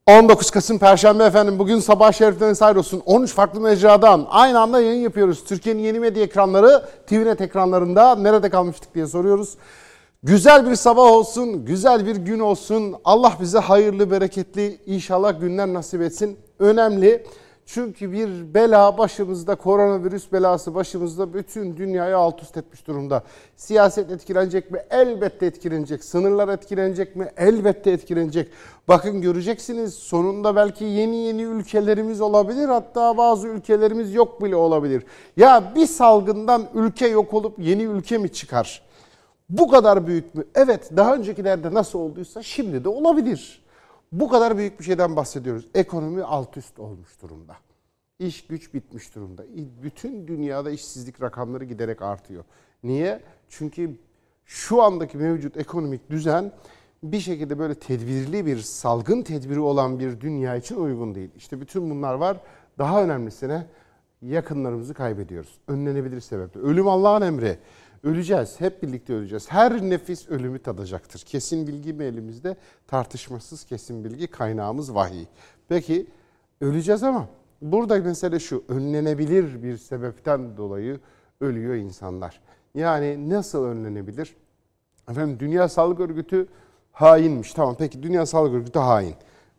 19 Kasım Perşembe efendim. Bugün sabah şerifleriniz hayır olsun. 13 farklı mecradan aynı anda yayın yapıyoruz. Türkiye'nin yeni medya ekranları, TVNet ekranlarında nerede kalmıştık diye soruyoruz. Güzel bir sabah olsun, güzel bir gün olsun. Allah bize hayırlı, bereketli inşallah günler nasip etsin. Önemli. Çünkü bir bela başımızda, koronavirüs belası başımızda bütün dünyayı alt üst etmiş durumda. Siyaset etkilenecek mi? Elbette etkilenecek. Sınırlar etkilenecek mi? Elbette etkilenecek. Bakın göreceksiniz sonunda belki yeni ülkelerimiz olabilir. Hatta bazı ülkelerimiz yok bile olabilir. Ya bir salgından ülke yok olup yeni ülke mi çıkar? Bu kadar büyük mü? Evet, daha öncekilerde nasıl olduysa şimdi de olabilir. Bu kadar büyük bir şeyden bahsediyoruz. Ekonomi alt üst olmuş durumda. İş güç bitmiş durumda. Bütün dünyada işsizlik rakamları giderek artıyor. Niye? Çünkü şu andaki mevcut ekonomik düzen bir şekilde böyle tedbirli bir salgın tedbiri olan bir dünya için uygun değil. İşte bütün bunlar var. Daha önemlisine yakınlarımızı kaybediyoruz. Önlenebilir sebeple. Ölüm Allah'ın emri. Öleceğiz. Hep birlikte öleceğiz. Her nefis ölümü tadacaktır. Kesin bilgi mi elimizde? Tartışmasız kesin bilgi. Kaynağımız vahiy. Peki öleceğiz ama burada mesele şu. Önlenebilir bir sebepten dolayı ölüyor insanlar. Yani nasıl önlenebilir? Efendim Dünya Sağlık Örgütü hainmiş. Tamam peki Dünya Sağlık Örgütü hain.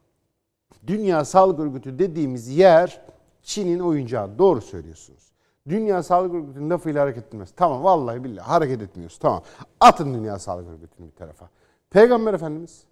Dünya Sağlık Örgütü dediğimiz yer Çin'in oyuncağı. Doğru söylüyorsunuz. Dünya Sağlık Örgütü'nün lafıyla hareket etmez. Tamam vallahi billahi hareket etmiyoruz. Tamam. Atın Dünya Sağlık Örgütü'nü bir tarafa. Peygamber Efendimiz.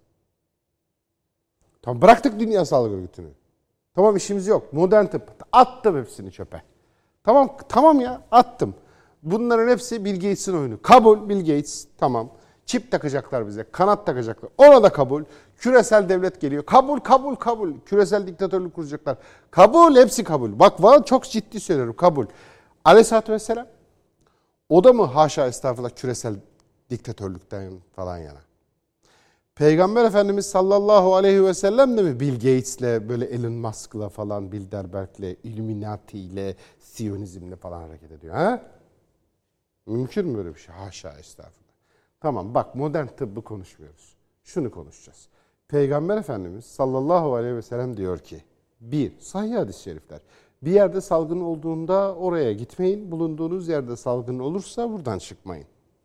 Tamam bıraktık Dünya Sağlık Örgütü'nü. Tamam işimiz yok. Modern tıp. Attım hepsini çöpe. Tamam ya attım. Bunların hepsi Bill Gates'in oyunu. Kabul Bill Gates. Tamam. Çip takacaklar bize. Kanat takacaklar. Ona da kabul. Küresel devlet geliyor. Kabul. Küresel diktatörlük kuracaklar. Kabul. Hepsi kabul. Bak var çok ciddi söylüyorum. Kabul. Aleyhisselatü Vesselam. O da mı haşa estağfurullah küresel diktatörlükten falan yana? Peygamber Efendimiz sallallahu aleyhi ve sellem de mi Bill Gates'le böyle Elon Musk'la falan Bilderberg'le, Illuminati'yle, Siyonizm'le falan hareket ediyor? Ha? Mümkün mü böyle bir şey? Haşa estağfurullah. Tamam bak modern tıbbı konuşmuyoruz. Şunu konuşacağız. Peygamber Efendimiz sallallahu aleyhi ve sellem diyor ki, bir, sahih hadis-i şerifler. Bir yerde salgın olduğunda oraya gitmeyin. Bulunduğunuz yerde salgın olursa buradan çıkmayın.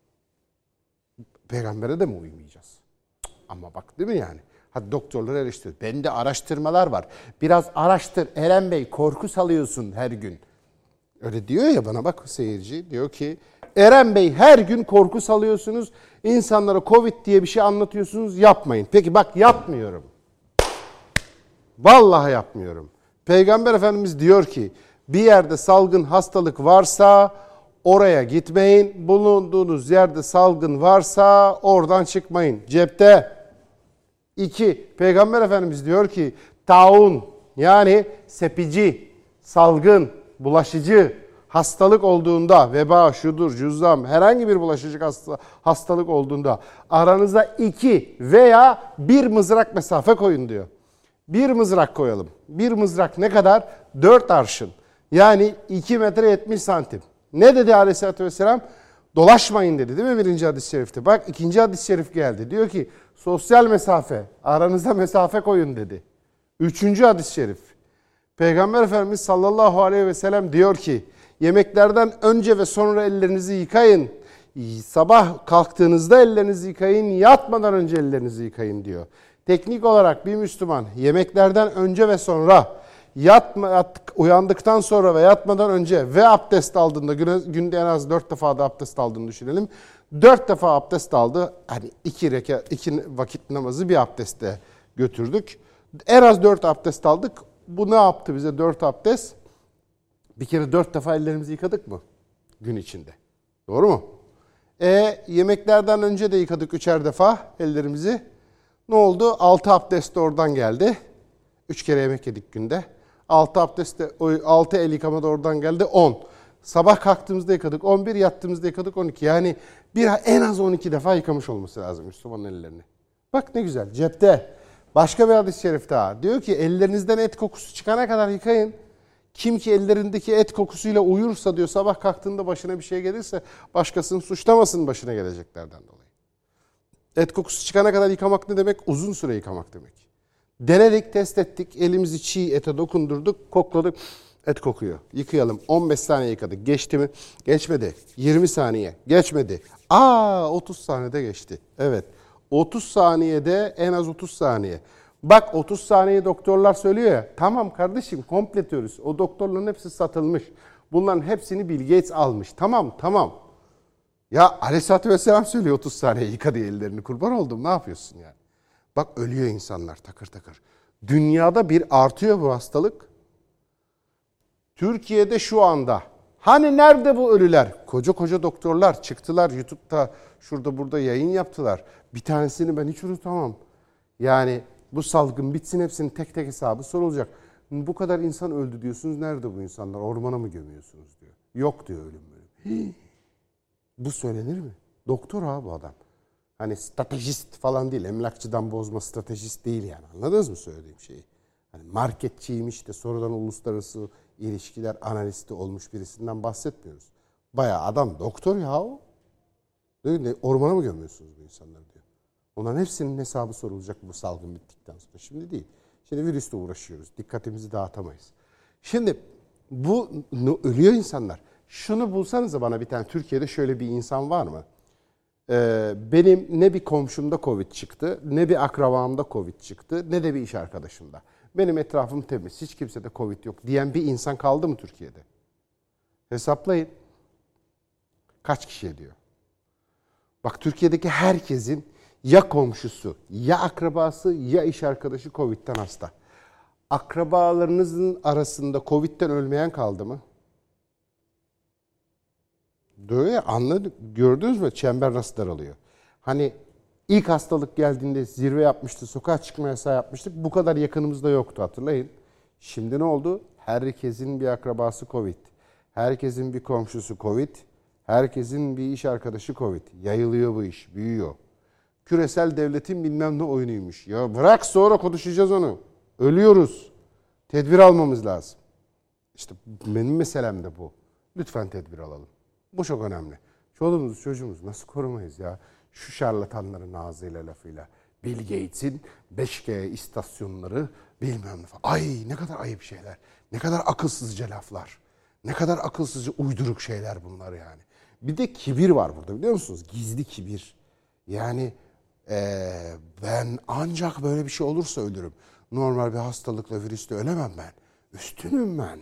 Peygambere de mi uymayacağız? Ama bak değil mi yani? Hadi doktorları eleştiriyor. Bende araştırmalar var. Biraz araştır Eren Bey, korku salıyorsun her gün. Öyle diyor ya bana bak seyirci. Diyor ki Eren Bey her gün korku salıyorsunuz. İnsanlara Covid diye bir şey anlatıyorsunuz. Yapmayın. Peki bak yapmıyorum. Vallahi yapmıyorum. Peygamber Efendimiz diyor ki bir yerde salgın hastalık varsa oraya gitmeyin. Bulunduğunuz yerde salgın varsa oradan çıkmayın. Cepte. 2. Peygamber Efendimiz diyor ki taun yani sepici, salgın, bulaşıcı hastalık olduğunda veba, şudur, cüzzam herhangi bir bulaşıcı hastalık olduğunda aranıza 2 veya 1 mızrak mesafe koyun diyor. 1 mızrak koyalım. 1 mızrak ne kadar? 4 arşın. Yani 2 metre 70 santim. Ne dedi Aleyhisselatü Vesselam? Dolaşmayın dedi değil mi birinci hadis-i şerifte? Bak ikinci hadis-i şerif geldi. Diyor ki sosyal mesafe, aranıza mesafe koyun dedi. Üçüncü hadis-i şerif. Peygamber Efendimiz sallallahu aleyhi ve sellem diyor ki yemeklerden önce ve sonra ellerinizi yıkayın. Sabah kalktığınızda ellerinizi yıkayın, yatmadan önce ellerinizi yıkayın diyor. Teknik olarak bir Müslüman yemeklerden önce ve sonra uyandıktan sonra ve yatmadan önce ve abdest aldığında günde en az 4 defa da abdest aldığını düşünelim. 4 defa abdest aldı. Hani 2 vakit namazı bir abdestle götürdük. En az 4 abdest aldık. Bu ne yaptı bize 4 abdest? Bir kere 4 defa ellerimizi yıkadık mı? Gün içinde. Doğru mu? Yemeklerden önce de yıkadık 3'er defa ellerimizi. Ne oldu? 6 abdest de oradan geldi. 3 kere yemek yedik günde. 6 abdest de 6 el yıkama da oradan geldi 10. Sabah kalktığımızda yıkadık 11, yattığımızda yıkadık 12. Yani en az 12 defa yıkamış olması lazım Müslümanın ellerini. Bak ne güzel cepte. Başka bir hadis-i şerif daha. Diyor ki ellerinizden et kokusu çıkana kadar yıkayın. Kim ki ellerindeki et kokusuyla uyursa diyor sabah kalktığında başına bir şey gelirse başkasını suçlamasın başına geleceklerden dolayı. Et kokusu çıkana kadar yıkamak ne demek? Uzun süre yıkamak demek. Denedik, test ettik. Elimizi çiğ ete dokundurduk, kokladık. Et kokuyor. Yıkayalım. 15 saniye yıkadık. Geçti mi? Geçmedi. 20 saniye. Geçmedi. 30 saniyede geçti. Evet. 30 saniyede en az 30 saniye. Bak 30 saniye doktorlar söylüyor ya. Tamam kardeşim kompletörüz. O doktorların hepsi satılmış. Bunların hepsini Bill Gates almış. Tamam. Ya Aleyhisselatü Vesselam söylüyor 30 saniye yıka diye ellerini, kurban oldum. Ne yapıyorsun yani? Bak ölüyor insanlar takır takır. Dünyada bir artıyor bu hastalık. Türkiye'de şu anda. Hani nerede bu ölüler? Koca doktorlar çıktılar YouTube'da şurada burada yayın yaptılar. Bir tanesini ben hiç unutamam. Yani bu salgın bitsin hepsinin tek tek hesabı sorulacak. Bu kadar insan öldü diyorsunuz. Nerede bu insanlar? Ormana mı gömüyorsunuz diyor. Yok diyor ölüm bölüm. Bu söylenir mi? Doktor abi bu adam. Hani stratejist falan değil. Emlakçıdan bozma stratejist değil yani. Anladınız mı söylediğim şeyi? Hani marketçiymiş de sonradan uluslararası ilişkiler analisti olmuş birisinden bahsetmiyoruz. Bayağı adam doktor ya o. Ormana mı gömüyorsunuz bu insanları diyor. Onların hepsinin hesabı sorulacak bu salgın bittikten sonra. Şimdi değil. Şimdi virüsle uğraşıyoruz. Dikkatimizi dağıtamayız. Şimdi bu ölüyor insanlar. Şunu bulsanıza bana bir tane Türkiye'de şöyle bir insan var mı? Benim ne bir komşumda Covid çıktı, ne bir akrabamda Covid çıktı, ne de bir iş arkadaşımda. Benim etrafım temiz, hiç kimsede Covid yok diyen bir insan kaldı mı Türkiye'de? Hesaplayın. Kaç kişi ediyor? Bak Türkiye'deki herkesin ya komşusu, ya akrabası, ya iş arkadaşı Covid'den hasta. Akrabalarınızın arasında Covid'den ölmeyen kaldı mı? Böyle anladık. Gördünüz mü? Çember nasıl daralıyor? Hani ilk hastalık geldiğinde zirve yapmıştı. Sokağa çıkma yasağı yapmıştık. Bu kadar yakınımızda yoktu hatırlayın. Şimdi ne oldu? Herkesin bir akrabası Covid. Herkesin bir komşusu Covid. Herkesin bir iş arkadaşı Covid. Yayılıyor bu iş. Büyüyor. Küresel devletin bilmem ne oyunuymuş. Ya bırak sonra konuşacağız onu. Ölüyoruz. Tedbir almamız lazım. İşte benim meselem de bu. Lütfen tedbir alalım. Bu çok önemli. Çoluğumuz çocuğumuz nasıl korumayız ya? Şu şarlatanların ağzıyla lafıyla. Bill Gates'in 5G istasyonları bilmem ne falan. Ay ne kadar ayıp şeyler. Ne kadar akılsızca laflar. Ne kadar akılsızca uyduruk şeyler bunlar yani. Bir de kibir var burada biliyor musunuz? Gizli kibir. Yani ben ancak böyle bir şey olursa ölürüm. Normal bir hastalıkla virüsle ölemem ben. Üstünüm ben.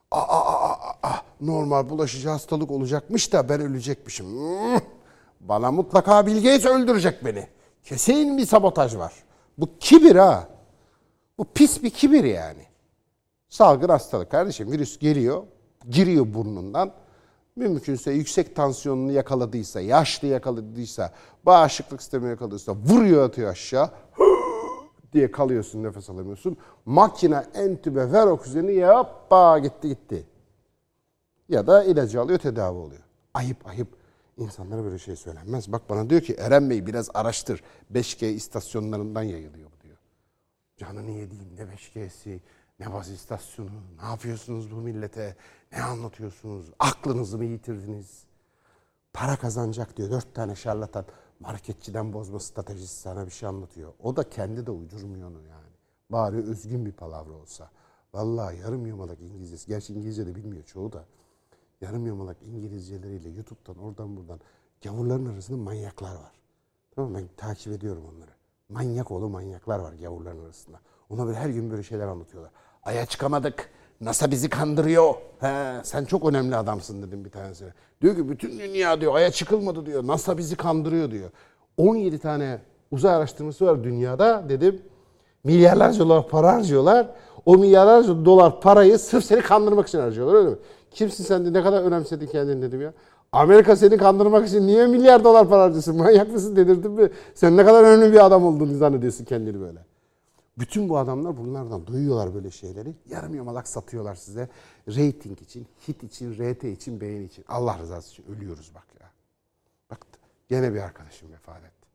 Normal bulaşıcı hastalık olacakmış da ben ölecekmişim. Bana mutlaka Bill Gates öldürecek beni. Kesin bir sabotaj var. Bu kibir ha. Bu pis bir kibir yani. Salgın hastalık kardeşim. Virüs geliyor, giriyor burnundan. Mümkünse yüksek tansiyonunu yakaladıysa, yaşlı yakaladıysa, bağışıklık sistemi yakaladıysa vuruyor atıyor aşağı. Diye kalıyorsun, nefes alamıyorsun. Makine entübe ver oksijeni yappa gitti. Ya da ilacı alıyor, tedavi oluyor. Ayıp. İnsanlara böyle şey söylenmez. Bak bana diyor ki Eren Bey biraz araştır. 5G istasyonlarından yayılıyor bu diyor. Canını yediğim ne 5G'si, ne baz istasyonu, ne yapıyorsunuz bu millete, ne anlatıyorsunuz, aklınızı mı yitirdiniz? Para kazanacak diyor 4 tane şarlatan. Marketçiden bozma stratejisi sana bir şey anlatıyor. O da kendi de uydurmuyor onu yani. Bari özgün bir palavra olsa. Vallahi yarım yamalak İngilizcesi. Gerçi İngilizce de bilmiyor çoğu da. Yarım yamalak İngilizceleriyle YouTube'dan oradan buradan gavurların arasında manyaklar var. Tamam mı? Ben takip ediyorum onları. Manyak oğlu manyaklar var gavurların arasında. Ona böyle her gün böyle şeyler anlatıyorlar. Aya çıkamadık. NASA bizi kandırıyor. Sen çok önemli adamsın dedim bir tanesine. Diyor ki bütün dünya diyor aya çıkılmadı diyor. NASA bizi kandırıyor diyor. 17 tane uzay araştırması var dünyada dedim. Milyarlarca dolar para harcıyorlar. O milyarlarca dolar parayı sırf seni kandırmak için harcıyorlar öyle mi? Kimsin sen de ne kadar önemsedin kendini dedim ya. Amerika seni kandırmak için niye milyar dolar para harcıyorsun? Manyak mısın dedirdim mi? Sen ne kadar önemli bir adam olduğunu zannediyorsun kendini böyle. Bütün bu adamlar bunlardan duyuyorlar böyle şeyleri. Yarım yamalak satıyorlar size. Rating için, hit için, RT için, beğeni için. Allah rızası için ölüyoruz bak ya. Bak gene bir arkadaşım vefat etti.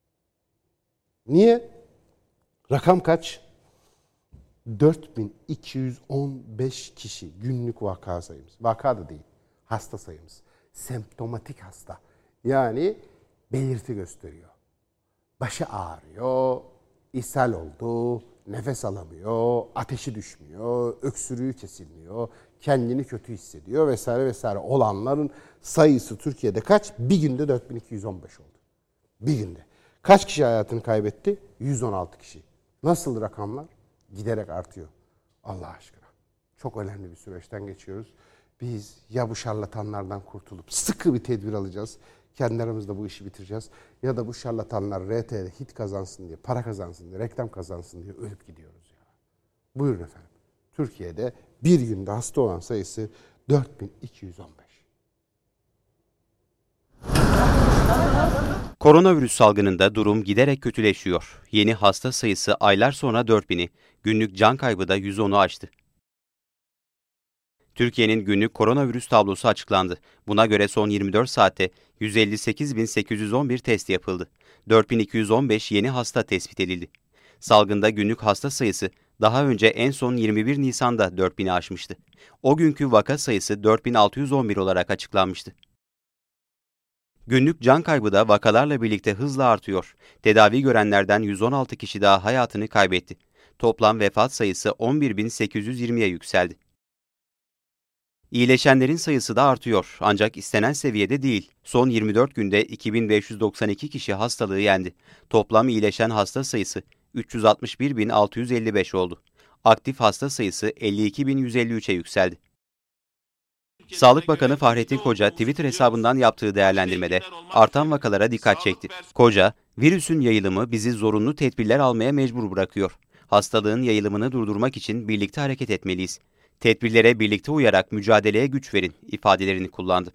Niye? Rakam kaç? 4215 kişi günlük vaka sayımız. Vaka da değil, hasta sayımız. Semptomatik hasta. Yani belirti gösteriyor. Başı ağrıyor, ishal oldu, nefes alamıyor, ateşi düşmüyor, öksürüğü kesilmiyor, kendini kötü hissediyor vesaire vesaire olanların sayısı Türkiye'de kaç? Bir günde 4215 oldu. Bir günde. Kaç kişi hayatını kaybetti? 116 kişi. Nasıl rakamlar? Giderek artıyor. Allah aşkına. Çok önemli bir süreçten geçiyoruz. Biz ya bu şarlatanlardan kurtulup sıkı bir tedbir alacağız. Kendi aramızda bu işi bitireceğiz. Ya da bu şarlatanlar RT'de hit kazansın diye, para kazansın diye, reklam kazansın diye ölüp gidiyoruz ya. Buyurun efendim. Türkiye'de bir günde hasta olan sayısı 4215. Koronavirüs salgınında durum giderek kötüleşiyor. Yeni hasta sayısı aylar sonra 4000'i, günlük can kaybı da 110'u aştı. Türkiye'nin günlük koronavirüs tablosu açıklandı. Buna göre son 24 saatte 158.811 test yapıldı. 4215 yeni hasta tespit edildi. Salgında günlük hasta sayısı daha önce en son 21 Nisan'da 4000'i aşmıştı. O günkü vaka sayısı 4611 olarak açıklanmıştı. Günlük can kaybı da vakalarla birlikte hızla artıyor. Tedavi görenlerden 116 kişi daha hayatını kaybetti. Toplam vefat sayısı 11.820'ye yükseldi. İyileşenlerin sayısı da artıyor ancak istenen seviyede değil. Son 24 günde 2592 kişi hastalığı yendi. Toplam iyileşen hasta sayısı 361.655 oldu. Aktif hasta sayısı 52.153'e yükseldi. Sağlık Bakanı Fahrettin Koca Twitter hesabından yaptığı değerlendirmede artan vakalara dikkat çekti. Koca, virüsün yayılımı bizi zorunlu tedbirler almaya mecbur bırakıyor. Hastalığın yayılımını durdurmak için birlikte hareket etmeliyiz. Tedbirlere birlikte uyarak mücadeleye güç verin ifadelerini kullandı.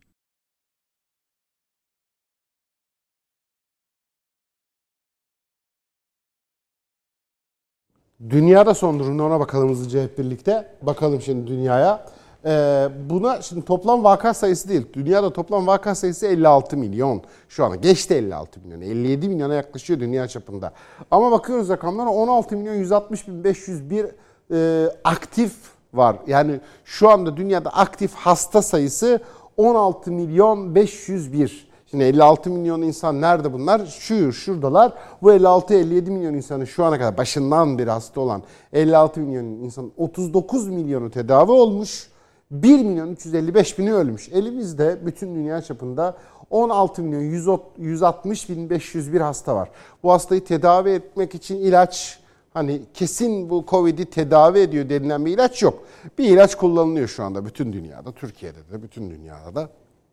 Dünyada son durumda ona bakalım hızlıca hep birlikte. Bakalım şimdi dünyaya. Buna şimdi toplam vaka sayısı değil. Dünyada toplam vaka sayısı 56 milyon. Şu an geçti 56 milyon. 57 milyona yaklaşıyor dünya çapında. Ama bakıyoruz rakamlara 16 milyon 160 bin 501 aktif var. Yani şu anda dünyada aktif hasta sayısı 16 milyon 501. Şimdi 56 milyon insan nerede bunlar? Şuradalar. Bu 56-57 milyon insanın şu ana kadar başından beri hasta olan 56 milyon insanın 39 milyonu tedavi olmuş. 1 milyon 355 bini ölmüş. Elimizde bütün dünya çapında 16 milyon 160 bin 501 hasta var. Bu hastayı tedavi etmek için ilaç, hani kesin bu Covid'i tedavi ediyor denilen bir ilaç yok. Bir ilaç kullanılıyor şu anda bütün dünyada, Türkiye'de de, bütün dünyada da.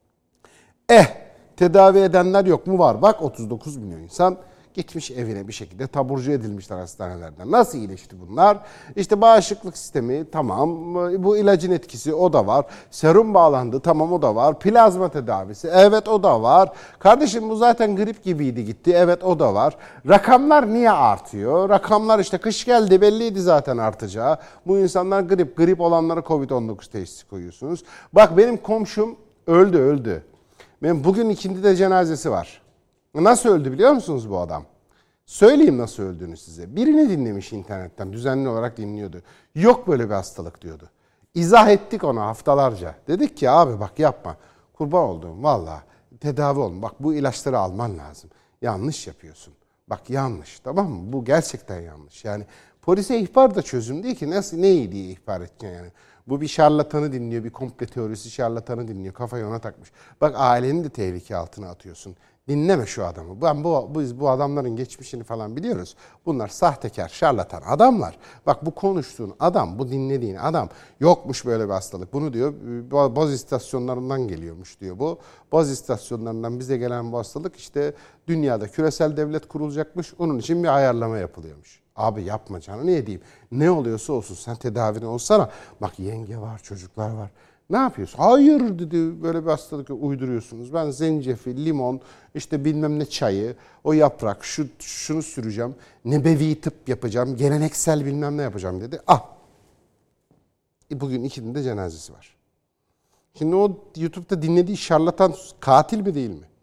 Tedavi edenler yok mu? Var. Bak 39 milyon insan gitmiş evine bir şekilde taburcu edilmişler hastanelerden. Nasıl iyileşti bunlar? İşte bağışıklık sistemi tamam, bu ilacın etkisi o da var. Serum bağlandı tamam o da var. Plazma tedavisi evet o da var. Kardeşim bu zaten grip gibiydi gitti evet o da var. Rakamlar niye artıyor? Rakamlar işte kış geldi belliydi zaten artacağı. Bu insanlar grip olanlara Covid-19 teşhisi koyuyorsunuz. Bak benim komşum öldü. Benim bugün ikindide cenazesi var. Nasıl öldü biliyor musunuz bu adam? Söyleyeyim nasıl öldüğünü size. Birini dinlemiş internetten, düzenli olarak dinliyordu. Yok böyle bir hastalık diyordu. İzah ettik ona haftalarca. Dedik ki abi bak yapma. Kurban olduğum valla tedavi olun. Bak bu ilaçları alman lazım. Yanlış yapıyorsun. Bak yanlış tamam mı? Bu gerçekten yanlış. Yani polise ihbar da çözüm değil ki. Nasıl neyi diye ihbar edeceksin yani. Bu bir şarlatanı dinliyor, bir komple teorisi şarlatanı dinliyor. Kafayı ona takmış. Bak aileni de tehlike altına atıyorsun. Dinleme şu adamı. Biz bu adamların geçmişini falan biliyoruz. Bunlar sahtekar, şarlatan adamlar. Bak bu konuştuğun adam, bu dinlediğin adam yokmuş böyle bir hastalık. Bunu diyor baz istasyonlarından geliyormuş diyor bu. Baz istasyonlarından bize gelen bu hastalık işte dünyada küresel devlet kurulacakmış. Onun için bir ayarlama yapılıyormuş. Abi yapma canım ne diyeyim. Ne oluyorsa olsun sen tedavine olsana. Bak yenge var, çocuklar var. Ne yapıyorsun? Hayır dedi böyle bir hastalık uyduruyorsunuz. Ben zencefil, limon, işte bilmem ne çayı, o yaprak, şunu süreceğim. Nebevi tıp yapacağım, geleneksel bilmem ne yapacağım dedi. Bugün ikinin de cenazesi var. Şimdi o YouTube'da dinlediği şarlatan katil mi değil mi?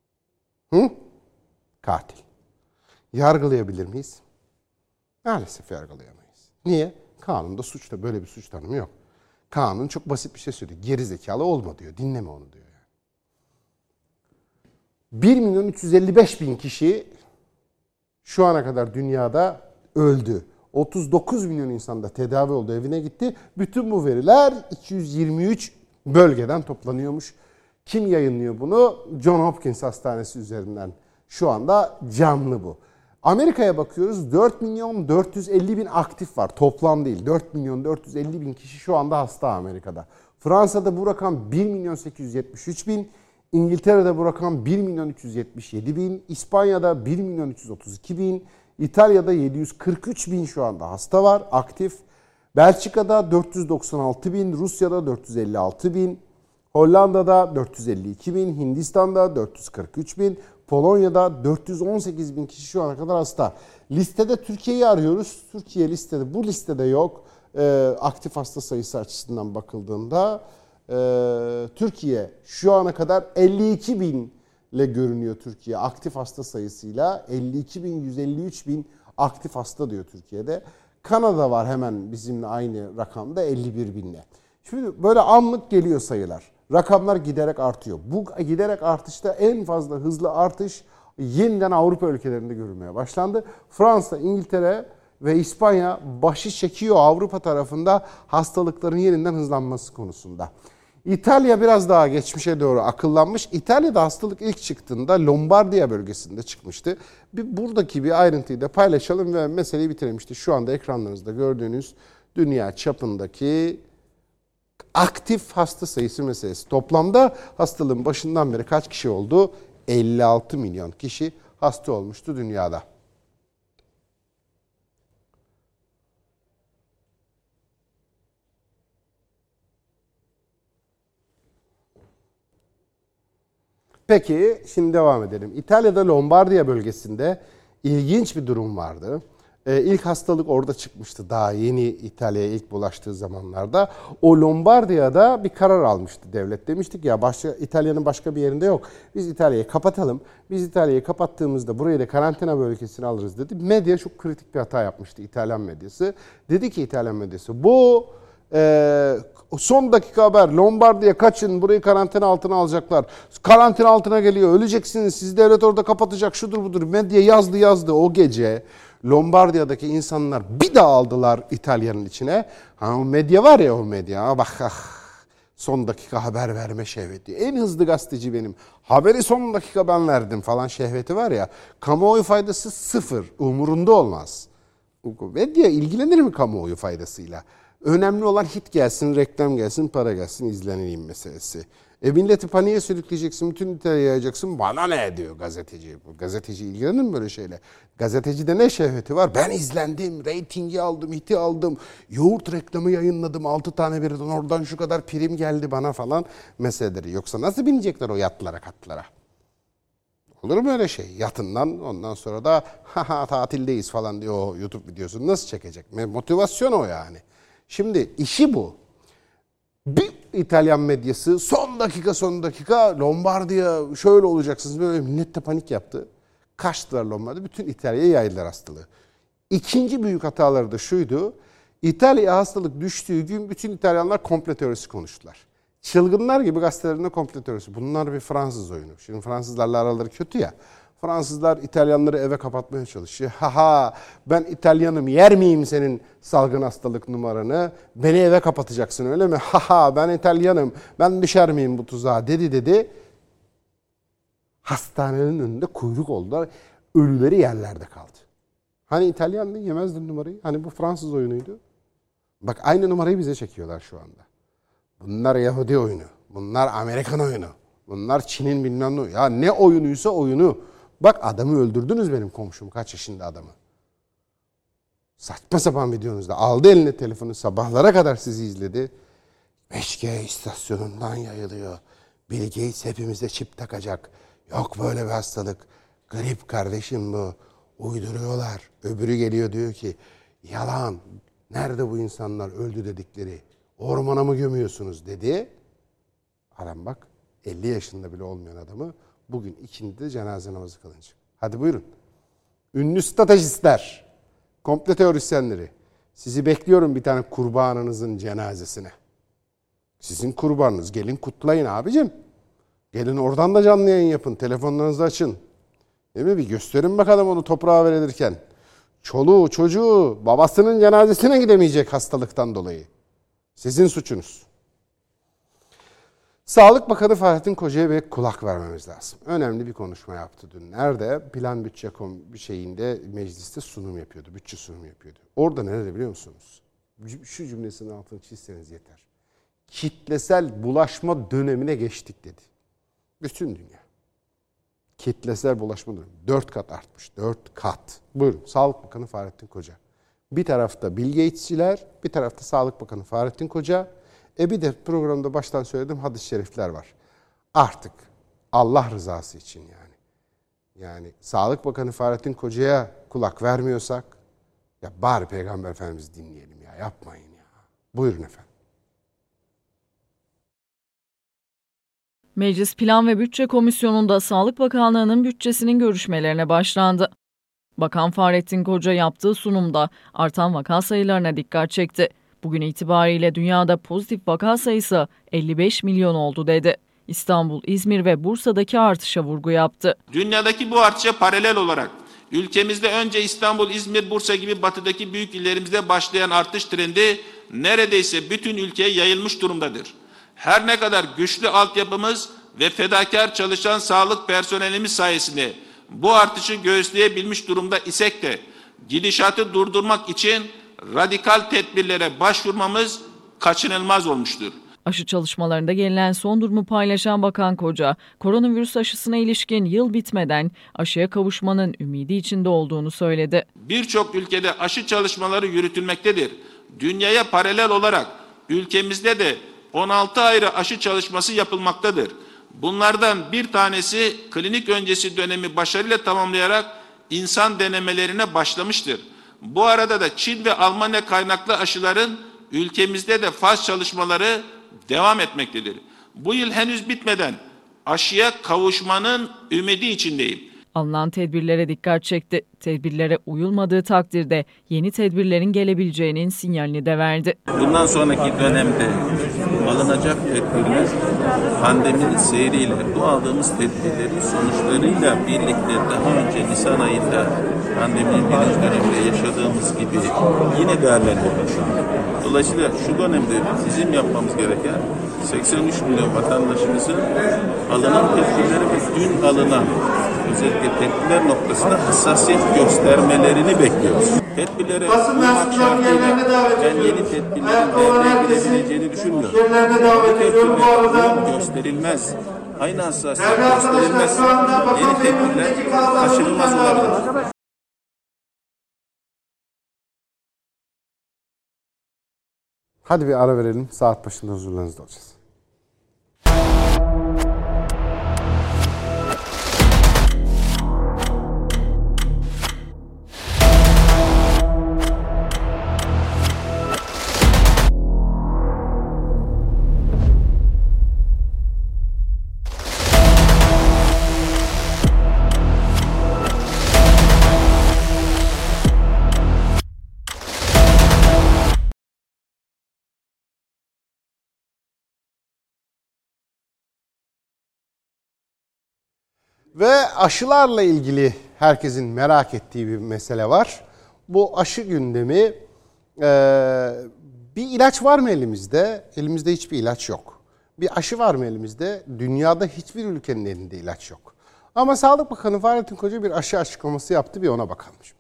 Katil. Yargılayabilir miyiz? Maalesef yargılayamayız. Niye? Kanunda suçta böyle bir suç tanımı yok. Kanun çok basit bir şey söylüyor. Geri zekalı olma diyor. Dinleme onu diyor. Yani. 1 milyon 355 bin kişi şu ana kadar dünyada öldü. 39 milyon insan da tedavi oldu, evine gitti. Bütün bu veriler 223 bölgeden toplanıyormuş. Kim yayınlıyor bunu? John Hopkins Hastanesi üzerinden. Şu anda canlı bu. Amerika'ya bakıyoruz. 4 milyon 450 bin aktif var. Toplam değil. 4 milyon 450 bin kişi şu anda hasta Amerika'da. Fransa'da bu rakam 1 milyon 873 bin. İngiltere'de bu rakam 1 milyon 377 bin. İspanya'da 1 milyon 332 bin. İtalya'da 743 bin şu anda hasta var aktif. Belçika'da 496 bin. Rusya'da 456 bin. Hollanda'da 452 bin. Hindistan'da 443 bin. Polonya'da 418 bin kişi şu ana kadar hasta. Listede Türkiye'yi arıyoruz. Türkiye listede, bu listede yok. Aktif hasta sayısı açısından bakıldığında Türkiye şu ana kadar 52 bin ile görünüyor Türkiye. Aktif hasta sayısıyla 52 bin, 153 bin aktif hasta diyor Türkiye'de. Kanada var hemen bizimle aynı rakamda 51 binle. Şimdi böyle anlık geliyor sayılar. Rakamlar giderek artıyor. Bu giderek artışta en fazla hızlı artış yeniden Avrupa ülkelerinde görülmeye başlandı. Fransa, İngiltere ve İspanya başı çekiyor Avrupa tarafında hastalıkların yeniden hızlanması konusunda. İtalya biraz daha geçmişe doğru akıllanmış. İtalya'da hastalık ilk çıktığında Lombardiya bölgesinde çıkmıştı. Buradaki bir ayrıntıyı da paylaşalım ve meseleyi bitirelim. İşte şu anda ekranlarınızda gördüğünüz dünya çapındaki aktif hasta sayısı meselesi. Toplamda hastalığın başından beri kaç kişi oldu? 56 milyon kişi hasta olmuştu dünyada. Peki şimdi devam edelim. İtalya'da Lombardiya bölgesinde ilginç bir durum vardı. İlk hastalık orada çıkmıştı daha yeni İtalya'ya ilk bulaştığı zamanlarda. O Lombardiya'da bir karar almıştı devlet. Demiştik ya İtalya'nın başka bir yerinde yok. Biz İtalya'yı kapatalım. Biz İtalya'yı kapattığımızda burayı da karantina bölgesine alırız dedi. Medya çok kritik bir hata yapmıştı İtalyan medyası. Dedi ki İtalyan medyası bu son dakika haber Lombardiya kaçın burayı karantina altına alacaklar. Karantina altına geliyor öleceksiniz sizi devlet orada kapatacak şudur budur. Medya yazdı o gece. Lombardiya'daki insanlar bir daha aldılar İtalya'nın içine. Ha, o medya var ya o medya. Bak son dakika haber verme şehveti. En hızlı gazeteci benim. Haberi son dakika ben verdim falan şehveti var ya. Kamuoyu faydası sıfır. Umurunda olmaz. Medya ilgilenir mi kamuoyu faydasıyla? Önemli olan hit gelsin, reklam gelsin, para gelsin, izleneyim meselesi. Milleti paniğe sürükleyeceksin, bütün İtalya'ya yayacaksın. Bana ne diyor gazeteci? Gazeteci ilgilenir mi böyle şeyle? Gazetecide ne şehveti var? Ben izlendim, reytingi aldım, hiti aldım. Yoğurt reklamı yayınladım, 6 tane birden oradan şu kadar prim geldi bana falan meseleleri. Yoksa nasıl binecekler o yatlara, katlara? Olur mu öyle şey? Yatından ondan sonra da tatildeyiz falan diyor o YouTube videosunu nasıl çekecek? Motivasyon o yani. Şimdi işi bu. Bir İtalyan medyası son dakika Lombardiya şöyle olacaksınız böyle millet de panik yaptı. Kaçtılar Lombardiya bütün İtalya'ya yaydılar hastalığı. İkinci büyük hataları da şuydu. İtalya'ya hastalık düştüğü gün bütün İtalyanlar komplo teorisi konuştular. Çılgınlar gibi gazetelerinde komplo teorisi. Bunlar bir Fransız oyunu. Şimdi Fransızlarla araları kötü ya. Fransızlar İtalyanları eve kapatmaya çalışıyor. Ben İtalyanım yer miyim senin salgın hastalık numaranı? Beni eve kapatacaksın öyle mi? Ben İtalyanım ben düşer miyim bu tuzağa dedi. Hastanenin önünde kuyruk oldular. Ölüleri yerlerde kaldı. Hani İtalyanlı yemezdin numarayı? Hani bu Fransız oyunuydu? Bak aynı numarayı bize çekiyorlar şu anda. Bunlar Yahudi oyunu. Bunlar Amerikan oyunu. Bunlar Çin'in bilmem ne. Ya ne oyunuysa oyunu. Bak adamı öldürdünüz benim komşum. Kaç yaşında adamı. Saçma sapan videonuzda. Aldı eline telefonu sabahlara kadar sizi izledi. 5G istasyonundan yayılıyor. Bill Gates hepimize çip takacak. Yok böyle bir hastalık. Grip kardeşim bu. Uyduruyorlar. Öbürü geliyor diyor ki yalan. Nerede bu insanlar öldü dedikleri? Ormana mı gömüyorsunuz dedi. Adam bak 50 yaşında bile olmayan adamı bugün ikindi cenaze namazı kılınacak. Hadi buyurun. Ünlü stratejistler, komplo teorisyenleri. Sizi bekliyorum bir tane kurbanınızın cenazesine. Sizin kurbanınız. Gelin kutlayın abicim. Gelin oradan da canlı yayın yapın. Telefonlarınızı açın. Değil mi? Bir gösterin bakalım onu toprağa verilirken. çoluğu, çocuğu, babasının cenazesine gidemeyecek hastalıktan dolayı. Sizin suçunuz. Sağlık Bakanı Fahrettin Koca'ya bir kulak vermemiz lazım. Önemli bir konuşma yaptı dün. Nerede? Plan Bütçe şeyinde mecliste sunum yapıyordu. Bütçe sunumu yapıyordu. Orada nerede biliyor musunuz? Şu cümlesinin altını çizseniz yeter. Kitlesel bulaşma dönemine geçtik dedi. Bütün dünya. Kitlesel bulaşma dönemi. 4 kat artmış. 4 kat. Buyurun. Sağlık Bakanı Fahrettin Koca. Bir tarafta Bill Gates'ciler, bir tarafta Sağlık Bakanı Fahrettin Koca. Bir de programda baştan söylediğim hadis-i şerifler var. Artık Allah rızası için yani. Yani Sağlık Bakanı Fahrettin Koca'ya kulak vermiyorsak ya bari Peygamber Efendimiz'i dinleyelim ya. Yapmayın ya. Buyurun efendim. Meclis Plan ve Bütçe Komisyonu'nda Sağlık Bakanlığı'nın bütçesinin görüşmelerine başlandı. Bakan Fahrettin Koca yaptığı sunumda artan vaka sayılarına dikkat çekti. Bugün itibariyle dünyada pozitif vaka sayısı 55 milyon oldu dedi. İstanbul, İzmir ve Bursa'daki artışa vurgu yaptı. Dünyadaki bu artışa paralel olarak ülkemizde önce İstanbul, İzmir, Bursa gibi batıdaki büyük illerimizde başlayan artış trendi neredeyse bütün ülkeye yayılmış durumdadır. Her ne kadar güçlü altyapımız ve fedakar çalışan sağlık personelimiz sayesinde bu artışı göğüsleyebilmiş durumda isek de gidişatı durdurmak için radikal tedbirlere başvurmamız kaçınılmaz olmuştur. Aşı çalışmalarında gelinen son durumu paylaşan Bakan Koca, koronavirüs aşısına ilişkin yıl bitmeden aşıya kavuşmanın ümidi içinde olduğunu söyledi. Birçok ülkede aşı çalışmaları yürütülmektedir. Dünyaya paralel olarak ülkemizde de 16 ayrı aşı çalışması yapılmaktadır. Bunlardan bir tanesi klinik öncesi dönemi başarıyla tamamlayarak insan denemelerine başlamıştır. Bu arada da Çin ve Almanya kaynaklı aşıların ülkemizde de faz çalışmaları devam etmektedir. Bu yıl henüz bitmeden aşıya kavuşmanın ümidi içindeyim. Alınan tedbirlere dikkat çekti. Tedbirlere uyulmadığı takdirde yeni tedbirlerin gelebileceğinin sinyalini de verdi. Bundan sonraki dönemde alınacak tedbirler pandeminin seyriyle, bu aldığımız tedbirlerin sonuçlarıyla birlikte daha önce Nisan ayında pandeminin birinci döneminde yaşadığımız gibi yine değerlendirmesi. Dolayısıyla şu dönemde bizim yapmamız gereken 83 milyon vatandaşımızın alınan tedbirleri ve dün alınan özellikle tedbirler noktasında hassasiyet göstermelerini bekliyoruz. Tedbirlere uymak şartıyla ben yeni tedbirlerin devreye girebileceğini düşünmüyorum. Bu tedbirlere uyum gösterilmez, aynı hassasiyet gösterilmez, yeni tedbirler kaçınılmaz olabilir. Hadi bir ara verelim. Saat başında huzurlarınızda olacağız. Ve aşılarla ilgili herkesin merak ettiği bir mesele var. Bu aşı gündemi, bir ilaç var mı elimizde? Elimizde hiçbir ilaç yok. Bir aşı var mı elimizde? Dünyada hiçbir ülkenin elinde ilaç yok. Ama Sağlık Bakanı Fahrettin Koca bir aşı açıklaması yaptı, bir ona bakalım şimdi.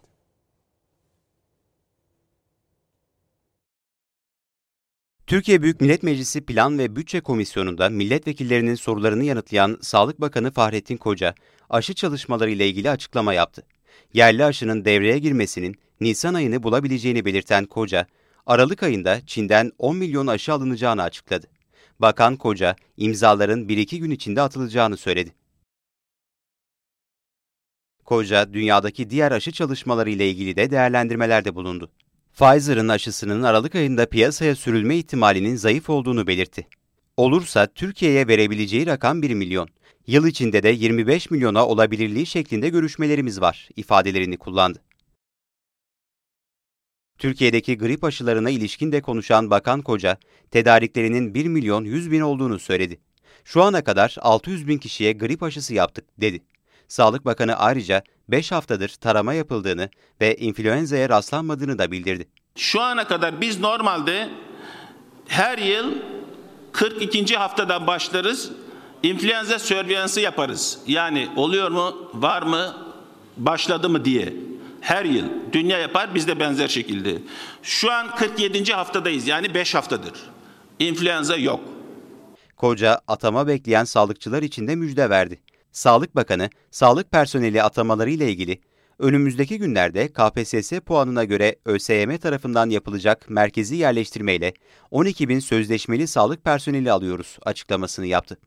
Türkiye Büyük Millet Meclisi Plan ve Bütçe Komisyonu'nda milletvekillerinin sorularını yanıtlayan Sağlık Bakanı Fahrettin Koca, aşı çalışmaları ile ilgili açıklama yaptı. Yerli aşının devreye girmesinin Nisan ayını bulabileceğini belirten Koca, Aralık ayında Çin'den 10 milyon aşı alınacağını açıkladı. Bakan Koca, imzaların 1-2 gün içinde atılacağını söyledi. Koca, dünyadaki diğer aşı çalışmaları ile ilgili de değerlendirmelerde bulundu. Pfizer'ın aşısının Aralık ayında piyasaya sürülme ihtimalinin zayıf olduğunu belirtti. Olursa Türkiye'ye verebileceği rakam 1 milyon. Yıl içinde de 25 milyona olabilirliği şeklinde görüşmelerimiz var ifadelerini kullandı. Türkiye'deki grip aşılarına ilişkin de konuşan Bakan Koca, tedariklerinin 1 milyon 100 bin olduğunu söyledi. Şu ana kadar 600 bin kişiye grip aşısı yaptık dedi. Sağlık Bakanı ayrıca 5 haftadır tarama yapıldığını ve influenza'ya rastlanmadığını da bildirdi. Şu ana kadar biz normalde her yıl 42. haftadan başlarız. İnfluenza sörveyansı yaparız. Yani oluyor mu, var mı, başladı mı diye. Her yıl dünya yapar, biz de benzer şekilde. Şu an 47. haftadayız, yani 5 haftadır. İnfluenza yok. Koca atama bekleyen sağlıkçılar için de müjde verdi. Sağlık Bakanı, sağlık personeli atamaları ile ilgili önümüzdeki günlerde KPSS puanına göre ÖSYM tarafından yapılacak merkezi yerleştirmeyle 12.000 sözleşmeli sağlık personeli alıyoruz açıklamasını yaptı.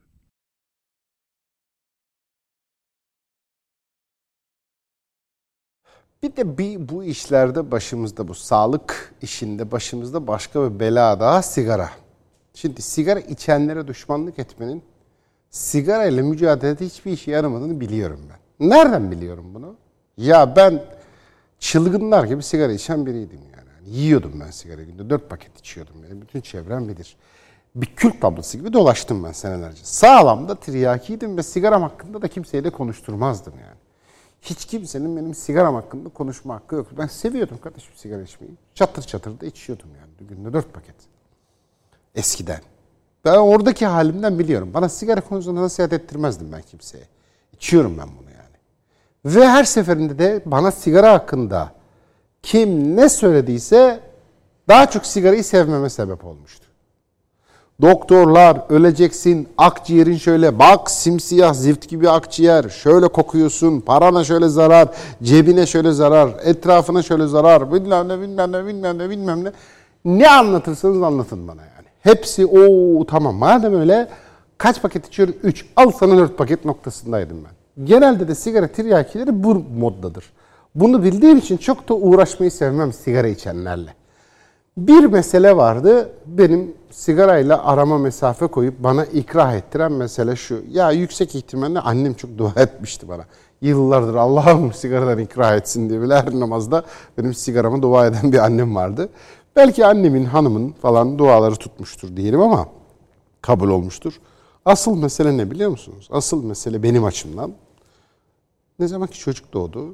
Bir de bu işlerde başımızda, bu sağlık işinde başımızda başka bir bela daha sigara. Şimdi sigara içenlere düşmanlık etmenin sigara ile mücadelede hiçbir işe yaramadığını biliyorum ben. Nereden biliyorum bunu? Ya ben çılgınlar gibi sigara içen biriydim yani. Yiyordum ben sigara, günde 4 paket içiyordum. Yani bütün çevrem bilir. Bir kült tablası gibi dolaştım ben senelerce. Sağlam da tiryakiydim ve sigaram hakkında da kimseyle konuşturmazdım yani. Hiç kimsenin benim sigaram hakkında konuşma hakkı yok. Ben seviyordum kardeşim sigara içmeyi. Çatır çatır da içiyordum yani. Günde 4 paket. Eskiden. Ben oradaki halimden biliyorum. Bana sigara konusunda nasihat ettirmezdim ben kimseye. İçiyorum ben bunu yani. Ve her seferinde de bana sigara hakkında kim ne söylediyse daha çok sigarayı sevmeme sebep olmuştu. Doktorlar öleceksin, akciğerin şöyle bak simsiyah zift gibi akciğer, şöyle kokuyorsun, parana şöyle zarar, cebine şöyle zarar, etrafına şöyle zarar, bilmem ne. Ne anlatırsanız anlatın bana yani. Hepsi tamam madem öyle kaç paket içiyorum? 3. Al sana 4 paket noktasındaydım ben. Genelde de sigara tiryakileri bu moddadır. Bunu bildiğim için çok da uğraşmayı sevmem sigara içenlerle. Bir mesele vardı benim sigarayla arama mesafe koyup bana ikrah ettiren mesele şu. Ya yüksek ihtimalle annem çok dua etmişti bana. Yıllardır Allah'ım sigaradan ikrah etsin diye bile her namazda benim sigarama dua eden bir annem vardı. Belki annemin, hanımın falan duaları tutmuştur diyelim ama kabul olmuştur. Asıl mesele ne biliyor musunuz? Asıl mesele benim açımdan ne zaman ki çocuk doğdu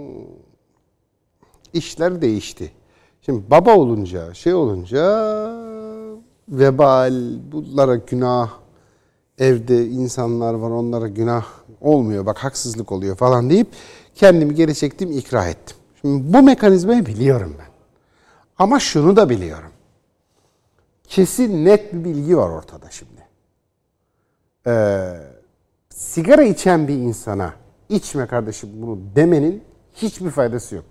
işler değişti. Şimdi baba olunca, vebal, bunlara günah, evde insanlar var onlara günah olmuyor, bak haksızlık oluyor falan deyip kendimi geri çektim, ikrah ettim. Şimdi bu mekanizmayı biliyorum ben. Ama şunu da biliyorum. Kesin net bir bilgi var ortada şimdi. Sigara içen bir insana içme kardeşim bunu demenin hiçbir faydası yok.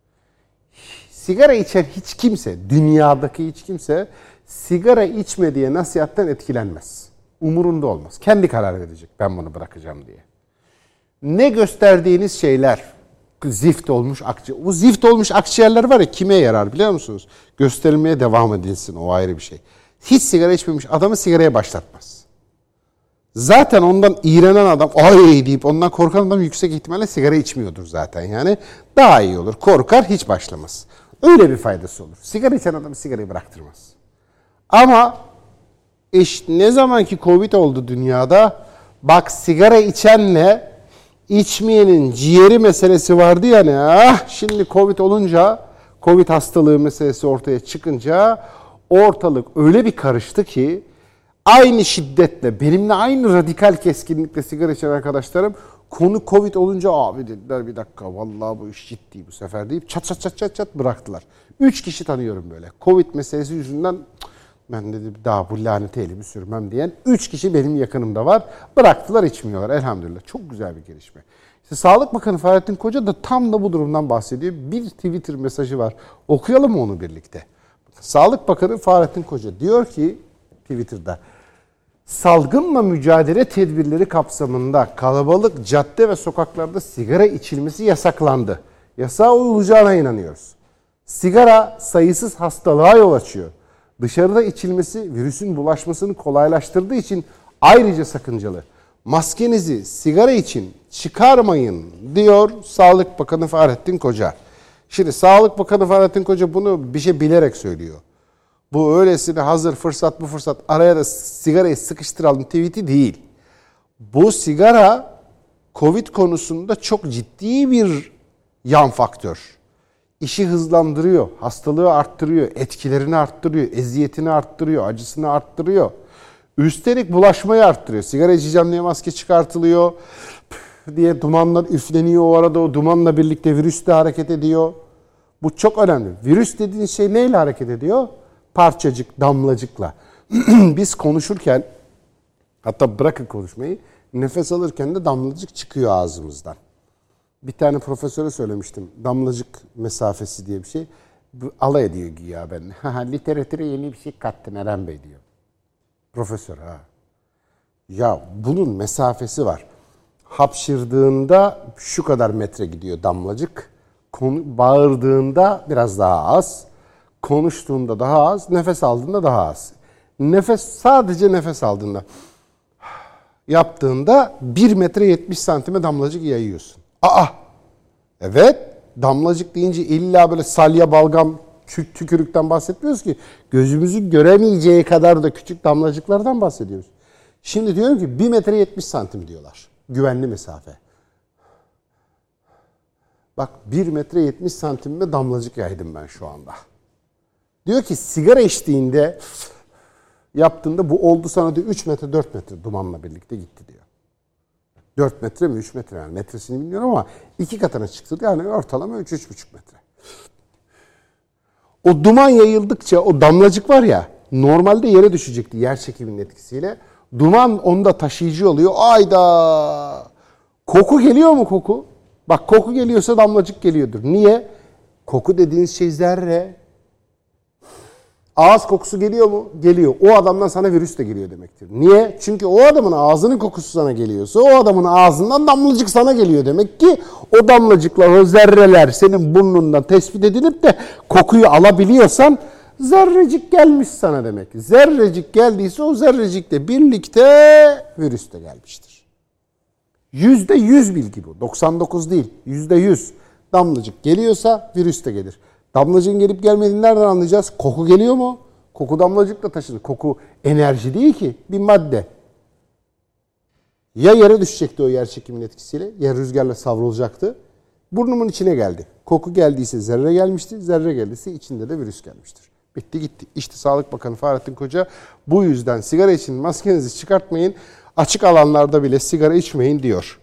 Sigara içen hiç kimse, dünyadaki hiç kimse sigara içme diye nasihatten etkilenmez. Umurunda olmaz. Kendi karar verecek ben bunu bırakacağım diye. Ne gösterdiğiniz şeyler, zift olmuş akciğer. Bu zift olmuş akciğerler var ya kime yarar biliyor musunuz? Gösterilmeye devam edilsin o ayrı bir şey. Hiç sigara içmemiş adamı sigaraya başlatmaz. Zaten ondan iğrenen adam ay deyip ondan korkan adam yüksek ihtimalle sigara içmiyordur zaten yani. Daha iyi olur. Korkar hiç başlamaz. Öyle bir faydası olur. Sigara içen adam sigarayı bıraktırmaz. Ama ne zamanki Covid oldu dünyada bak sigara içenle içmeyenin ciğeri meselesi vardı yani. Şimdi Covid olunca, Covid hastalığı meselesi ortaya çıkınca ortalık öyle bir karıştı ki aynı şiddetle, benimle aynı radikal keskinlikle sigara içen arkadaşlarım konu Covid olunca abi dediler bir dakika vallahi bu iş ciddi bu sefer deyip çat bıraktılar. 3 kişi tanıyorum böyle. Covid meselesi yüzünden ben dedi daha bu lanete elimi sürmem diyen 3 kişi benim yakınımda var. Bıraktılar içmiyorlar elhamdülillah. Çok güzel bir gelişme. İşte Sağlık Bakanı Fahrettin Koca da tam da bu durumdan bahsediyor. Bir Twitter mesajı var. Okuyalım mı onu birlikte? Sağlık Bakanı Fahrettin Koca diyor ki Twitter'da salgınla mücadele tedbirleri kapsamında kalabalık cadde ve sokaklarda sigara içilmesi yasaklandı. Yasağa uyulacağına inanıyoruz. Sigara sayısız hastalığa yol açıyor. Dışarıda içilmesi virüsün bulaşmasını kolaylaştırdığı için ayrıca sakıncalı. Maskenizi sigara için çıkarmayın diyor Sağlık Bakanı Fahrettin Koca. Şimdi Sağlık Bakanı Fahrettin Koca bunu bir şey bilerek söylüyor. Bu öylesine hazır fırsat bu fırsat araya da sigarayı sıkıştıralım tweet'i değil. Bu sigara Covid konusunda çok ciddi bir yan faktör. İşi hızlandırıyor, hastalığı arttırıyor, etkilerini arttırıyor, eziyetini arttırıyor, acısını arttırıyor. Üstelik bulaşmayı arttırıyor. Sigara içeceğim diye maske çıkartılıyor diye dumanlar üfleniyor. O arada o dumanla birlikte virüs de hareket ediyor. Bu çok önemli. Virüs dediğin şey neyle hareket ediyor? Parçacık, damlacıkla. Biz konuşurken, hatta bırakın konuşmayı, nefes alırken de damlacık çıkıyor ağzımızdan. Bir tane profesöre söylemiştim. Damlacık mesafesi diye bir şey. Alay ediyor güya benimle. Literatüre yeni bir şey kattın Eren Bey diyor. Profesör ha. Ya bunun mesafesi var. Hapşırdığında şu kadar metre gidiyor damlacık. Bağırdığında biraz daha az. Konuştuğunda daha az. Nefes aldığında daha az. Sadece nefes aldığında yaptığında 1 metre 70 santime damlacık yayıyorsun. Evet, damlacık deyince illa böyle salya, balgam, tükürükten bahsetmiyoruz ki. Gözümüzün göremeyeceği kadar da küçük damlacıklardan bahsediyoruz. Şimdi diyorum ki 1 metre 70 santim diyorlar. Güvenli mesafe. Bak 1 metre 70 santimime damlacık yaydım ben şu anda. Diyor ki sigara içtiğinde yaptığında bu oldu sana diyor 3 metre 4 metre dumanla birlikte gitti diyor. 4 metre mi 3 metre yani metresini bilmiyorum ama 2 katına çıktı yani ortalama 3-3,5 metre. O duman yayıldıkça o damlacık var ya normalde yere düşecekti yer çekiminin etkisiyle. Duman onda taşıyıcı oluyor. Ayda! Koku geliyor mu koku? Bak koku geliyorsa damlacık geliyordur. Niye? Koku dediğiniz şey zerre. Ağız kokusu geliyor mu? Geliyor. O adamdan sana virüs de geliyor demektir. Niye? Çünkü o adamın ağzının kokusu sana geliyorsa o adamın ağzından damlacık sana geliyor demek ki o damlacıklar, o zerreler senin burnundan tespit edilip de kokuyu alabiliyorsan zerrecik gelmiş sana demek. Zerrecik geldiyse o zerrecikle birlikte virüs de gelmiştir. %100 bilgi bu. 99 değil. %100. Damlacık geliyorsa virüs de gelir. Damlacığın gelip gelmediğini nereden anlayacağız? Koku geliyor mu? Koku damlacıkla taşınır. Koku enerji değil ki. Bir madde. Ya yere düşecekti o yer çekiminin etkisiyle. Ya rüzgarla savrulacaktı. Burnumun içine geldi. Koku geldiyse zerre gelmişti. Zerre geldiyse içinde de virüs gelmiştir. Bitti gitti. İşte Sağlık Bakanı Fahrettin Koca bu yüzden sigara için maskenizi çıkartmayın. Açık alanlarda bile sigara içmeyin diyor.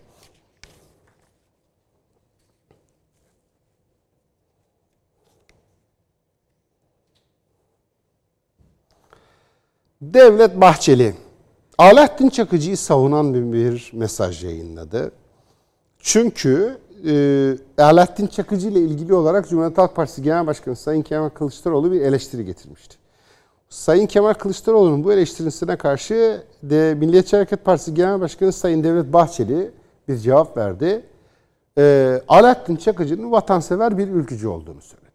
Devlet Bahçeli, Alaaddin Çakıcı'yı savunan bir mesaj yayınladı. Çünkü Alaaddin Çakıcı ile ilgili olarak Cumhuriyet Halk Partisi Genel Başkanı Sayın Kemal Kılıçdaroğlu bir eleştiri getirmişti. Sayın Kemal Kılıçdaroğlu'nun bu eleştirisine karşı de Milliyetçi Hareket Partisi Genel Başkanı Sayın Devlet Bahçeli bir cevap verdi. Alaaddin Çakıcı'nın vatansever bir ülkücü olduğunu söyledi.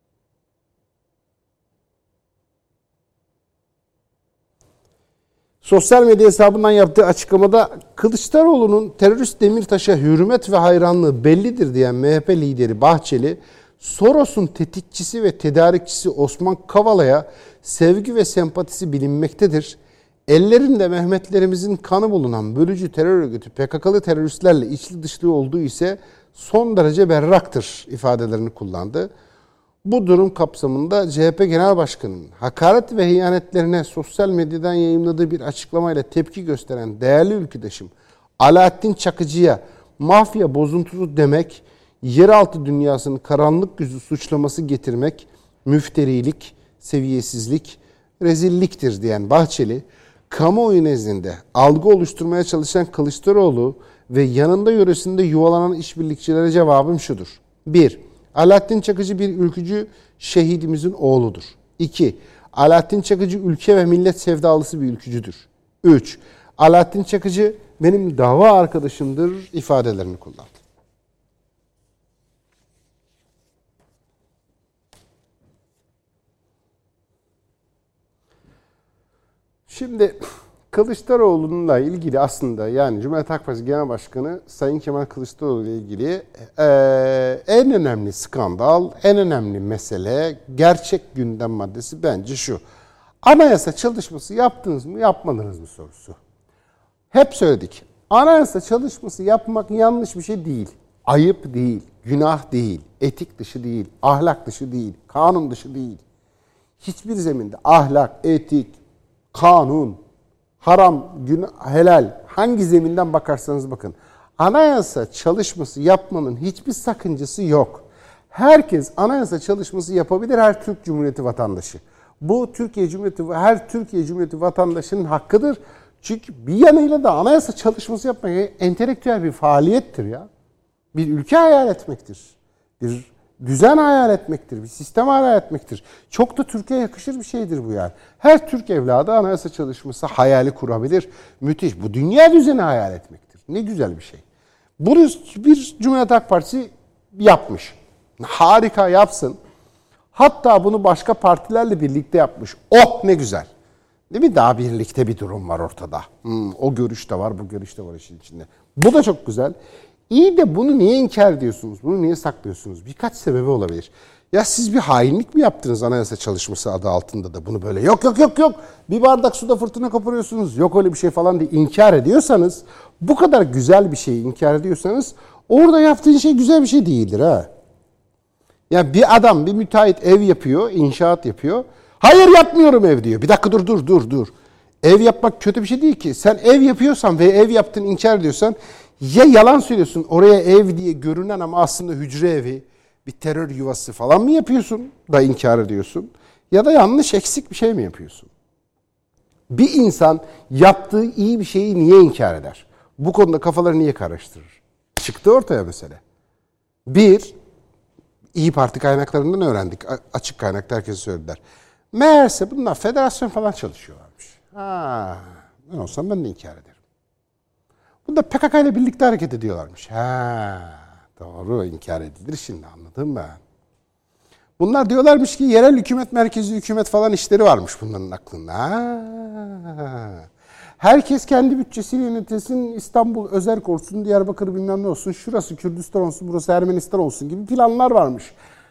Sosyal medya hesabından yaptığı açıklamada Kılıçdaroğlu'nun terörist Demirtaş'a hürmet ve hayranlığı bellidir diyen MHP lideri Bahçeli, Soros'un tetikçisi ve tedarikçisi Osman Kavala'ya sevgi ve sempatisi bilinmektedir. Ellerinde Mehmetlerimizin kanı bulunan bölücü terör örgütü PKK'lı teröristlerle içli dışlı olduğu ise son derece berraktır ifadelerini kullandı. Bu durum kapsamında CHP Genel Başkanı'nın hakaret ve ihanetlerine sosyal medyadan yayımladığı bir açıklamayla tepki gösteren değerli ülküdaşım Alaaddin Çakıcı'ya mafya bozuntusu demek, yeraltı dünyasının karanlık yüzü suçlaması getirmek, müfterilik, seviyesizlik, rezilliktir diyen Bahçeli, kamuoyu nezdinde algı oluşturmaya çalışan Kılıçdaroğlu ve yanında yöresinde yuvalanan işbirlikçilere cevabım şudur. 1. Alaaddin Çakıcı bir ülkücü şehidimizin oğludur. 2. Alaaddin Çakıcı ülke ve millet sevdalısı bir ülkücüdür. 3. Alaaddin Çakıcı benim dava arkadaşımdır ifadelerini kullandı. Şimdi Kılıçdaroğlu'nunla ilgili aslında yani Cumhuriyet Halk Partisi Genel Başkanı Sayın Kemal Kılıçdaroğlu ile ilgili en önemli skandal, en önemli mesele, gerçek gündem maddesi bence şu. Anayasa çalışması yaptınız mı, yapmadınız mı sorusu. Hep söyledik. Anayasa çalışması yapmak yanlış bir şey değil. Ayıp değil, günah değil, etik dışı değil, ahlak dışı değil, kanun dışı değil. Hiçbir zeminde ahlak, etik, kanun, haram, günah, helal hangi zeminden bakarsanız bakın. Anayasa çalışması yapmanın hiçbir sakıncası yok. Herkes anayasa çalışması yapabilir, her Türk Cumhuriyeti vatandaşı. Bu her Türkiye Cumhuriyeti vatandaşının hakkıdır. Çünkü bir yanıyla da anayasa çalışması yapmak entelektüel bir faaliyettir ya. Bir ülke hayal etmektir. Bir düzen hayal etmektir. Bir sistem hayal etmektir. Çok da Türkiye'ye yakışır bir şeydir bu yani. Her Türk evladı anayasa çalışması hayali kurabilir. Müthiş. Bu dünya düzeni hayal etmektir. Ne güzel bir şey. Bunu bir Cumhuriyet Halk Partisi yapmış. Harika, yapsın. Hatta bunu başka partilerle birlikte yapmış. Oh ne güzel. Değil mi? Daha birlikte bir durum var ortada. O görüş de var, bu görüş de var işin içinde. Bu da çok güzel. İyi de bunu niye inkar ediyorsunuz? Bunu niye saklıyorsunuz? Birkaç sebebi olabilir. Ya siz bir hainlik mi yaptınız anayasa çalışması adı altında da bunu böyle yok. Bir bardak suda fırtına koparıyorsunuz. Yok öyle bir şey falan diye inkar ediyorsanız, bu kadar güzel bir şeyi inkar ediyorsanız orada yaptığın şey güzel bir şey değildir ha. Ya bir adam, bir müteahhit ev yapıyor, inşaat yapıyor. Hayır yapmıyorum ev diyor. Bir dakika dur. Ev yapmak kötü bir şey değil ki. Sen ev yapıyorsan ve ev yaptığını inkar ediyorsan ya yalan söylüyorsun, oraya ev diye görünen ama aslında hücre evi, bir terör yuvası falan mı yapıyorsun da inkar ediyorsun? Ya da yanlış, eksik bir şey mi yapıyorsun? Bir insan yaptığı iyi bir şeyi niye inkar eder? Bu konuda kafaları niye karıştırır? Çıktı ortaya mesele. İyi Parti kaynaklarından öğrendik. Açık kaynakta herkese söylediler. Meğerse bunlar federasyon falan çalışıyorlarmış. Ben olsam ben de inkar ederim. Bunlar PKK ile birlikte hareket ediyorlarmış. Doğru, inkar edilir şimdi, anladım ben. Bunlar diyorlarmış ki yerel hükümet, merkezi hükümet falan işleri varmış bunların aklında. Herkes kendi bütçesiyle yönetilsin, İstanbul özerk olsun, Diyarbakır bilmem ne olsun, şurası Kürdistan olsun, burası Ermenistan olsun gibi planlar varmış.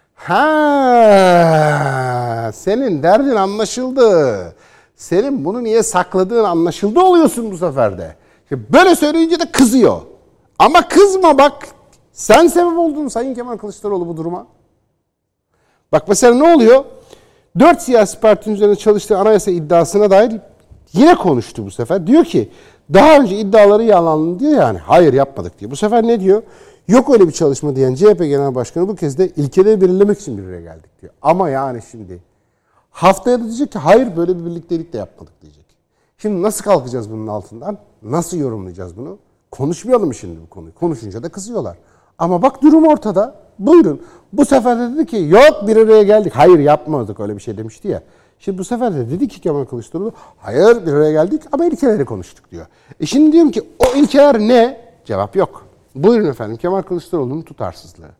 Senin derdin anlaşıldı. Senin bunu niye sakladığın anlaşıldı oluyorsun bu sefer de. Böyle söyleyince de kızıyor. Ama kızma bak. Sen sebep oldun Sayın Kemal Kılıçdaroğlu bu duruma. Bak mesela ne oluyor? 4 siyasi partinin üzerine çalıştığı anayasa iddiasına dair yine konuştu bu sefer. Diyor ki daha önce iddiaları yalanlı diyor yani. Hayır yapmadık diyor. Bu sefer ne diyor? Yok öyle bir çalışma diyen CHP Genel Başkanı bu kez de ilkeleri belirlemek için bir araya geldik diyor. Ama yani şimdi haftaya da diyecek ki hayır böyle bir birliktelik de yapmadık diyecek. Şimdi nasıl kalkacağız bunun altından? Nasıl yorumlayacağız bunu? Konuşmayalım şimdi bu konuyu. Konuşunca da kızıyorlar. Ama bak durum ortada. Buyurun. Bu sefer de dedi ki yok bir araya geldik. Hayır yapmadık öyle bir şey demişti ya. Şimdi bu sefer de dedi ki Kemal Kılıçdaroğlu hayır bir araya geldik ama ilkeleri konuştuk diyor. Şimdi diyorum ki o ilkeler ne? Cevap yok. Buyurun efendim Kemal Kılıçdaroğlu'nun tutarsızlığı.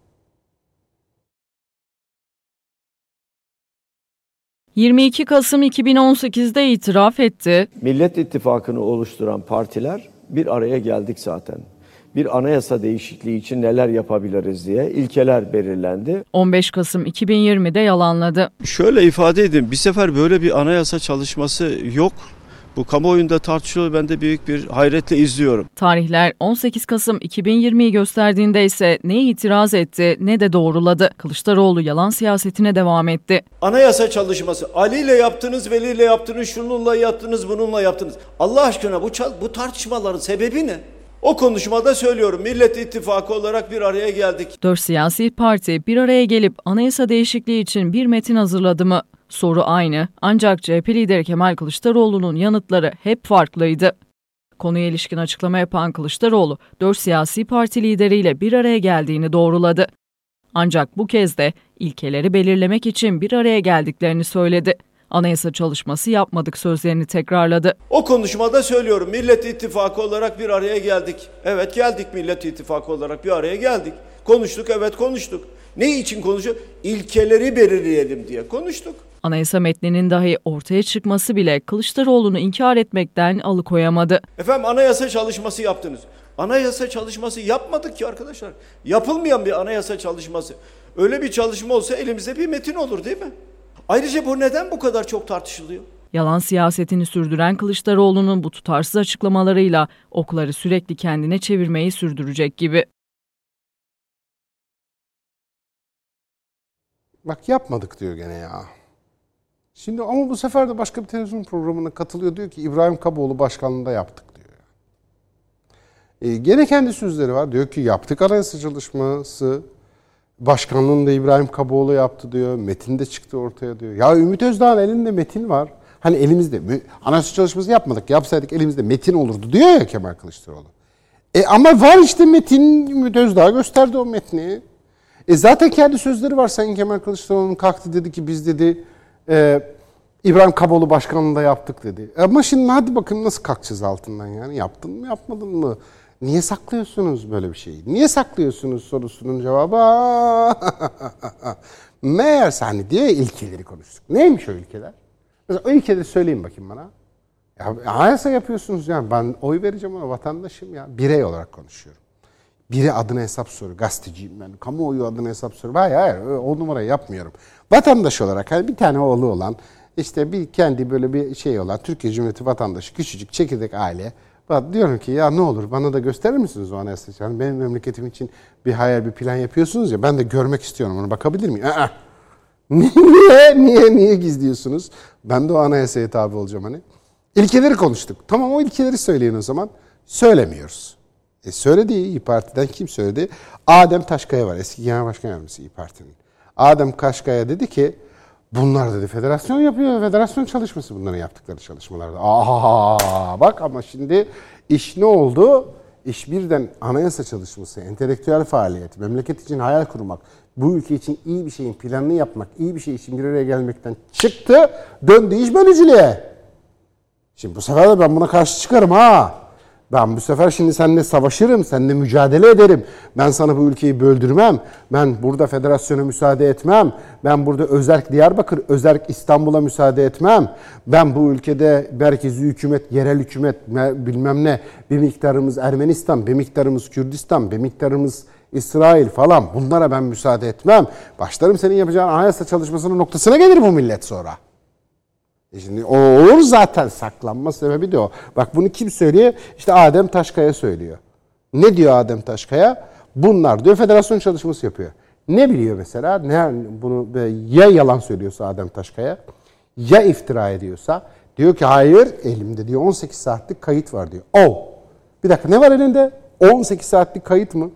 22 Kasım 2018'de itiraf etti. Millet İttifakı'nı oluşturan partiler bir araya geldik zaten. Bir anayasa değişikliği için neler yapabiliriz diye ilkeler belirlendi. 15 Kasım 2020'de yalanladı. Şöyle ifade edeyim, bir sefer böyle bir anayasa çalışması yok. Bu kamuoyunda tartışılıyor, ben de büyük bir hayretle izliyorum. Tarihler 18 Kasım 2020'yi gösterdiğinde ise ne itiraz etti ne de doğruladı. Kılıçdaroğlu yalan siyasetine devam etti. Anayasa çalışması, Ali ile yaptınız, Veli ile yaptınız, şununla yaptınız, bununla yaptınız. Allah aşkına bu tartışmaların sebebi ne? O konuşmada söylüyorum, Millet İttifakı olarak bir araya geldik. 4 siyasi parti bir araya gelip anayasa değişikliği için bir metin hazırladı mı? Soru aynı, ancak CHP lideri Kemal Kılıçdaroğlu'nun yanıtları hep farklıydı. Konuya ilişkin açıklama yapan Kılıçdaroğlu, 4 siyasi parti lideriyle bir araya geldiğini doğruladı. Ancak bu kez de ilkeleri belirlemek için bir araya geldiklerini söyledi. Anayasa çalışması yapmadık sözlerini tekrarladı. O konuşmada söylüyorum, Millet İttifakı olarak bir araya geldik. Evet geldik, Millet İttifakı olarak bir araya geldik. Konuştuk, evet konuştuk. Ne için konuşuyor? İlkeleri belirleyelim diye konuştuk. Anayasa metninin dahi ortaya çıkması bile Kılıçdaroğlu'nu inkar etmekten alıkoyamadı. Efendim anayasa çalışması yaptınız. Anayasa çalışması yapmadık ki arkadaşlar. Yapılmayan bir anayasa çalışması. Öyle bir çalışma olsa elimizde bir metin olur değil mi? Ayrıca bu neden bu kadar çok tartışılıyor? Yalan siyasetini sürdüren Kılıçdaroğlu'nun bu tutarsız açıklamalarıyla okları sürekli kendine çevirmeyi sürdürecek gibi. Bak yapmadık diyor gene ya. Şimdi ama bu sefer de başka bir televizyon programına katılıyor. Diyor ki İbrahim Kaboğlu başkanlığında yaptık diyor. Gene kendi sözleri var. Diyor ki yaptık anayasa çalışması. Başkanlığını da İbrahim Kaboğlu yaptı diyor. Metin de çıktı ortaya diyor. Ya Ümit Özdağ'ın elinde metin var. Hani elimizde anayasa çalışması yapmadık. Yapsaydık elimizde metin olurdu diyor ya Kemal Kılıçdaroğlu. Ama var işte metin. Ümit Özdağ gösterdi o metni. Zaten kendi sözleri var. Sayın Kemal Kılıçdaroğlu'nun kalktı dedi ki biz dedi İbrahim Kaboğlu başkanlığında yaptık dedi. Ama şimdi hadi bakın nasıl kalkacağız altından yani. Yaptın mı yapmadın mı? Niye saklıyorsunuz böyle bir şeyi? Niye saklıyorsunuz sorusunun cevabı? Meğerse hani diye ilkeleri konuştuk. Neymiş o ilkeler? Mesela o ilkeleri söyleyin bakayım bana. Ya anayasa yapıyorsunuz yani ben oy vereceğim ona vatandaşım ya. Birey olarak konuşuyorum. Biri adına hesap soruyor. Gazeteciyim ben. Kamuoyu adına hesap soruyor. Hayır o numarayı yapmıyorum. Vatandaş olarak hani bir tane oğlu olan işte bir kendi böyle bir şey olan Türkiye Cumhuriyeti vatandaşı küçücük çekirdek aile. Diyorum ki ya ne olur bana da gösterir misiniz o anayasayı? Yani benim memleketim için bir hayal bir plan yapıyorsunuz ya ben de görmek istiyorum onu bakabilir miyim? Niye gizliyorsunuz? Ben de o anayasaya tabi olacağım hani. İlkeleri konuştuk. Tamam o ilkeleri söyleyin o zaman. Söylemiyoruz. Söyledi İYİ Parti'den kim söyledi? Adem Taşkaya var eski genel başkan yardımcısı İYİ Parti'nin. Adem Taşkaya dedi ki bunlar dedi federasyon yapıyor. Federasyon çalışması bunların yaptıkları çalışmalarda. Bak ama şimdi iş ne oldu? İş birden anayasa çalışması, entelektüel faaliyet, memleket için hayal kurmak, bu ülke için iyi bir şeyin planını yapmak, iyi bir şey için bir araya gelmekten çıktı, döndü iş bölücülüğe. Şimdi bu sefer de ben buna karşı çıkarım ha. Ben bu sefer şimdi seninle savaşırım, seninle mücadele ederim. Ben sana bu ülkeyi böldürmem. Ben burada federasyona müsaade etmem. Ben burada özerk Diyarbakır, özerk İstanbul'a müsaade etmem. Ben bu ülkede merkezi hükümet, yerel hükümet bilmem ne, bir miktarımız Ermenistan, bir miktarımız Kürdistan, bir miktarımız İsrail falan bunlara ben müsaade etmem. Başlarım senin yapacağın anayasa çalışmasının noktasına gelir bu millet sonra. Şimdi o olur zaten saklanma sebebi de o. Bak bunu kim söylüyor? İşte Adem Taşkaya söylüyor. Ne diyor Adem Taşkaya? Bunlar diyor federasyon çalışması yapıyor. Ne biliyor mesela? Bunu ya yalan söylüyorsa Adem Taşkaya ya iftira ediyorsa diyor ki hayır elimde diyor 18 saatlik kayıt var diyor. Bir dakika ne var elinde? 18 saatlik kayıt mı?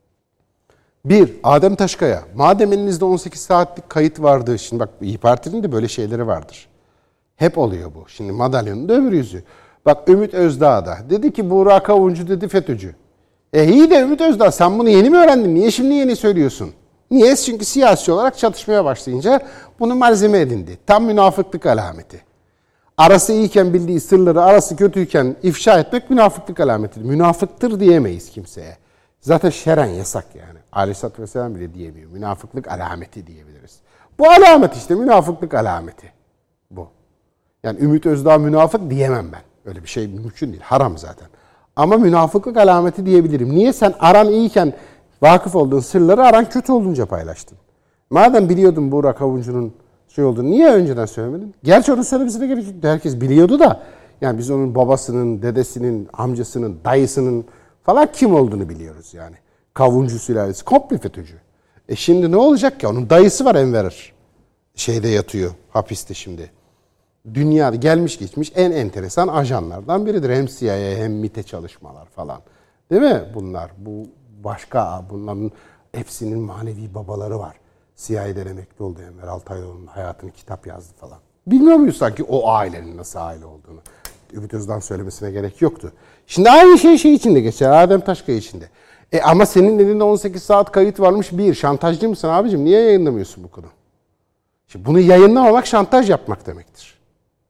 Adem Taşkaya madem elinizde 18 saatlik kayıt vardı. Şimdi bak İYİ Parti'nin de böyle şeyleri vardır. Hep oluyor bu. Şimdi madalyonun da öbür yüzü. Bak Ümit Özdağ da dedi ki Burak Avuncu dedi FETÖ'cü. İyi de Ümit Özdağ sen bunu yeni mi öğrendin? Niye şimdi yeni söylüyorsun? Niye? Çünkü siyasi olarak çatışmaya başlayınca bunu malzeme edindi. Tam münafıklık alameti. Arası iyiyken bildiği sırları arası kötüyken ifşa etmek münafıklık alametidir. Münafıktır diyemeyiz kimseye. Zaten şeren yasak yani. Aleyhisselatü Vesselam bile diyemiyor. Münafıklık alameti diyebiliriz. Bu alamet işte münafıklık alameti. Bu. Yani Ümit Özdağ münafık diyemem ben. Öyle bir şey mümkün değil. Haram zaten. Ama münafıklık alameti diyebilirim. Niye? Sen aran iyiyken vakıf olduğun sırları aran kötü olunca paylaştın. Madem biliyordun Burak Avuncu'nun şey olduğunu niye önceden söylemedin? Gerçi onun söylemesine gerek yok. Herkes biliyordu da. Yani biz onun babasının, dedesinin, amcasının, dayısının falan kim olduğunu biliyoruz yani. Kavuncu sülalesi. Komple FETÖ'cü. Şimdi ne olacak ki? Onun dayısı var Enver. Şeyde yatıyor. Hapiste şimdi. Dünyada gelmiş geçmiş en enteresan ajanlardan biridir. Hem CIA hem MİT'e çalışmalar falan. Değil mi bunlar? Bu başka bunların hepsinin manevi babaları var. CIA'den emekli oldu Enver Altaylıoğlu'nun hayatını kitap yazdı falan. Bilmiyor muyuz sanki o ailenin nasıl aile olduğunu? Ümit Özdağ'ın söylemesine gerek yoktu. Şimdi aynı şey içinde geçer. Adem Taşkaya içinde. Ama senin elinde 18 saat kayıt varmış. Şantajcı mısın abicim? Niye yayınlamıyorsun bu konu? Şimdi bunu yayınlamamak şantaj yapmak demektir.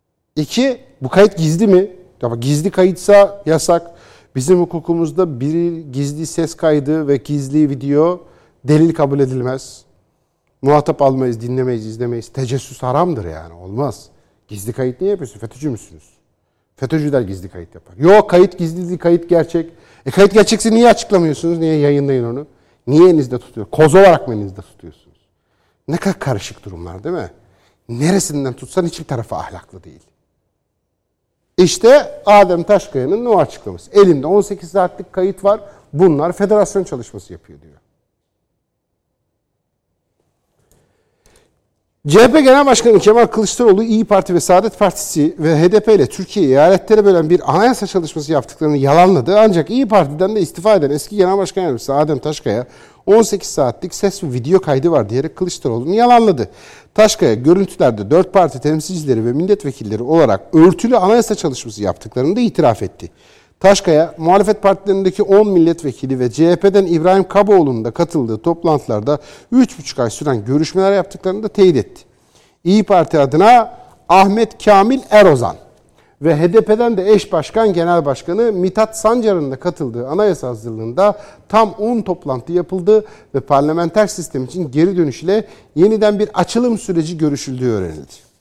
2, bu kayıt gizli mi? Ya gizli kayıtsa yasak. Bizim hukukumuzda bir gizli ses kaydı ve gizli video delil kabul edilmez. Muhatap almayız, dinlemeyiz, izlemeyiz. Tecessüs haramdır yani. Olmaz. Gizli kayıt niye yapıyorsun? FETÖ'cü müsünüz? FETÖ'cüler gizli kayıt yapar. Yok kayıt gizli değil, kayıt gerçek. Kayıt gerçekse niye açıklamıyorsunuz? Niye yayınlayın onu? Niye elinizde tutuyorsunuz? Koz olarak mı elinizde tutuyorsunuz? Ne kadar karışık durumlar değil mi? Neresinden tutsan hiçbir tarafı ahlaklı değil. İşte Adem Taşkaya'nın o açıklaması. Elimde 18 saatlik kayıt var. Bunlar federasyon çalışması yapıyor diyor. CHP Genel Başkanı Kemal Kılıçdaroğlu, İYİ Parti ve Saadet Partisi ve HDP ile Türkiye'yi eyaletlere bölen bir anayasa çalışması yaptıklarını yalanladı. Ancak İYİ Parti'den de istifa eden eski Genel Başkan Yardımcısı Adem Taşkaya 18 saatlik ses ve video kaydı var diyerek Kılıçdaroğlu'nu yalanladı. Taşkaya görüntülerde 4 parti temsilcileri ve milletvekilleri olarak örtülü anayasa çalışması yaptıklarını da itiraf etti. Taşkaya, muhalefet partilerindeki 10 milletvekili ve CHP'den İbrahim Kaboğlu'nun da katıldığı toplantılarda 3,5 ay süren görüşmeler yaptıklarını da teyit etti. İYİ Parti adına Ahmet Kamil Erozan ve HDP'den de eş başkan genel başkanı Mithat Sancar'ın da katıldığı anayasa hazırlığında tam 10 toplantı yapıldı ve parlamenter sistem için geri dönüş ile yeniden bir açılım süreci görüşüldüğü öğrenildi.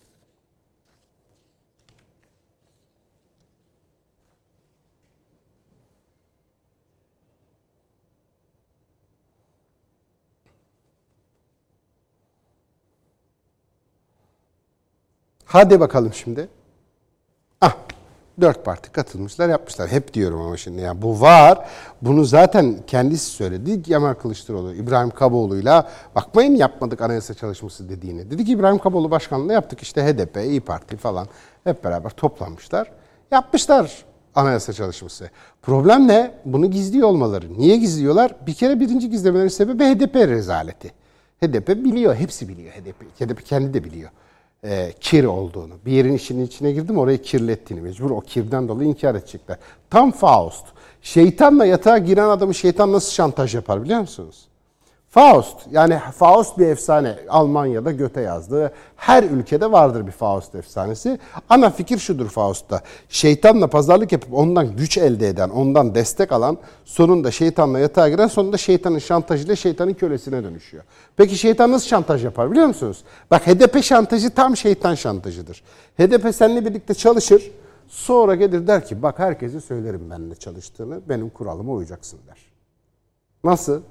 Hadi bakalım şimdi. 4 parti katılmışlar, yapmışlar. Hep diyorum ama şimdi yani bu var. Bunu zaten kendisi söyledi. Kemal Kılıçdaroğlu, İbrahim Kaboğlu'yla bakmayın yapmadık anayasa çalışması dediğini. Dedi ki İbrahim Kaboğlu başkanlığı yaptık işte HDP, İYİ Parti falan hep beraber toplanmışlar. Yapmışlar anayasa çalışması. Problem ne? Bunu gizliyor olmaları. Niye gizliyorlar? Bir kere birinci gizlemeleri sebebi HDP rezaleti. HDP biliyor, hepsi biliyor HDP. HDP kendi de biliyor. Kir olduğunu. Bir yerin işinin içine girdim orayı kirlettiğini. Mecbur o kirden dolayı inkar edecekler. Tam Faust. Şeytanla yatağa giren adamı şeytan nasıl şantaj yapar biliyor musunuz? Faust. Yani Faust bir efsane. Almanya'da Goethe yazdığı. Her ülkede vardır bir Faust efsanesi. Ana fikir şudur Faust'ta. Şeytanla pazarlık yapıp ondan güç elde eden, ondan destek alan, sonunda şeytanla yatağa giren, sonunda şeytanın şantajıyla şeytanın kölesine dönüşüyor. Peki şeytan nasıl şantaj yapar biliyor musunuz? Bak HDP şantajı tam şeytan şantajıdır. HDP seninle birlikte çalışır. Sonra gelir der ki bak herkese söylerim benimle çalıştığını. Benim kuralıma uyacaksın der. Nasıl?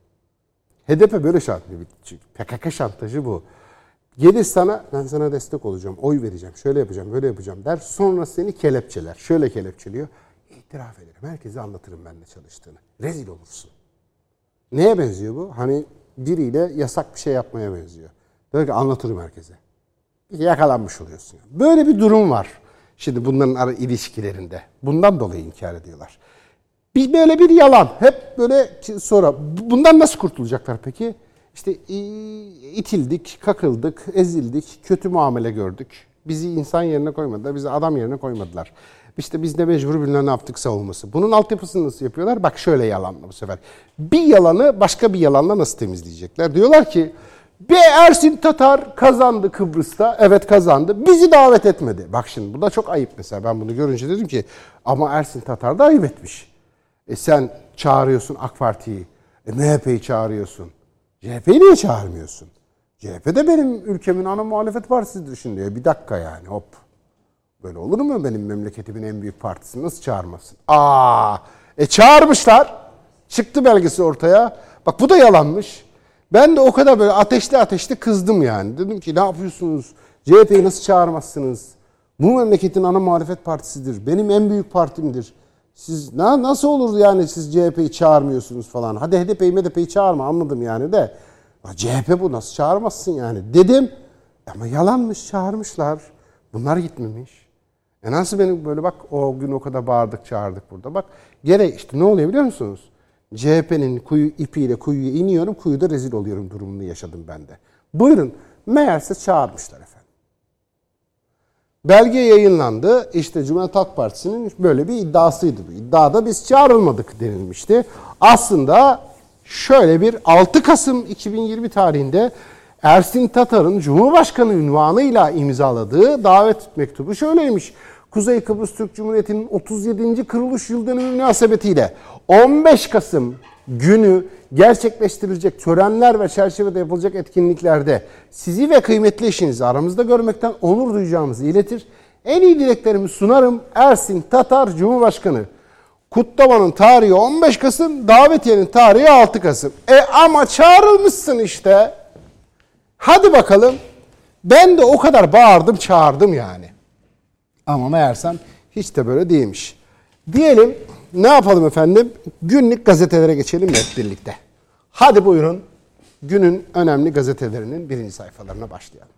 HDP böyle şantajı. PKK şantajı bu. Gelir sana ben sana destek olacağım, oy vereceğim, şöyle yapacağım, böyle yapacağım der. Sonra seni kelepçeler. Şöyle kelepçeliyor. İtiraf ederim. Herkese anlatırım benimle çalıştığını. Rezil olursun. Neye benziyor bu? Hani biriyle yasak bir şey yapmaya benziyor. Diyor ki anlatırım herkese. Yakalanmış oluyorsun. Böyle bir durum var. Şimdi bunların ilişkilerinde. Bundan dolayı inkar ediyorlar. Böyle bir yalan. Hep böyle sonra. Bundan nasıl kurtulacaklar peki? İşte itildik, kakıldık, ezildik, kötü muamele gördük. Bizi insan yerine koymadılar, bizi adam yerine koymadılar. İşte biz de mecbur bilmem ne yaptık savunması. Bunun altyapısını nasıl yapıyorlar? Bak şöyle yalanla bu sefer. Bir yalanı başka bir yalanla nasıl temizleyecekler? Diyorlar ki Ersin Tatar kazandı Kıbrıs'ta. Evet kazandı. Bizi davet etmedi. Bak şimdi bu da çok ayıp mesela. Ben bunu görünce dedim ki ama Ersin Tatar da ayıp etmiş. Sen çağırıyorsun AK Parti'yi. MHP'yi çağırıyorsun. CHP'yi niye çağırmıyorsun? CHP de benim ülkemin ana muhalefet partisidir şimdi. Bir dakika yani hop. Böyle olur mu benim memleketimin en büyük partisini nasıl çağırmasın? Çağırmışlar. Çıktı belgesi ortaya. Bak bu da yalanmış. Ben de o kadar böyle ateşli kızdım yani. Dedim ki ne yapıyorsunuz? CHP'yi nasıl çağırmazsınız? Bu memleketin ana muhalefet partisidir. Benim en büyük partimdir. Siz nasıl olur yani siz CHP'yi çağırmıyorsunuz falan. Hadi HDP'yi çağırma anladım yani de. CHP bu nasıl çağırmazsın yani dedim. Ama yalanmış çağırmışlar. Bunlar gitmemiş. Nasıl benim böyle bak o gün o kadar bağırdık çağırdık burada. Bak gene işte ne oluyor biliyor musunuz? CHP'nin ipiyle kuyuya iniyorum, kuyuda rezil oluyorum durumunu yaşadım ben de. Buyurun, meğerse çağırmışlar efendim. Belge yayınlandı. İşte Cumhuriyet Halk Partisi'nin böyle bir iddiasıydı. Bu iddiada biz çağrılmadık denilmişti. Aslında şöyle bir 6 Kasım 2020 tarihinde Ersin Tatar'ın Cumhurbaşkanı unvanıyla imzaladığı davet mektubu şöyleymiş. Kuzey Kıbrıs Türk Cumhuriyeti'nin 37. kuruluş yıl dönümü münasebetiyle 15 Kasım günü gerçekleştirilecek törenler ve çerçevede yapılacak etkinliklerde sizi ve kıymetli eşinizi aramızda görmekten onur duyacağımızı iletir. En iyi dileklerimi sunarım. Ersin Tatar Cumhurbaşkanı. Kutlamanın tarihi 15 Kasım, davetiyenin tarihi 6 Kasım. Ama çağrılmışsın işte. Hadi bakalım. Ben de o kadar bağırdım, çağırdım yani. Ama meğersem Hiç de böyle değilmiş. Diyelim ne yapalım efendim? Günlük gazetelere geçelim hep birlikte. Hadi buyurun günün önemli gazetelerinin birinci sayfalarına başlayalım.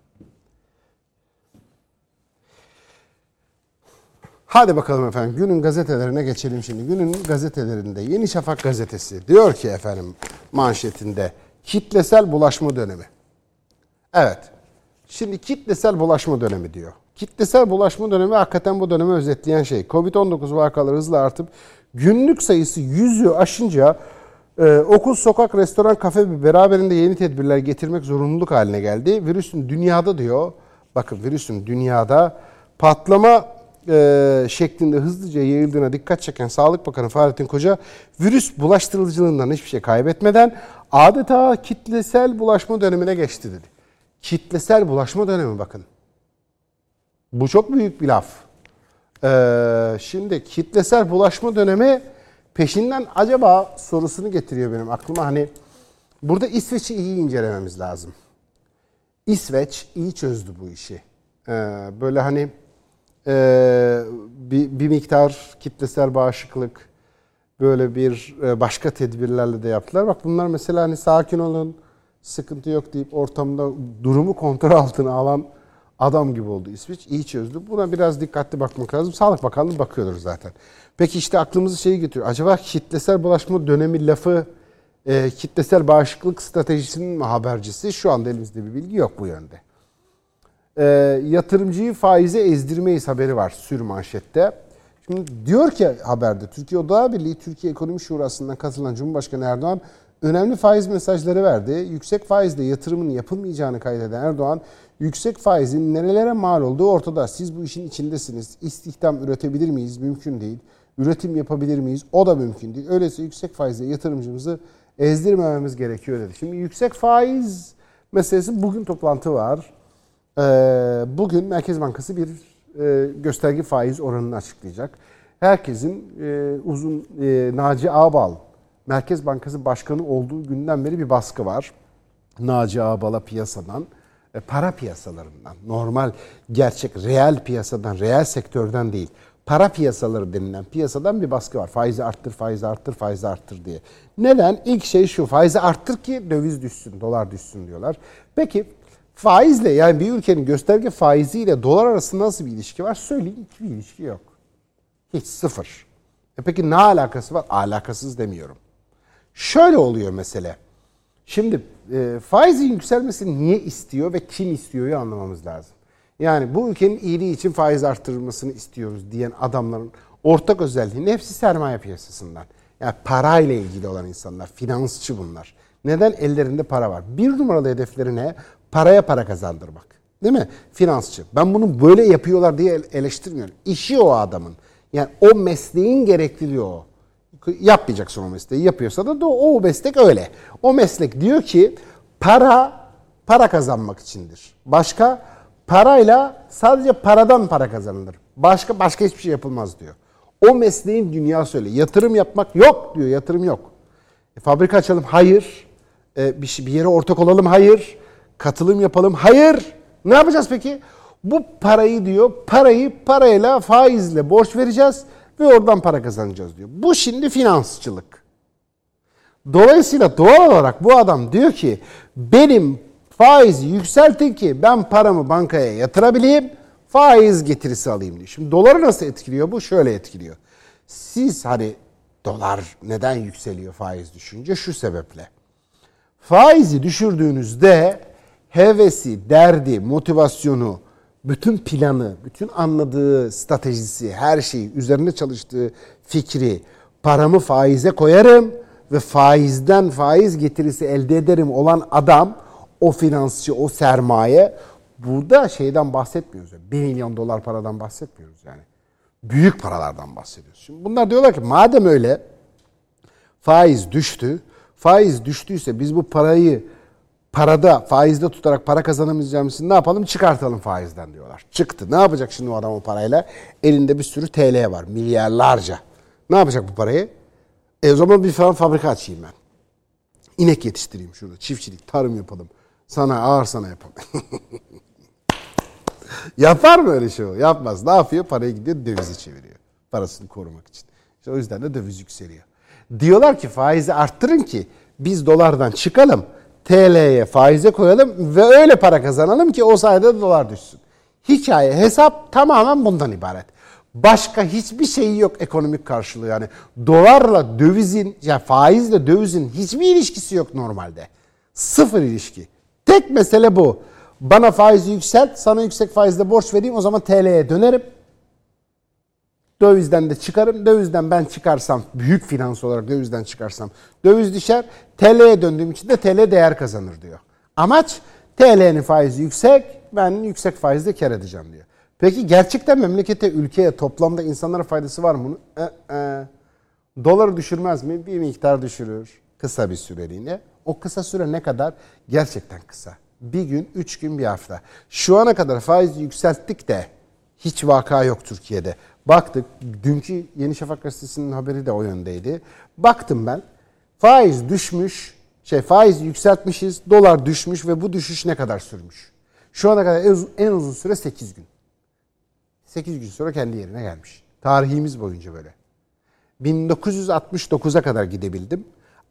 Hadi bakalım efendim günün gazetelerine geçelim şimdi. Günün gazetelerinde Yeni Şafak gazetesi diyor ki efendim manşetinde kitlesel bulaşma dönemi. Evet. Şimdi kitlesel bulaşma dönemi diyor. Kitlesel bulaşma dönemi hakikaten bu dönemi özetleyen şey. Covid-19 vakaları hızla artıp günlük sayısı 100'ü aşınca okul, sokak, restoran, kafe beraberinde yeni tedbirler getirmek zorunluluk haline geldi. Virüsün dünyada diyor, bakın virüsün dünyada patlama şeklinde hızlıca yayıldığına dikkat çeken Sağlık Bakanı Fahrettin Koca, virüs bulaştırıcılığından hiçbir şey kaybetmeden adeta kitlesel bulaşma dönemine geçti dedi. Kitlesel bulaşma dönemi bakın. Bu çok büyük bir laf. Şimdi kitlesel bulaşma dönemi peşinden acaba sorusunu getiriyor benim aklıma. Hani burada İsveç'i iyi incelememiz lazım. İsveç iyi çözdü bu işi. Böyle hani bir miktar kitlesel bağışıklık, böyle bir başka tedbirlerle de yaptılar. Bak bunlar mesela hani sakin olun, sıkıntı yok deyip ortamda durumu kontrol altına alan adam gibi oldu İsveç. İyi çözdü. Buna biraz dikkatli bakmak lazım. Sağlık Bakanlığı bakıyordur zaten. Peki işte aklımızı şeyi getiriyor. Acaba kitlesel bulaşma dönemi lafı kitlesel bağışıklık stratejisinin mi habercisi? Şu anda elimizde bir bilgi yok bu yönde. Yatırımcıyı faize ezdirmeyiz haberi var sür manşette. Şimdi diyor ki haberde Türkiye Odağı Birliği Türkiye Ekonomi Şurası'ndan katılan Cumhurbaşkanı Erdoğan önemli faiz mesajları verdi. Yüksek faizle yatırımın yapılmayacağını kaydeden Erdoğan, yüksek faizin nerelere mal olduğu ortada. Siz bu işin içindesiniz. İstihdam üretebilir miyiz? Mümkün değil. Üretim yapabilir miyiz? O da mümkün değil. Öyleyse yüksek faizle yatırımcımızı ezdirmememiz gerekiyor dedi. Şimdi yüksek faiz meselesi bugün toplantı var. Bugün Merkez Bankası bir gösterge faiz oranını açıklayacak. Herkesin Naci Ağbal, Merkez Bankası Başkanı olduğu günden beri bir baskı var. Naci Ağbal'a piyasadan, para piyasalarından, normal, gerçek, reel piyasadan, reel sektörden değil, para piyasaları denilen piyasadan bir baskı var. Faizi arttır, faizi arttır, faizi arttır diye. Neden? İlk şey şu, faizi arttır ki döviz düşsün, dolar düşsün diyorlar. Peki faizle, yani bir ülkenin gösterge faiziyle dolar arasında nasıl bir ilişki var? Söyleyeyim, hiçbir ilişki yok. Hiç, sıfır. Peki ne alakası var? Alakasız demiyorum. Şöyle oluyor mesele. Şimdi faizin yükselmesini niye istiyor ve kim istiyor anlamamız lazım. Yani bu ülkenin iyiliği için faiz arttırılmasını istiyoruz diyen adamların ortak özelliğinin hepsi sermaye piyasasından. Yani parayla ilgili olan insanlar, finansçı bunlar. Neden? Ellerinde para var. Bir numaralı hedefleri ne? Paraya para kazandırmak. Değil mi? Finansçı. Ben bunu böyle yapıyorlar diye eleştirmiyorum. İşi o adamın. Yani o mesleğin gerekliliği o. Yapmayacaksın o mesleği. Yapıyorsa da o meslek öyle. O meslek diyor ki para kazanmak içindir. Başka parayla sadece paradan para kazanılır. Başka hiçbir şey yapılmaz diyor. O mesleğin dünyası öyle. Yatırım yapmak yok diyor. Yatırım yok. Fabrika açalım. Hayır. Bir yere ortak olalım. Hayır. Katılım yapalım. Hayır. Ne yapacağız peki? Bu parayı diyor, parayla faizle borç vereceğiz ve oradan para kazanacağız diyor. Bu şimdi finansçılık. Dolayısıyla doğal olarak bu adam diyor ki benim faizi yükseltin ki ben paramı bankaya yatırabileyim, faiz getirisi alayım diyor. Şimdi doları nasıl etkiliyor bu? Şöyle etkiliyor. Siz hani dolar neden yükseliyor faiz düşünce? Şu sebeple. Faizi düşürdüğünüzde hevesi, derdi, motivasyonu, bütün planı, bütün anladığı stratejisi, her şeyi, üzerine çalıştığı fikri, paramı faize koyarım ve faizden faiz getirisi elde ederim olan adam, o finansçı, o sermaye, burada şeyden bahsetmiyoruz. 1 milyon dolar paradan bahsetmiyoruz yani. Büyük paralardan bahsediyoruz. Şimdi bunlar diyorlar ki madem öyle faiz düştü, faiz düştüyse biz bu parayı faizde tutarak para kazanamayacağımız için ne yapalım? Çıkartalım faizden diyorlar. Çıktı. Ne yapacak şimdi o adam o parayla? Elinde bir sürü TL var. Milyarlarca. Ne yapacak bu parayı? O zaman bir falan fabrika açayım ben. İnek yetiştireyim şurada. Çiftçilik, tarım yapalım. Sana yapalım. Yapar mı öyle şey o? Yapmaz. Ne yapıyor? Parayı gidiyor dövize çeviriyor. Parasını korumak için. İşte o yüzden de döviz yükseliyor. Diyorlar ki faizi arttırın ki biz dolardan çıkalım. TL'ye faize koyalım ve öyle para kazanalım ki o sayede de dolar düşsün. Hikaye, hesap tamamen bundan ibaret. Başka hiçbir şeyi yok ekonomik karşılığı yani. Dolarla dövizin, ya faizle dövizin hiçbir ilişkisi yok normalde. Sıfır ilişki. Tek mesele bu. Bana faizi yükselt, sana yüksek faizle borç vereyim, o zaman TL'ye dönerim. Dövizden de çıkarım. Dövizden ben çıkarsam, büyük finans olarak dövizden çıkarsam döviz düşer. TL'ye döndüğüm için de TL değer kazanır diyor. Amaç TL'nin faizi yüksek, ben yüksek faizle kar edeceğim diyor. Peki gerçekten memlekete, ülkeye, toplamda insanlara faydası var mı? Doları düşürmez mi? Bir miktar düşürür. Kısa bir süreliğine. O kısa süre ne kadar? Gerçekten kısa. Bir gün, 3 gün, bir hafta. Şu ana kadar faizi yükselttik de hiç vaka yok Türkiye'de. Baktık, dünkü Yeni Şafak gazetesinin haberi de o yöndeydi. Baktım ben, faiz düşmüş, faiz yükseltmişiz, dolar düşmüş ve bu düşüş ne kadar sürmüş? Şu ana kadar en uzun süre 8 gün. 8 gün sonra kendi yerine gelmiş. Tarihimiz boyunca böyle. 1969'a kadar gidebildim.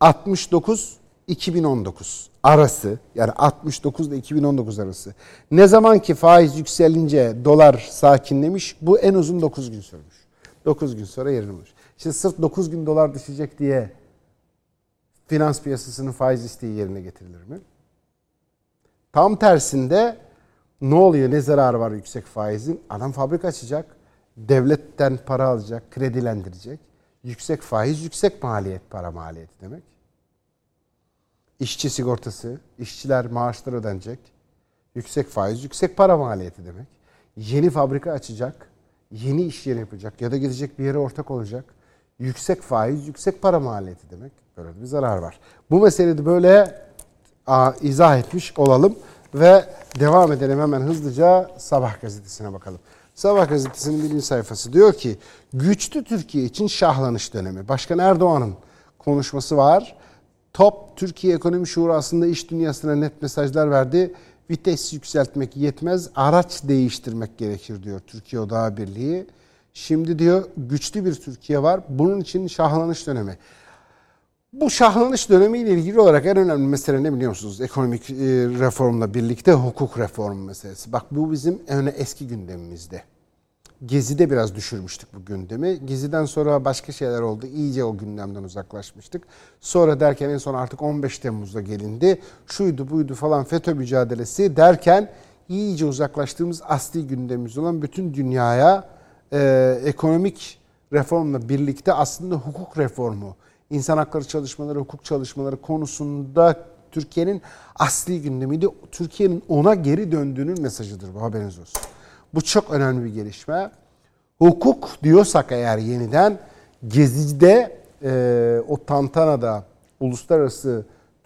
69-2019 arası, yani 69 ile 2019 arası. Ne zaman ki faiz yükselince dolar sakinlemiş, bu en uzun 9 gün sürmüş. 9 gün sonra yerini bulmuş. İşte sırf 9 gün dolar düşecek diye finans piyasasının faiz isteği yerine getirilir mi? Tam tersinde ne oluyor? Ne zararı var yüksek faizin? Adam fabrika açacak, devletten para alacak, kredilendirecek. Yüksek faiz, yüksek maliyet, para maliyeti demek. İşçi sigortası, işçiler maaşları ödenecek. Yüksek faiz, yüksek para maliyeti demek. Yeni fabrika açacak, yeni iş yeri yapacak ya da gidecek bir yere ortak olacak. Yüksek faiz, yüksek para maliyeti demek. Böyle bir zarar var. Bu meseleyi de böyle izah etmiş olalım ve devam edelim hemen hızlıca Sabah gazetesine bakalım. Sabah gazetesinin 1. sayfası diyor ki güçlü Türkiye için şahlanış dönemi. Başkan Erdoğan'ın konuşması var. Top Türkiye Ekonomi Şurası'nda iş dünyasına net mesajlar verdi. Vites yükseltmek yetmez, araç değiştirmek gerekir diyor Türkiye Odağı Birliği. Şimdi diyor güçlü bir Türkiye var. Bunun için şahlanış dönemi. Bu şahlanış dönemiyle ilgili olarak en önemli mesele ne biliyor musunuz? Ekonomik reformla birlikte hukuk reformu meselesi. Bak bu bizim eski gündemimizde. Gezi'de biraz düşürmüştük bu gündemi. Gezi'den sonra başka şeyler oldu. İyice o gündemden uzaklaşmıştık. Sonra derken en son artık 15 Temmuz'da gelindi. Şuydu buydu falan FETÖ mücadelesi derken iyice uzaklaştığımız asli gündemimiz olan bütün dünyaya ekonomik reformla birlikte aslında hukuk reformu, İnsan hakları çalışmaları, hukuk çalışmaları konusunda Türkiye'nin asli gündemiydi. Türkiye'nin ona geri döndüğünün mesajıdır bu, haberiniz olsun. Bu çok önemli bir gelişme. Hukuk diyorsak eğer yeniden Gezi'de o tantanada uluslararası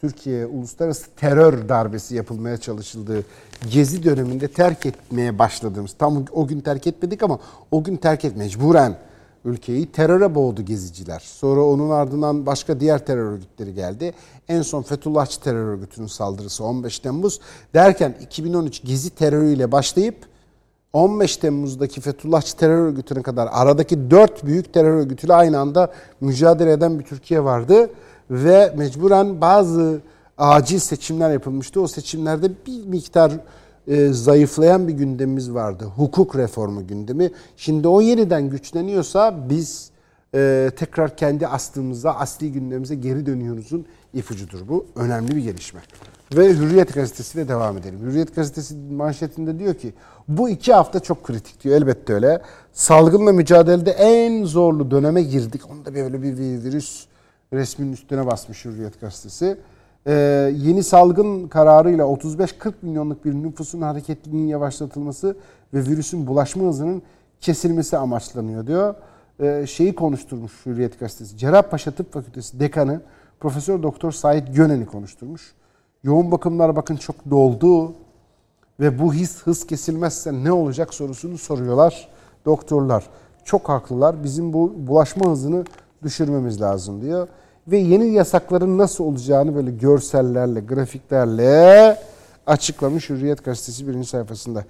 terör darbesi yapılmaya çalışıldığı Gezi döneminde terk etmeye başladığımız, tam o gün terk etmedik ama o gün mecburen ülkeyi teröre boğdu geziciler. Sonra onun ardından başka diğer terör örgütleri geldi. En son Fethullahçı terör örgütünün saldırısı 15 Temmuz derken 2013 Gezi terörüyle başlayıp 15 Temmuz'daki Fethullahçı terör örgütüne kadar aradaki 4 büyük terör örgütüyle aynı anda mücadele eden bir Türkiye vardı. Ve mecburen bazı acil seçimler yapılmıştı. O seçimlerde bir miktar zayıflayan bir gündemimiz vardı. Hukuk reformu gündemi. Şimdi o yeniden güçleniyorsa biz tekrar kendi asli gündemimize geri dönüyoruzun ipucudur bu. Önemli bir gelişme. Ve Hürriyet gazetesiyle devam edelim. Hürriyet gazetesi manşetinde diyor ki bu 2 hafta çok kritik diyor. Elbette öyle. Salgınla mücadelede en zorlu döneme girdik. Onda böyle bir virüs resminin üstüne basmış Hürriyet gazetesi. Yeni salgın kararıyla 35-40 milyonluk bir nüfusun hareketliliğinin yavaşlatılması ve virüsün bulaşma hızının kesilmesi amaçlanıyor diyor. Şeyi konuşturmuş Hürriyet gazetesi. Cerrahpaşa Tıp Fakültesi Dekanı Profesör Doktor Sait Gönen'i konuşturmuş. Yoğun bakımlar bakın çok doldu ve bu hız kesilmezse ne olacak sorusunu soruyorlar doktorlar. Çok haklılar. Bizim bu bulaşma hızını düşürmemiz lazım diyor. Ve yeni yasakların nasıl olacağını böyle görsellerle, grafiklerle açıklamış Hürriyet gazetesi 1. sayfasında.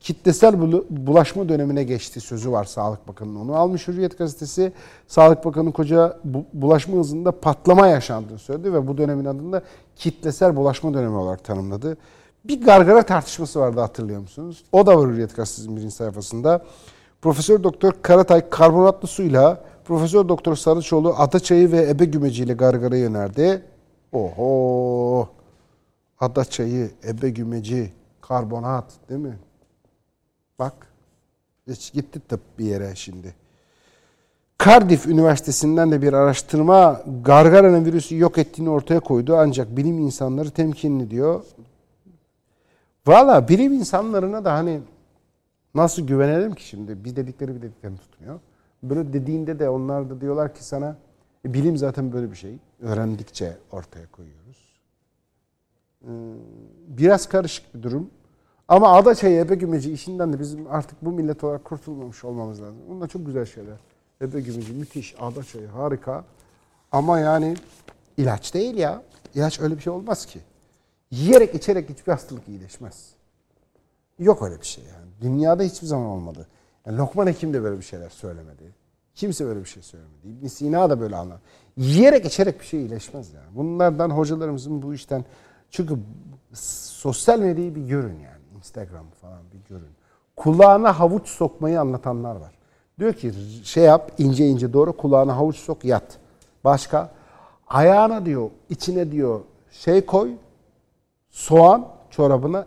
kitlesel bulaşma dönemine geçti sözü var Sağlık Bakanı'nın. Onu almış Hürriyet gazetesi. Sağlık Bakanı Koca bulaşma hızında patlama yaşandığını söyledi ve bu dönemin adında kitlesel bulaşma dönemi olarak tanımladı. Bir gargara tartışması vardı, hatırlıyor musunuz? O da var Hürriyet gazetesinin 1. sayfasında. Profesör Doktor Karatay karbonatlı suyla, Profesör Doktor Sarıçoğlu adaçayı ve ebe gümeciyle gargarayı önerdi. Oho! Adaçayı, ebe gümeci, karbonat, değil mi? Bak, hiç gitti tıp bir yere şimdi. Cardiff Üniversitesi'nden de bir araştırma gargaranın virüsü yok ettiğini ortaya koydu. Ancak bilim insanları temkinli diyor. Valla bilim insanlarına da hani nasıl güvenelim ki şimdi? Bir dediklerini tutmuyor. Böyle dediğinde de onlar da diyorlar ki sana bilim zaten böyle bir şey. Öğrendikçe ortaya koyuyoruz. Biraz karışık bir durum. Ama adaçayı, ebe gümeci işinden de bizim artık bu millet olarak kurtulmamış olmamız lazım. Bunlar çok güzel şeyler. Ebe gümeci müthiş, adaçayı harika. Ama yani ilaç değil ya. İlaç öyle bir şey olmaz ki. Yiyerek içerek hiçbir hastalık iyileşmez. Yok öyle bir şey yani. Dünyada hiçbir zaman olmadı. Yani Lokman Hekim de böyle bir şeyler söylemedi. Kimse böyle bir şey söylemedi. İbn Sina da böyle anlattı. Yiyerek içerek bir şey iyileşmez yani. Bunlardan hocalarımızın bu işten, çünkü sosyal medyayı bir görün yani. Instagram falan bir görün. Kulağına havuç sokmayı anlatanlar var. Diyor ki şey yap, ince ince doğru, kulağına havuç sok, yat. Başka? Ayağına diyor, içine diyor şey koy, soğan çorabına.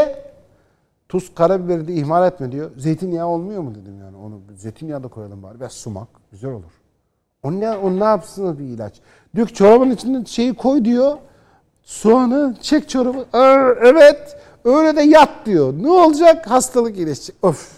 Tuz, karabiberi de ihmal etme diyor. Zeytinyağı olmuyor mu dedim yani. Onu zeytinyağı da koyalım bari. Ve sumak güzel olur. O ne yapsın bir ilaç? Diyor ki çorabın içinde şeyi koy diyor. Soğanı çek çorabı. Evet. Öyle de yat diyor. Ne olacak? Hastalık iyileşecek. Of.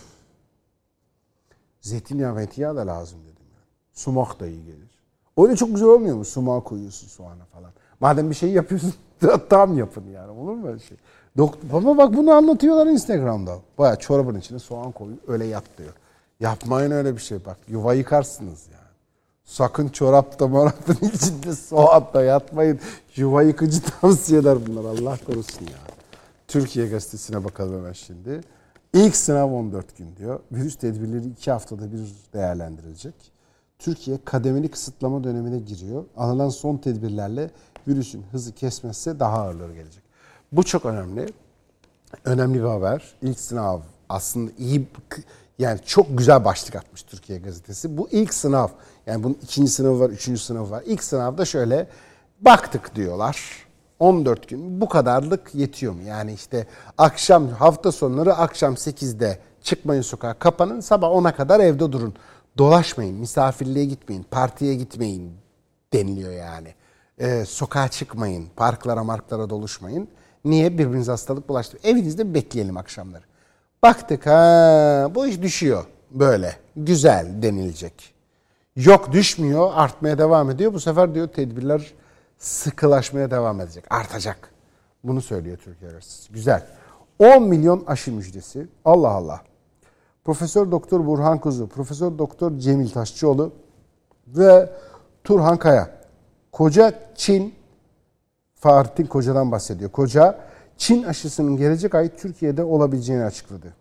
Zeytinyağı da lazım dedim yani. Sumak da iyi gelir. Öyle çok güzel olmuyor mu? Sumağı koyuyorsun soğana falan. Madem bir şey yapıyorsun tam yapın yani. Olur mu öyle şey? Baba bak bunu anlatıyorlar Instagram'da. Baya çorabın içine soğan koyun öyle yat diyor. Yapmayın öyle bir şey bak. Yuva yıkarsınız yani. Sakın çorapta morapın içinde soğanla yatmayın. Yuva yıkıcı tavsiyeler bunlar. Allah korusun ya. Türkiye Gazetesi'ne bakalım hemen şimdi. İlk sınav 14 gün diyor. Virüs tedbirleri 2 haftada bir değerlendirilecek. Türkiye kademeli kısıtlama dönemine giriyor. Alınan son tedbirlerle virüsün hızı kesmezse daha ağırları gelecek. Bu çok önemli. Önemli bir haber. İlk sınav aslında iyi, yani çok güzel başlık atmış Türkiye Gazetesi. Bu ilk sınav. Yani bunun ikinci sınavı var, üçüncü sınavı var. İlk sınavda şöyle baktık diyorlar. 14 gün bu kadarlık yetiyor mu? Yani işte akşam, hafta sonları akşam 8'de çıkmayın sokağa, kapanın, sabah 10'a kadar evde durun. Dolaşmayın, misafirliğe gitmeyin, partiye gitmeyin deniliyor yani. Sokağa çıkmayın, parklara marklara doluşmayın. Niye? Birbirinize hastalık bulaştırıyor. Evinizde bekleyelim akşamları. Baktık bu iş düşüyor böyle. Güzel denilecek. Yok düşmüyor, artmaya devam ediyor. Bu sefer diyor tedbirler sıkılaşmaya devam edecek, artacak. Bunu söylüyor Türkiye Gazetesi. Güzel. 10 milyon aşı müjdesi. Allah Allah. Profesör Doktor Burhan Kuzu, Profesör Doktor Cemil Taşçıoğlu ve Turhan Kaya. Koca Çin, Fahrettin Koca'dan bahsediyor. Koca, Çin aşısının gelecek ay Türkiye'de olabileceğini açıkladı.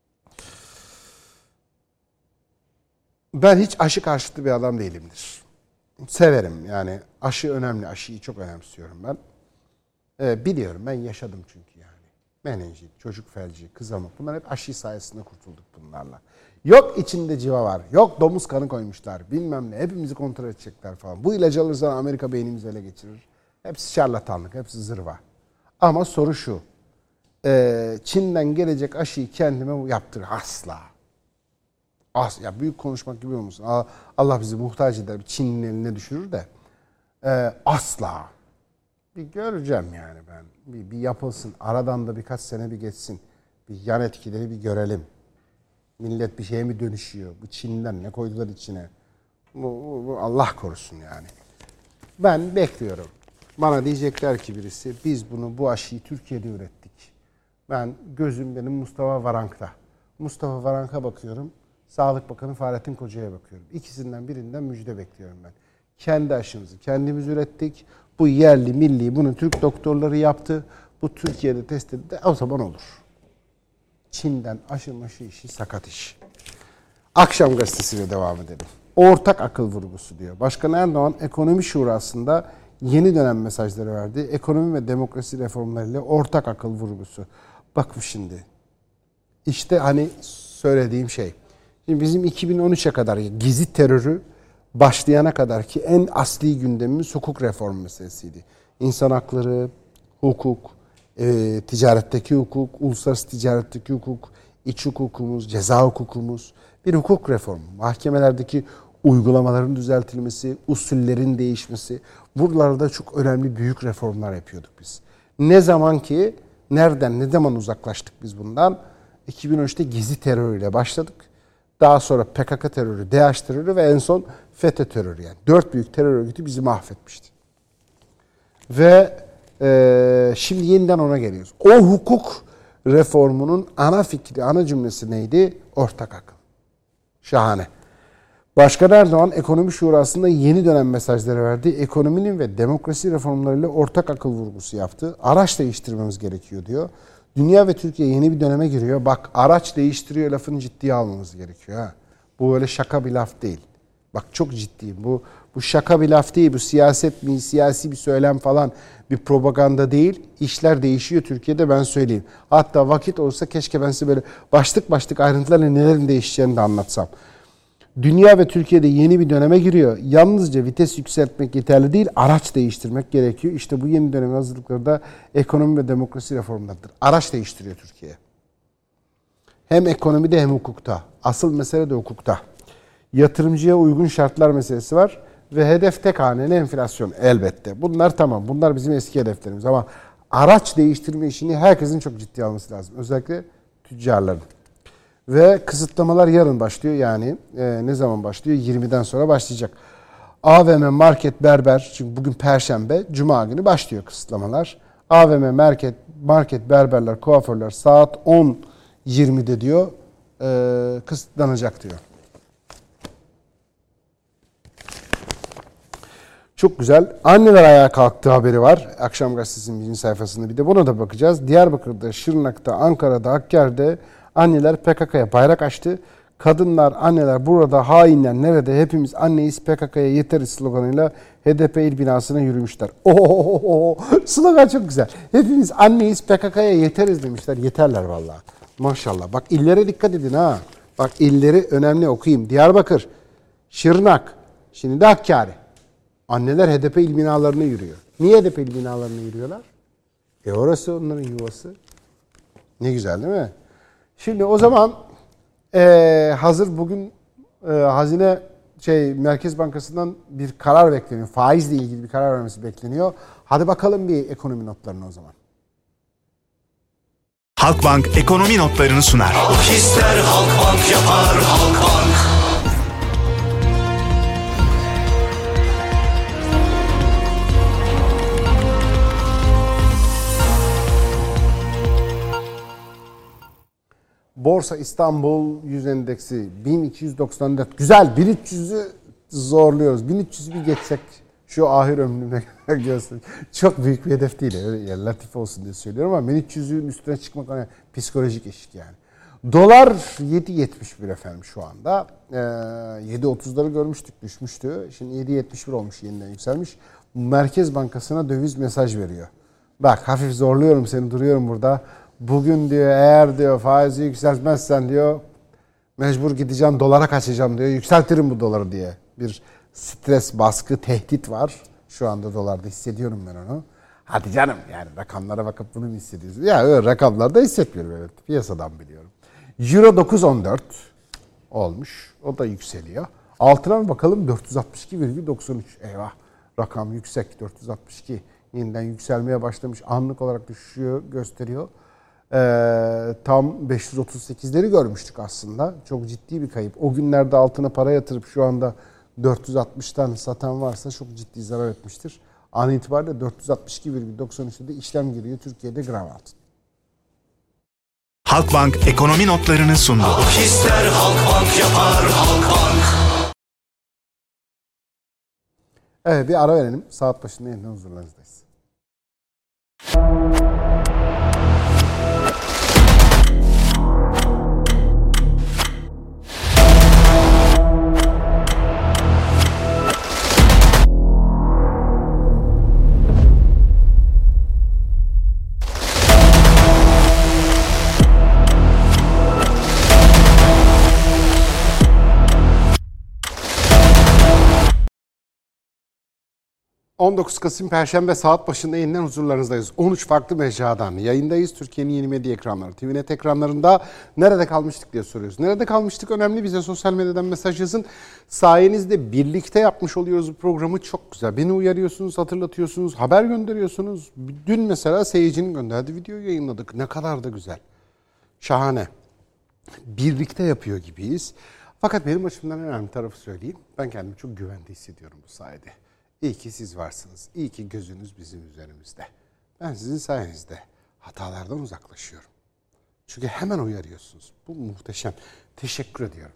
Ben hiç aşı karşıtı bir adam değilimdir. Severim yani, aşı önemli, aşıyı çok önemsiyorum ben. Biliyorum, ben yaşadım çünkü yani. Menenjit, çocuk felci, kızamık, bunlar hep aşı sayesinde kurtulduk bunlarla. Yok içinde civa var, yok domuz kanı koymuşlar, bilmem ne, hepimizi kontrol edecekler falan. Bu ilacı alırsan Amerika beynimizi ele geçirir. Hepsi şarlatanlık, hepsi zırva. Ama soru şu, Çin'den gelecek aşıyı kendime yaptır asla. Ya büyük konuşmak gibi olmasın. Allah bizi muhtaç eder, Çin'in eline düşürür de asla. Bir göreceğim yani ben. Bir yapılsın. Aradan da birkaç sene bir geçsin. Bir yan etkileri bir görelim. Millet bir şeye mi dönüşüyor? Bu Çin'den ne koydular içine? Bu Allah korusun yani. Ben bekliyorum. Bana diyecekler ki birisi, biz bu aşıyı Türkiye'de ürettik. Gözüm benim Mustafa Varank'ta. Mustafa Varank'a bakıyorum. Sağlık Bakanı Fahrettin Koca'ya bakıyorum. İkisinden birinden müjde bekliyorum ben. Kendi aşımızı kendimiz ürettik. Bu yerli milli, bunu Türk doktorları yaptı. Bu Türkiye'de test edildi. O zaman olur. Çin'den aşı maşı işi sakat iş. Akşam gazetesiyle devam edelim. Ortak akıl vurgusu diyor. Başkan Erdoğan Ekonomi Şurası'nda yeni dönem mesajları verdi. Ekonomi ve demokrasi reformlarıyla ortak akıl vurgusu. Bak şimdi. İşte hani söylediğim şey. Şimdi bizim 2013'e kadar gezi terörü başlayana kadar ki en asli gündemimiz hukuk reformu meselesiydi. İnsan hakları, hukuk, ticaretteki hukuk, uluslararası ticaretteki hukuk, iç hukukumuz, ceza hukukumuz, bir hukuk reformu. Mahkemelerdeki uygulamaların düzeltilmesi, usullerin değişmesi. Buralarda çok önemli büyük reformlar yapıyorduk biz. Ne zaman ki, ne zaman uzaklaştık biz bundan? 2013'te gezi terörüyle başladık. Daha sonra PKK terörü, DH terörü ve en son FETÖ terörü, yani 4 büyük terör örgütü bizi mahvetmişti. Ve şimdi yeniden ona geliyoruz. O hukuk reformunun ana fikri, ana cümlesi neydi? Ortak akıl. Şahane. Başkan Erdoğan Ekonomi Şurası'nda yeni dönem mesajları verdi. Ekonominin ve demokrasi reformlarıyla ortak akıl vurgusu yaptı. Araç değiştirmemiz gerekiyor diyor. Dünya ve Türkiye yeni bir döneme giriyor. Bak, araç değiştiriyor lafını ciddiye almamız gerekiyor. Ha. Bu öyle şaka bir laf değil. Bak çok ciddiyim. Bu şaka bir laf değil. Bu siyaset mi, siyasi bir söylem falan, bir propaganda değil. İşler değişiyor Türkiye'de, ben söyleyeyim. Hatta vakit olsa keşke ben size böyle başlık başlık ayrıntılarla nelerin değişeceğini de anlatsam. Dünya ve Türkiye'de yeni bir döneme giriyor. Yalnızca vites yükseltmek yeterli değil, araç değiştirmek gerekiyor. İşte bu yeni dönemin hazırlıkları da ekonomi ve demokrasi reformlarıdır. Araç değiştiriyor Türkiye. Hem ekonomide hem hukukta. Asıl mesele de hukukta. Yatırımcıya uygun şartlar meselesi var ve hedef tek haneli enflasyon elbette. Bunlar tamam. Bunlar bizim eski hedeflerimiz ama araç değiştirme işini herkesin çok ciddiye alması lazım. Özellikle tüccarların. Ve kısıtlamalar yarın başlıyor, yani ne zaman başlıyor? 20'den sonra başlayacak. AVM, market, berber, çünkü bugün Perşembe, Cuma günü başlıyor kısıtlamalar. AVM, market, berberler, kuaförler saat 10.20'de diyor kısıtlanacak diyor. Çok güzel. Anneler ayağa kalktığı haberi var. Akşam Gazetesi'nin 1. sayfasında, bir de buna da bakacağız. Diyarbakır'da, Şırnak'ta, Ankara'da, Hakkari'de anneler PKK'ya bayrak açtı. Kadınlar, anneler burada, hainler nerede? Hepimiz anneyiz, PKK'ya yeteriz sloganıyla HDP il binasına yürümüşler. Slogan çok güzel. Hepimiz anneyiz, PKK'ya yeteriz demişler. Yeterler vallahi. Maşallah. Bak illere dikkat edin ha. Bak illeri önemli, okuyayım. Diyarbakır, Şırnak, şimdi de Hakkari. Anneler HDP il binalarına yürüyor. Niye HDP il binalarına yürüyorlar? Orası onların yuvası. Ne güzel değil mi? Şimdi o zaman hazır bugün Merkez Bankası'ndan bir karar bekleniyor. Faizle ilgili bir karar vermesi bekleniyor. Hadi bakalım bir ekonomi notlarına o zaman. Halkbank ekonomi notlarını sunar. Halk ister, Halkbank yapar, Halkbank. Borsa İstanbul 100 endeksi 1294. Güzel, 1300'ü zorluyoruz. 1300'ü bir geçsek şu ahir ömrümüne göster. Çok büyük bir hedef değil. Öyle yani latif olsun diye söylüyorum ama 1300'ün üstüne çıkmak hani psikolojik eşik yani. Dolar 7.71 efendim şu anda. 7.30'ları görmüştük, düşmüştü. Şimdi 7.71 olmuş, yeniden yükselmiş. Merkez Bankası'na döviz mesaj veriyor. Bak, hafif zorluyorum seni, duruyorum burada. Bugün diyor, eğer diyor faizi yükseltmezsen diyor mecbur gideceğim, dolara kaçacağım diyor. Yükseltirim bu doları diye. Bir stres, baskı, tehdit var. Şu anda dolarda hissediyorum ben onu. Hadi canım, yani rakamlara bakıp bunu mu hissediyorsun? Ya öyle rakamlarda hissetmiyorum, evet. Piyasadan biliyorum. Euro 9.14 olmuş. O da yükseliyor. Altına mı bakalım? 462,93. Eyvah. Rakam yüksek. 462. Yeniden yükselmeye başlamış. Anlık olarak düşüyor, gösteriyor. Tam 538'leri görmüştük aslında. Çok ciddi bir kayıp. O günlerde altına para yatırıp şu anda 460'tan satan varsa çok ciddi zarar etmiştir. An itibariyle 462,93'te de işlem giriyor Türkiye'de gram altın. Halkbank ekonomi notlarını sundu. Halk ister, Halkbank yapar, Halkbank. Evet, bir ara verelim. Saat başında yeniden huzurlarınızdayız. 19 Kasım Perşembe saat başında yeniden huzurlarınızdayız. 13 farklı mecradan yayındayız. Türkiye'nin yeni medya ekranları, TVNet ekranlarında nerede kalmıştık diye soruyoruz. Nerede kalmıştık önemli, bize sosyal medyadan mesaj yazın. Sayenizde birlikte yapmış oluyoruz bu programı, çok güzel. Beni uyarıyorsunuz, hatırlatıyorsunuz, haber gönderiyorsunuz. Dün mesela seyircinin gönderdiği videoyu yayınladık. Ne kadar da güzel. Şahane. Birlikte yapıyor gibiyiz. Fakat benim açımdan en önemli tarafı söyleyeyim. Ben kendimi çok güvende hissediyorum bu sayede. İyi ki siz varsınız. İyi ki gözünüz bizim üzerimizde. Ben sizin sayenizde hatalardan uzaklaşıyorum. Çünkü hemen uyarıyorsunuz. Bu muhteşem. Teşekkür ediyorum.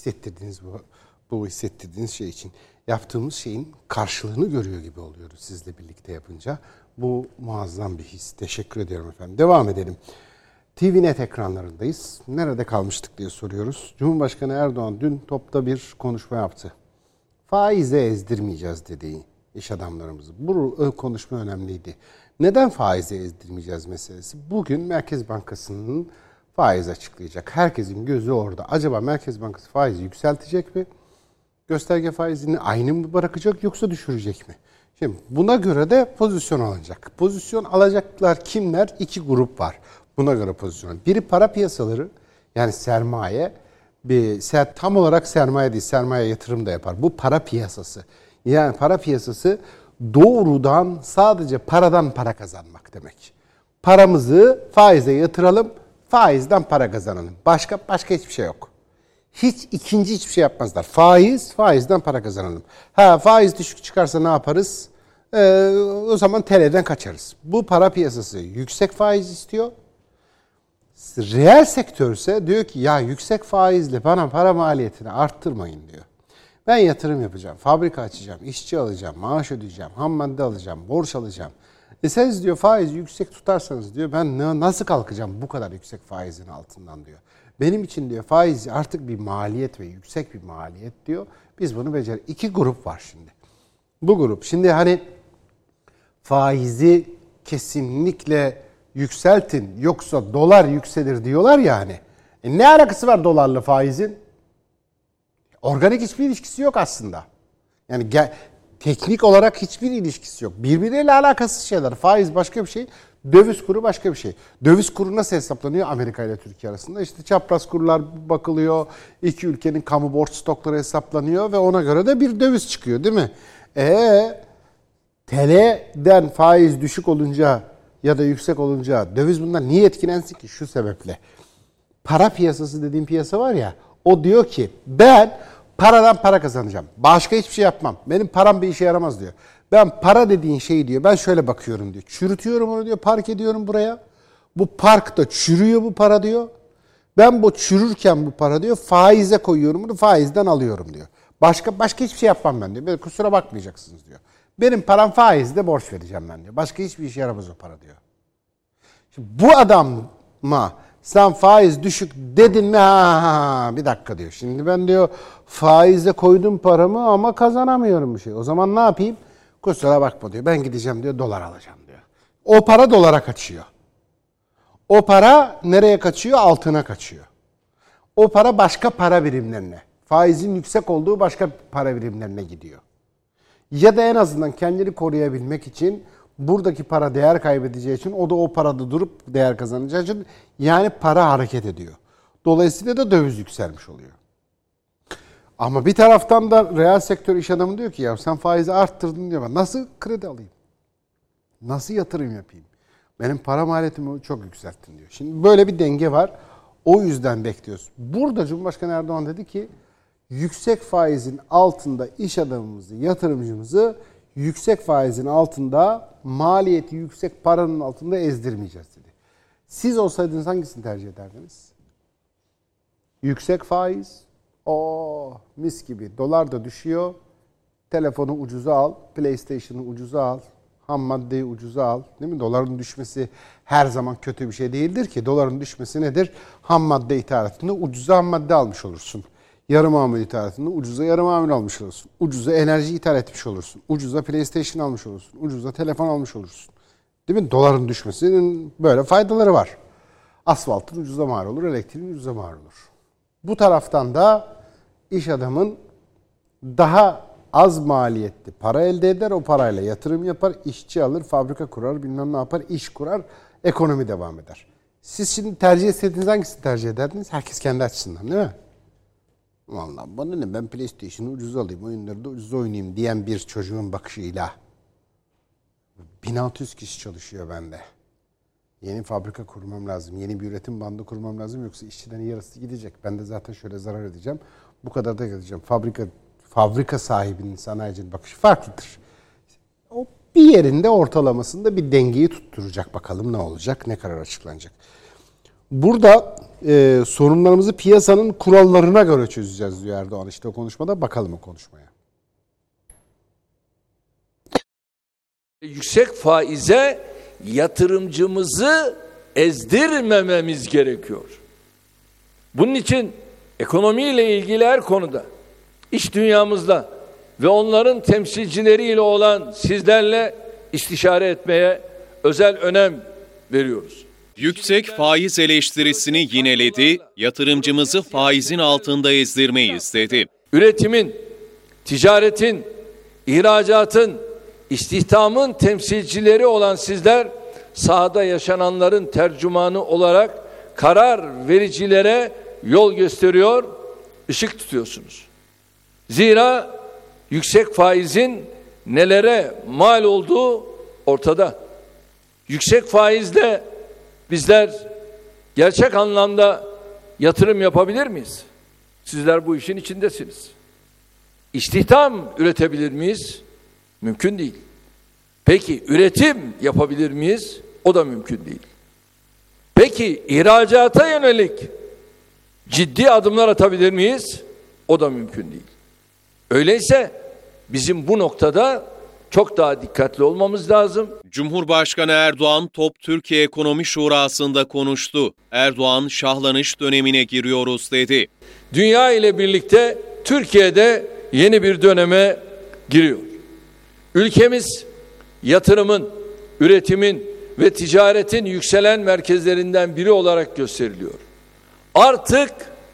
Bu hissettirdiğiniz şey için. Yaptığımız şeyin karşılığını görüyor gibi oluyoruz sizle birlikte yapınca. Bu muazzam bir his. Teşekkür ediyorum efendim. Devam edelim. TVNet ekranlarındayız. Nerede kalmıştık diye soruyoruz. Cumhurbaşkanı Erdoğan dün topta bir konuşma yaptı. Faize ezdirmeyeceğiz dediği iş adamlarımızı. Bu konuşma önemliydi. Neden faize ezdirmeyeceğiz meselesi? Bugün Merkez Bankası'nın faiz açıklayacak. Herkesin gözü orada. Acaba Merkez Bankası faizi yükseltecek mi? Gösterge faizini aynı mı bırakacak yoksa düşürecek mi? Şimdi buna göre de pozisyon alınacak. Pozisyon alacaklar kimler? İki grup var. Buna göre pozisyon. Biri para piyasaları, yani sermaye. Tam olarak sermaye değil, sermaye yatırım da yapar. Bu para piyasası. Yani para piyasası doğrudan sadece paradan para kazanmak demek. Paramızı faize yatıralım, faizden para kazanalım. Başka hiçbir şey yok. İkinci hiçbir şey yapmazlar. Faizden para kazanalım. Faiz düşük çıkarsa ne yaparız? O zaman TL'den kaçarız. Bu para piyasası yüksek faiz istiyor. Reel sektör ise diyor ki ya yüksek faizle bana para maliyetini arttırmayın diyor. Ben yatırım yapacağım, fabrika açacağım, işçi alacağım, maaş ödeyeceğim, ham madde alacağım, borç alacağım. Siz diyor faizi yüksek tutarsanız diyor ben nasıl kalkacağım bu kadar yüksek faizin altından diyor. Benim için diyor faiz artık bir maliyet ve yüksek bir maliyet diyor. Biz bunu becer. İki grup var şimdi. Bu grup şimdi hani faizi kesinlikle yükseltin yoksa dolar yükselir diyorlar ya hani. Ne alakası var dolarla faizin? Organik hiçbir ilişkisi yok aslında. Yani teknik olarak hiçbir ilişkisi yok. Birbirleriyle alakasız şeyler. Faiz başka bir şey, döviz kuru başka bir şey. Döviz kuru nasıl hesaplanıyor Amerika ile Türkiye arasında? İşte çapraz kurlar bakılıyor, iki ülkenin kamu borç stokları hesaplanıyor ve ona göre de bir döviz çıkıyor değil mi? TL'den faiz düşük olunca ya da yüksek olunca döviz bundan niye etkilensin ki? Şu sebeple. Para piyasası dediğim piyasa var ya, o diyor ki ben paradan para kazanacağım. Başka hiçbir şey yapmam. Benim param bir işe yaramaz diyor. Ben para dediğin şey diyor, ben şöyle bakıyorum diyor. Çürütüyorum onu diyor, park ediyorum buraya. Bu parkta çürüyor bu para diyor. Ben bu çürürken bu para diyor faize koyuyorum bunu, faizden alıyorum diyor. Başka hiçbir şey yapmam ben diyor. Böyle kusura bakmayacaksınız diyor. Benim param faizde borç vereceğim ben diyor. Başka hiçbir işe yaramaz o para diyor. Şimdi bu adama sen faiz düşük dedin mi? Bir dakika diyor. Şimdi ben diyor faize koydum paramı ama kazanamıyorum bir şey. O zaman ne yapayım? Kusura bakma diyor. Ben gideceğim diyor dolar alacağım diyor. O para dolara kaçıyor. O para nereye kaçıyor? Altına kaçıyor. O para başka para birimlerine, faizin yüksek olduğu başka para birimlerine gidiyor. Ya da en azından kendini koruyabilmek için buradaki para değer kaybedeceği için o da o parada durup değer kazanacağı için yani para hareket ediyor. Dolayısıyla da döviz yükselmiş oluyor. Ama bir taraftan da reel sektör iş adamı diyor ki ya sen faizi arttırdın diyor. Nasıl kredi alayım? Nasıl yatırım yapayım? Benim para maliyetimi çok yükselttin diyor. Şimdi böyle bir denge var. O yüzden bekliyoruz. Burada Cumhurbaşkanı Erdoğan dedi ki yüksek faizin altında iş adamımızı, yatırımcımızı yüksek faizin altında, maliyeti yüksek paranın altında ezdirmeyeceğiz dedi. Siz olsaydınız hangisini tercih ederdiniz? Yüksek faiz, mis gibi. Dolar da düşüyor. Telefonu ucuza al, PlayStation'ı ucuza al, ham maddeyi ucuza al. Değil mi? Doların düşmesi her zaman kötü bir şey değildir ki. Doların düşmesi nedir? Ham madde ithalatında ucuza ham madde almış olursun. Yarı mamul ithalatında ucuza yarı mamul almış olursun. Ucuza enerji ithal etmiş olursun. Ucuza PlayStation almış olursun. Ucuza telefon almış olursun. Değil mi? Doların düşmesinin böyle faydaları var. Asfaltın ucuza mal olur, elektriğin ucuza mal olur. Bu taraftan da iş adamın daha az maliyetli para elde eder, o parayla yatırım yapar, işçi alır, fabrika kurar, bilmem ne yapar, iş kurar, ekonomi devam eder. Siz şimdi tercih etseniz hangisini tercih ederdiniz? Herkes kendi açısından değil mi? Vallahi bana ne, ben PlayStation'ı ucuz alayım, oyunları da ucuz oynayayım diyen bir çocuğun bakışıyla 1600 kişi çalışıyor bende. Yeni fabrika kurmam lazım, yeni bir üretim bandı kurmam lazım, yoksa işçiden yarısı gidecek. Ben de zaten şöyle zarar edeceğim, bu kadar da edeceğim. Fabrika sahibinin, sanayicinin bakışı farklıdır. O bir yerinde ortalamasında bir dengeyi tutturacak, bakalım ne olacak, ne karar açıklanacak. Burada sorunlarımızı piyasanın kurallarına göre çözeceğiz diyor Erdoğan işte o konuşmada. Bakalım o konuşmaya. Yüksek faize yatırımcımızı ezdirmememiz gerekiyor. Bunun için ekonomiyle ilgili her konuda, iş dünyamızda ve onların temsilcileriyle olan sizlerle istişare etmeye özel önem veriyoruz. Yüksek faiz eleştirisini yineledi, yatırımcımızı faizin altında ezdirmeyi istedi. Üretimin, ticaretin, ihracatın, istihdamın temsilcileri olan sizler sahada yaşananların tercümanı olarak karar vericilere yol gösteriyor, ışık tutuyorsunuz. Zira yüksek faizin nelere mal olduğu ortada. Yüksek faizle bizler gerçek anlamda yatırım yapabilir miyiz? Sizler bu işin içindesiniz. İstihdam üretebilir miyiz? Mümkün değil. Peki üretim yapabilir miyiz? O da mümkün değil. Peki ihracata yönelik ciddi adımlar atabilir miyiz? O da mümkün değil. Öyleyse bizim bu noktada çok daha dikkatli olmamız lazım. Cumhurbaşkanı Erdoğan Top Türkiye Ekonomi Şurası'nda konuştu. Erdoğan şahlanış dönemine giriyoruz dedi. Dünya ile birlikte Türkiye'de yeni bir döneme giriyor. Ülkemiz yatırımın, üretimin ve ticaretin yükselen merkezlerinden biri olarak gösteriliyor. Artık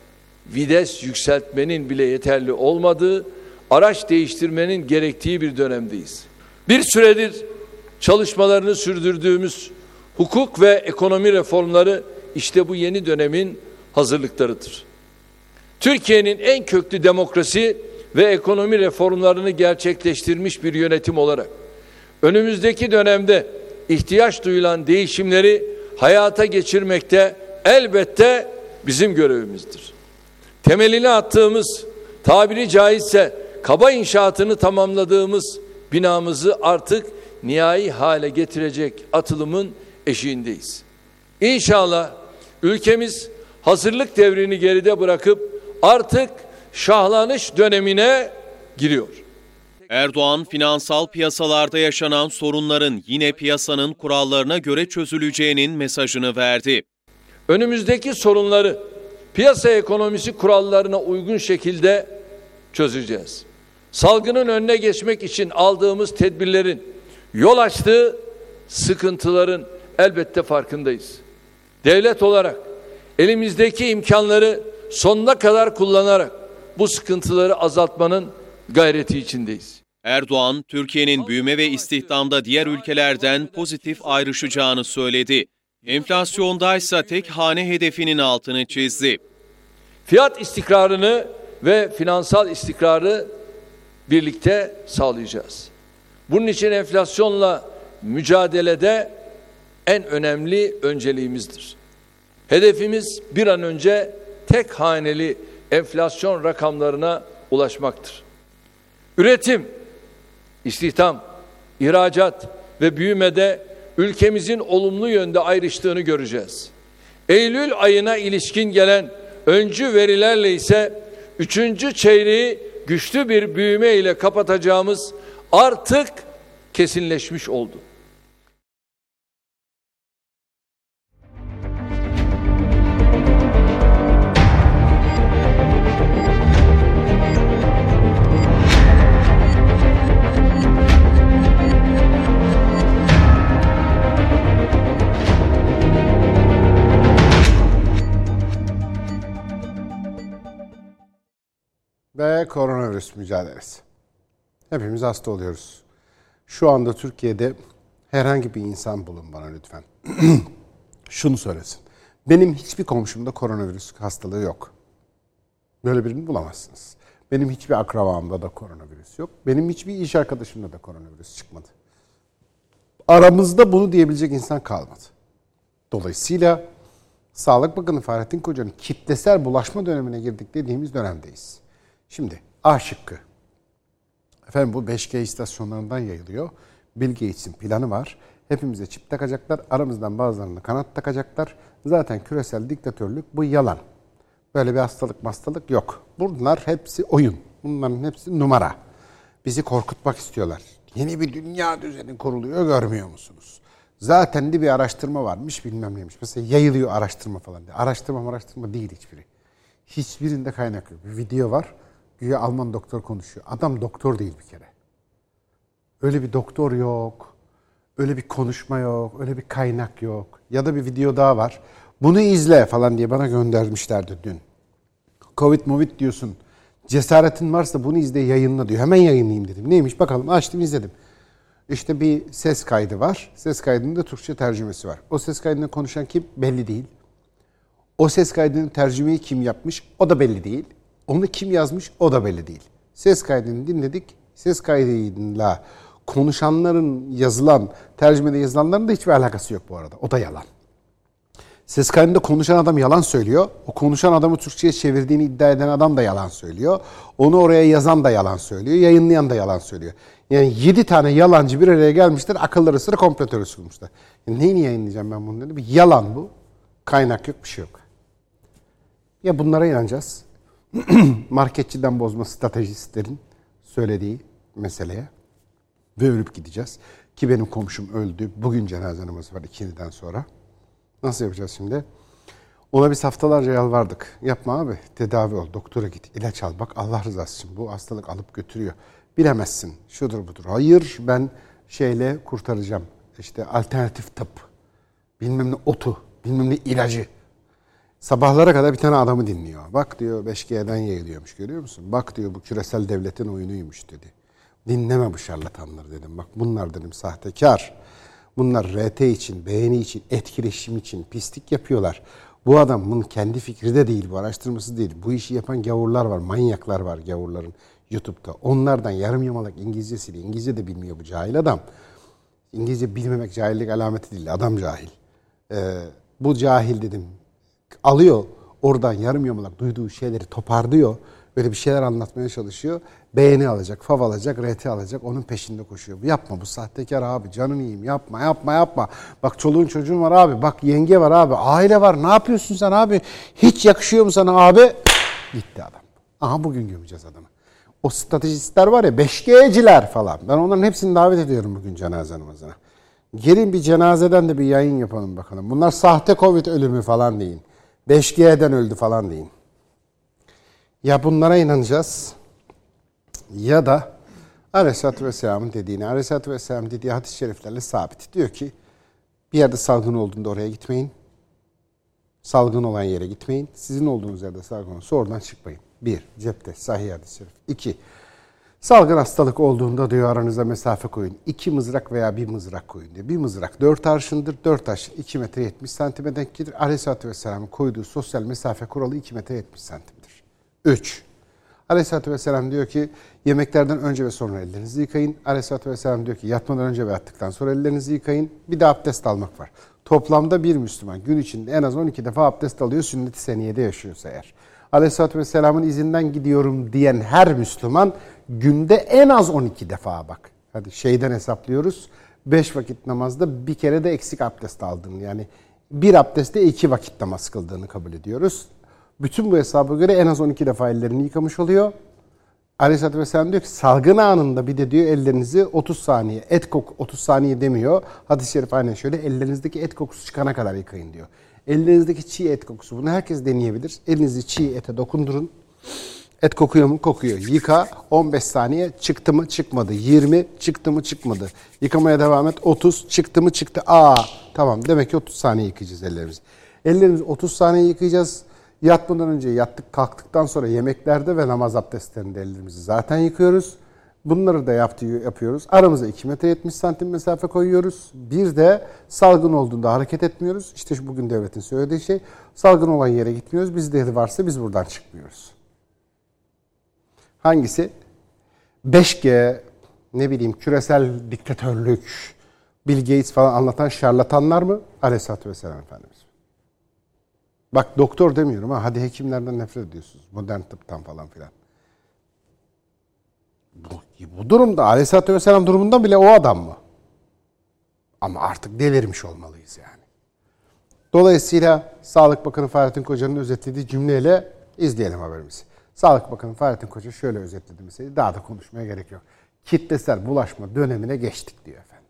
vites yükseltmenin bile yeterli olmadığı, araç değiştirmenin gerektiği bir dönemdeyiz. Bir süredir çalışmalarını sürdürdüğümüz hukuk ve ekonomi reformları işte bu yeni dönemin hazırlıklarıdır. Türkiye'nin en köklü demokrasi ve ekonomi reformlarını gerçekleştirmiş bir yönetim olarak önümüzdeki dönemde ihtiyaç duyulan değişimleri hayata geçirmekte elbette bizim görevimizdir. Temelini attığımız, tabiri caizse kaba inşaatını tamamladığımız binamızı artık nihai hale getirecek atılımın eşiğindeyiz. İnşallah ülkemiz hazırlık devrini geride bırakıp artık şahlanış dönemine giriyor. Erdoğan, finansal piyasalarda yaşanan sorunların yine piyasanın kurallarına göre çözüleceğinin mesajını verdi. Önümüzdeki sorunları piyasa ekonomisi kurallarına uygun şekilde çözeceğiz. Salgının önüne geçmek için aldığımız tedbirlerin yol açtığı sıkıntıların elbette farkındayız. Devlet olarak elimizdeki imkanları sonuna kadar kullanarak bu sıkıntıları azaltmanın gayreti içindeyiz. Erdoğan, Türkiye'nin büyüme ve istihdamda diğer ülkelerden pozitif ayrışacağını söyledi. Enflasyondaysa tek hane hedefinin altını çizdi. Fiyat istikrarını ve finansal istikrarı birlikte sağlayacağız. Bunun için enflasyonla mücadelede en önemli önceliğimizdir. Hedefimiz bir an önce tek haneli enflasyon rakamlarına ulaşmaktır. Üretim, istihdam, ihracat ve büyümede ülkemizin olumlu yönde ayrıştığını göreceğiz. Eylül ayına ilişkin gelen öncü verilerle ise 3. çeyreği güçlü bir büyüme ile kapatacağımız artık kesinleşmiş oldu. Ve koronavirüs mücadelesi. Hepimiz hasta oluyoruz. Şu anda Türkiye'de herhangi bir insan bulun bana lütfen. Şunu söylesin. Benim hiçbir komşumda koronavirüs hastalığı yok. Böyle birini bulamazsınız. Benim hiçbir akrabamda da koronavirüs yok. Benim hiçbir iş arkadaşımda da koronavirüs çıkmadı. Aramızda bunu diyebilecek insan kalmadı. Dolayısıyla Sağlık Bakanı Fahrettin Koca'nın kitlesel bulaşma dönemine girdik dediğimiz dönemdeyiz. Şimdi A şıkkı. Efendim bu 5G istasyonlarından yayılıyor. Bill Gates'in planı var. Hepimize çip takacaklar. Aramızdan bazılarına kanat takacaklar. Zaten küresel diktatörlük bu yalan. Böyle bir hastalık yok. Bunlar hepsi oyun. Bunların hepsi numara. Bizi korkutmak istiyorlar. Yeni bir dünya düzeni kuruluyor, görmüyor musunuz? Zaten de bir araştırma varmış, bilmem neymiş. Mesela yayılıyor araştırma falan diye. Araştırma değil hiçbiri. Hiçbirinde kaynak yok. Bir video var. Güya Alman doktor konuşuyor. Adam doktor değil bir kere. Öyle bir doktor yok. Öyle bir konuşma yok. Öyle bir kaynak yok. Ya da bir video daha var. Bunu izle falan diye bana göndermişlerdi dün. Covid diyorsun. Cesaretin varsa bunu izle, yayınla diyor. Hemen yayınlayayım dedim. Neymiş bakalım, açtım izledim. İşte bir ses kaydı var. Ses kaydının da Türkçe tercümesi var. O ses kaydında konuşan kim? Belli değil. O ses kaydının tercümeyi kim yapmış? O da belli değil. Onu kim yazmış? O da belli değil. Ses kaydını dinledik. Ses kaydıyla konuşanların yazılan, tercümede yazılanların da hiçbir alakası yok bu arada. O da yalan. Ses kaydında konuşan adam yalan söylüyor. O konuşan adamı Türkçe'ye çevirdiğini iddia eden adam da yalan söylüyor. Onu oraya yazan da yalan söylüyor. Yayınlayan da yalan söylüyor. Yani 7 tane yalancı bir araya gelmişler. Akılları sıra komplo teorisi kurmuşlar. Yani neyini yayınlayacağım ben bunu dedim. Bir yalan bu. Kaynak yok, bir şey yok. Ya bunlara inanacağız. Marketçiden bozma stratejistlerin söylediği meseleye. Ve ölüp gideceğiz. Ki benim komşum öldü. Bugün cenaze namazı var 2'den sonra. Nasıl yapacağız şimdi? Ona biz haftalarca yalvardık. Yapma abi, tedavi ol, doktora git, ilaç al. Bak Allah rızası için bu hastalık alıp götürüyor. Bilemezsin, şudur budur. Hayır, ben kurtaracağım. İşte alternatif tıp, bilmem ne otu, bilmem ne ilacı. Sabahlara kadar bir tane adamı dinliyor. Bak diyor 5G'den yayılıyormuş, görüyor musun? Bak diyor bu küresel devletin oyunuymuş dedi. Dinleme bu şarlatanları dedim. Bak bunlar dedim sahtekar. Bunlar RT için, beğeni için, etkileşim için pislik yapıyorlar. Bu adamın kendi fikri de değil, bu araştırması değil. Bu işi yapan gavurlar var, manyaklar var gavurların YouTube'da. Onlardan yarım yamalak İngilizcesiyle, İngilizce de bilmiyor bu cahil adam. İngilizce bilmemek cahillik alameti değil, adam cahil. Bu cahil dedim, alıyor oradan yarım yamalak duyduğu şeyleri toparlıyor. Böyle bir şeyler anlatmaya çalışıyor. Beğeni alacak, fav alacak, RT alacak. Onun peşinde koşuyor. Yapma bu sahtekar abi. Canını yiyeyim. Yapma. Bak çoluğun çocuğun var abi. Bak yenge var abi. Aile var. Ne yapıyorsun sen abi? Hiç yakışıyor mu sana abi? Gitti adam. Aha bugün gömeceğiz adamı. O stratejistler var ya 5G'ciler falan. Ben onların hepsini davet ediyorum bugün cenaze namazına. Gelin bir cenazeden de bir yayın yapalım bakalım. Bunlar sahte Covid ölümü falan deyin. 5G'den öldü falan deyin. Ya bunlara inanacağız ya da Aleyhisselatü Vesselam'ın dediğine, Aleyhisselatü Vesselam dediği hadis-i şeriflerle sabit. Diyor ki bir yerde salgın olduğunda oraya gitmeyin. Salgın olan yere gitmeyin. Sizin olduğunuz yerde salgın olursa oradan çıkmayın. 1. Cepte sahih hadis-i şerif. 2. Salgın hastalık olduğunda diyor aranıza mesafe koyun. 2 mızrak veya 1 mızrak koyun diyor. 1 mızrak 4 arşındır. 4 arşın 2 metre 70 santime denk gelir. Aleyhisselatü Vesselam'ın koyduğu sosyal mesafe kuralı 2 metre 70 santimdir. 3. Aleyhisselatü Vesselam diyor ki yemeklerden önce ve sonra ellerinizi yıkayın. Aleyhisselatü Vesselam diyor ki yatmadan önce ve yattıktan sonra ellerinizi yıkayın. Bir de abdest almak var. Toplamda bir Müslüman gün içinde en az 12 defa abdest alıyor sünnet-i seniyede yaşıyorsa eğer. Aleyhisselatü Vesselam'ın izinden gidiyorum diyen her Müslüman günde en az 12 defa bak. Hadi şeyden hesaplıyoruz. 5 vakit namazda bir kere de eksik abdest aldığını yani bir abdestte 2 vakit namaz kıldığını kabul ediyoruz. Bütün bu hesaba göre en az 12 defa ellerini yıkamış oluyor. Aleyhisselatü Vesselam diyor ki salgın anında bir de diyor ellerinizi 30 saniye, 30 saniye demiyor. Hadis-i şerif aynen şöyle ellerinizdeki et kokusu çıkana kadar yıkayın diyor. Ellerinizdeki çiğ et kokusu bunu herkes deneyebilir. Elinizi çiğ ete dokundurun. Et kokuyor mu? Kokuyor. Yıka 15 saniye çıktı mı çıkmadı. 20 çıktı mı çıkmadı. Yıkamaya devam et 30 çıktı mı çıktı. Tamam demek ki 30 saniye yıkayacağız ellerimizi. Ellerimizi 30 saniye yıkayacağız. Yatmadan önce yattık kalktıktan sonra yemeklerde ve namaz abdestlerinde ellerimizi zaten yıkıyoruz. Bunları da yapıyoruz. Aramıza 2 metre 70 santim mesafe koyuyoruz. Bir de salgın olduğunda hareket etmiyoruz. İşte bugün devletin söylediği şey, salgın olan yere gitmiyoruz. Bizde varsa biz buradan çıkmıyoruz. Hangisi? 5G, ne bileyim küresel diktatörlük, Bill Gates falan anlatan şarlatanlar mı? Aleyhisselatü Vesselam Efendimiz. Bak doktor demiyorum ha. Hadi hekimlerden nefret ediyorsunuz. Modern tıptan falan filan. Bu durumda Aleyhisselatü Vesselam durumunda bile o adam mı? Ama artık delirmiş olmalıyız yani. Dolayısıyla Sağlık Bakanı Fahrettin Koca'nın özetlediği cümleyle izleyelim haberimizi. Sağlık Bakanı Fahrettin Koca şöyle özetledi meseleyi. Daha da konuşmaya gerek yok. Kitlesel bulaşma dönemine geçtik diyor efendim.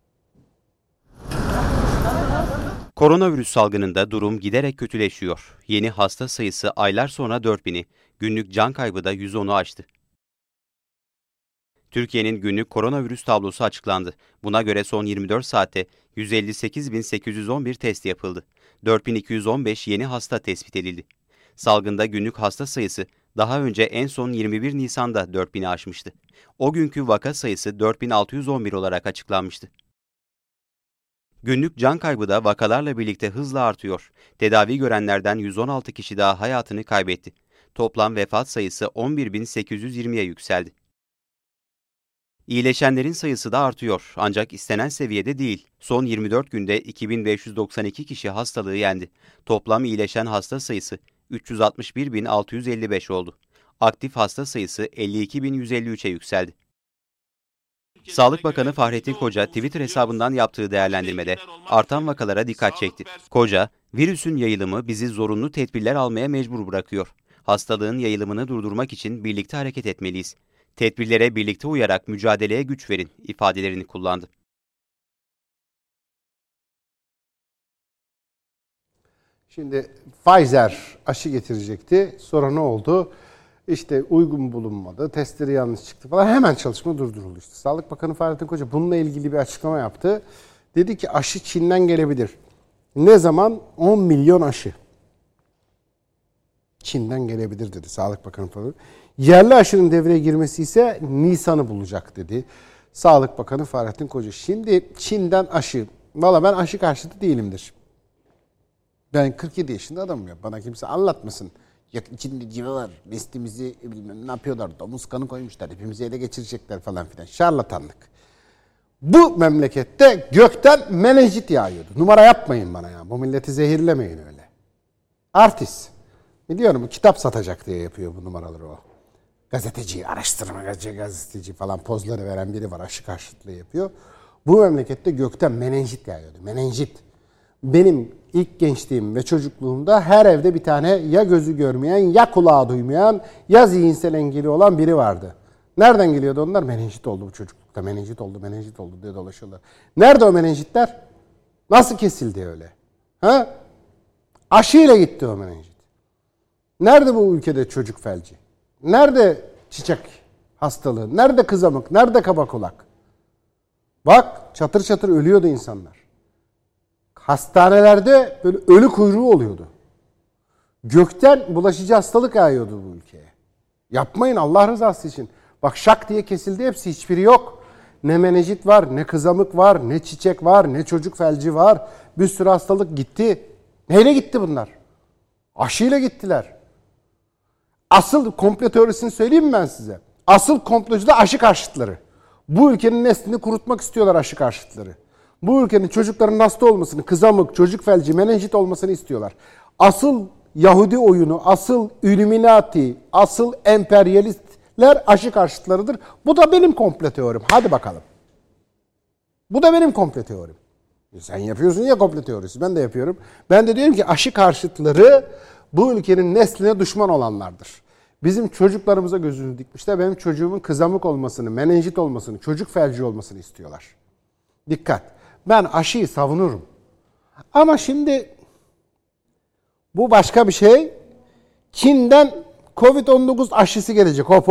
Koronavirüs salgınında durum giderek kötüleşiyor. Yeni hasta sayısı aylar sonra 4000'i, günlük can kaybı da 110'u aştı. Türkiye'nin günlük koronavirüs tablosu açıklandı. Buna göre son 24 saatte 158.811 test yapıldı. 4215 yeni hasta tespit edildi. Salgında günlük hasta sayısı daha önce en son 21 Nisan'da 4000'i aşmıştı. O günkü vaka sayısı 4611 olarak açıklanmıştı. Günlük can kaybı da vakalarla birlikte hızla artıyor. Tedavi görenlerden 116 kişi daha hayatını kaybetti. Toplam vefat sayısı 11.820'ye yükseldi. İyileşenlerin sayısı da artıyor ancak istenen seviyede değil. Son 24 günde 2592 kişi hastalığı yendi. Toplam iyileşen hasta sayısı 361.655 oldu. Aktif hasta sayısı 52.153'e yükseldi. Sağlık Bakanı Fahrettin Koca Twitter hesabından yaptığı değerlendirmede artan vakalara dikkat çekti. Koca, virüsün yayılımı bizi zorunlu tedbirler almaya mecbur bırakıyor. Hastalığın yayılımını durdurmak için birlikte hareket etmeliyiz. Tedbirlere birlikte uyarak mücadeleye güç verin ifadelerini kullandı. Şimdi Pfizer aşı getirecekti. Sonra ne oldu? İşte uygun bulunmadı, testleri yanlış çıktı falan. Hemen çalışma durduruldu işte. Sağlık Bakanı Fahrettin Koca bununla ilgili bir açıklama yaptı. Dedi ki aşı Çin'den gelebilir. Ne zaman? 10 milyon aşı. Çin'den gelebilir dedi Sağlık Bakanı falan. Yerli aşının devreye girmesi ise Nisan'ı bulacak dedi Sağlık Bakanı Fahrettin Koca. Şimdi Çin'den aşı. Valla ben aşı karşıtı değilimdir. Ben 47 yaşında adamım ya. Bana kimse anlatmasın. İçinde civa var. Neslimizi bilmem ne yapıyorlar. Domuz kanı koymuşlar. Hepimizi ele geçirecekler falan filan. Şarlatanlık. Bu memlekette gökten menenjit yağıyordu. Numara yapmayın bana ya. Bu milleti zehirlemeyin öyle. Artist. Biliyorum kitap satacak diye yapıyor bu numaraları o. Gazeteci, araştırmacı, gazeteci falan pozları veren biri var. Aşı karşıtlığı yapıyor. Bu memlekette gökten menenjit yağıyordu. Menenjit. Benim ilk gençliğim ve çocukluğumda her evde bir tane ya gözü görmeyen, ya kulağı duymayan, ya zihinsel engeli olan biri vardı. Nereden geliyordu onlar? Menenjit oldu bu çocuklukta. Menenjit oldu diye dolaşıyorlar. Nerede o menenjitler? Nasıl kesildi öyle? Ha? Aşıyla gitti o menenjit. Nerede bu ülkede çocuk felci? Nerede çiçek hastalığı? Nerede kızamık? Nerede kaba kulak? Bak çatır çatır ölüyordu insanlar. Hastanelerde böyle ölü kuyruğu oluyordu. Gökten bulaşıcı hastalık yağıyordu bu ülkeye. Yapmayın Allah rızası için. Bak şak diye kesildi hepsi, hiçbiri yok. Ne menenjit var, ne kızamık var, ne çiçek var, ne çocuk felci var. Bir sürü hastalık gitti. Neyle gitti bunlar? Aşıyla gittiler. Asıl komplo teorisini söyleyeyim mi ben size? Asıl komplocu da aşı karşıtları. Bu ülkenin neslini kurutmak istiyorlar aşı karşıtları. Bu ülkenin çocukların hasta olmasını, kızamık, çocuk felci, menenjit olmasını istiyorlar. Asıl Yahudi oyunu, asıl Illuminati, asıl emperyalistler aşı karşıtlarıdır. Bu da benim komplo teorim. Hadi bakalım. Bu da benim komplo teorim. Sen yapıyorsun ya komplo teorisi. Ben de yapıyorum. Ben de diyorum ki aşı karşıtları bu ülkenin nesline düşman olanlardır. Bizim çocuklarımıza gözünü dikmişler. Benim çocuğumun kızamık olmasını, menenjit olmasını, çocuk felci olmasını istiyorlar. Dikkat. Ben aşıyı savunurum. Ama şimdi bu başka bir şey. Çin'den Covid-19 aşısı gelecek. Hop.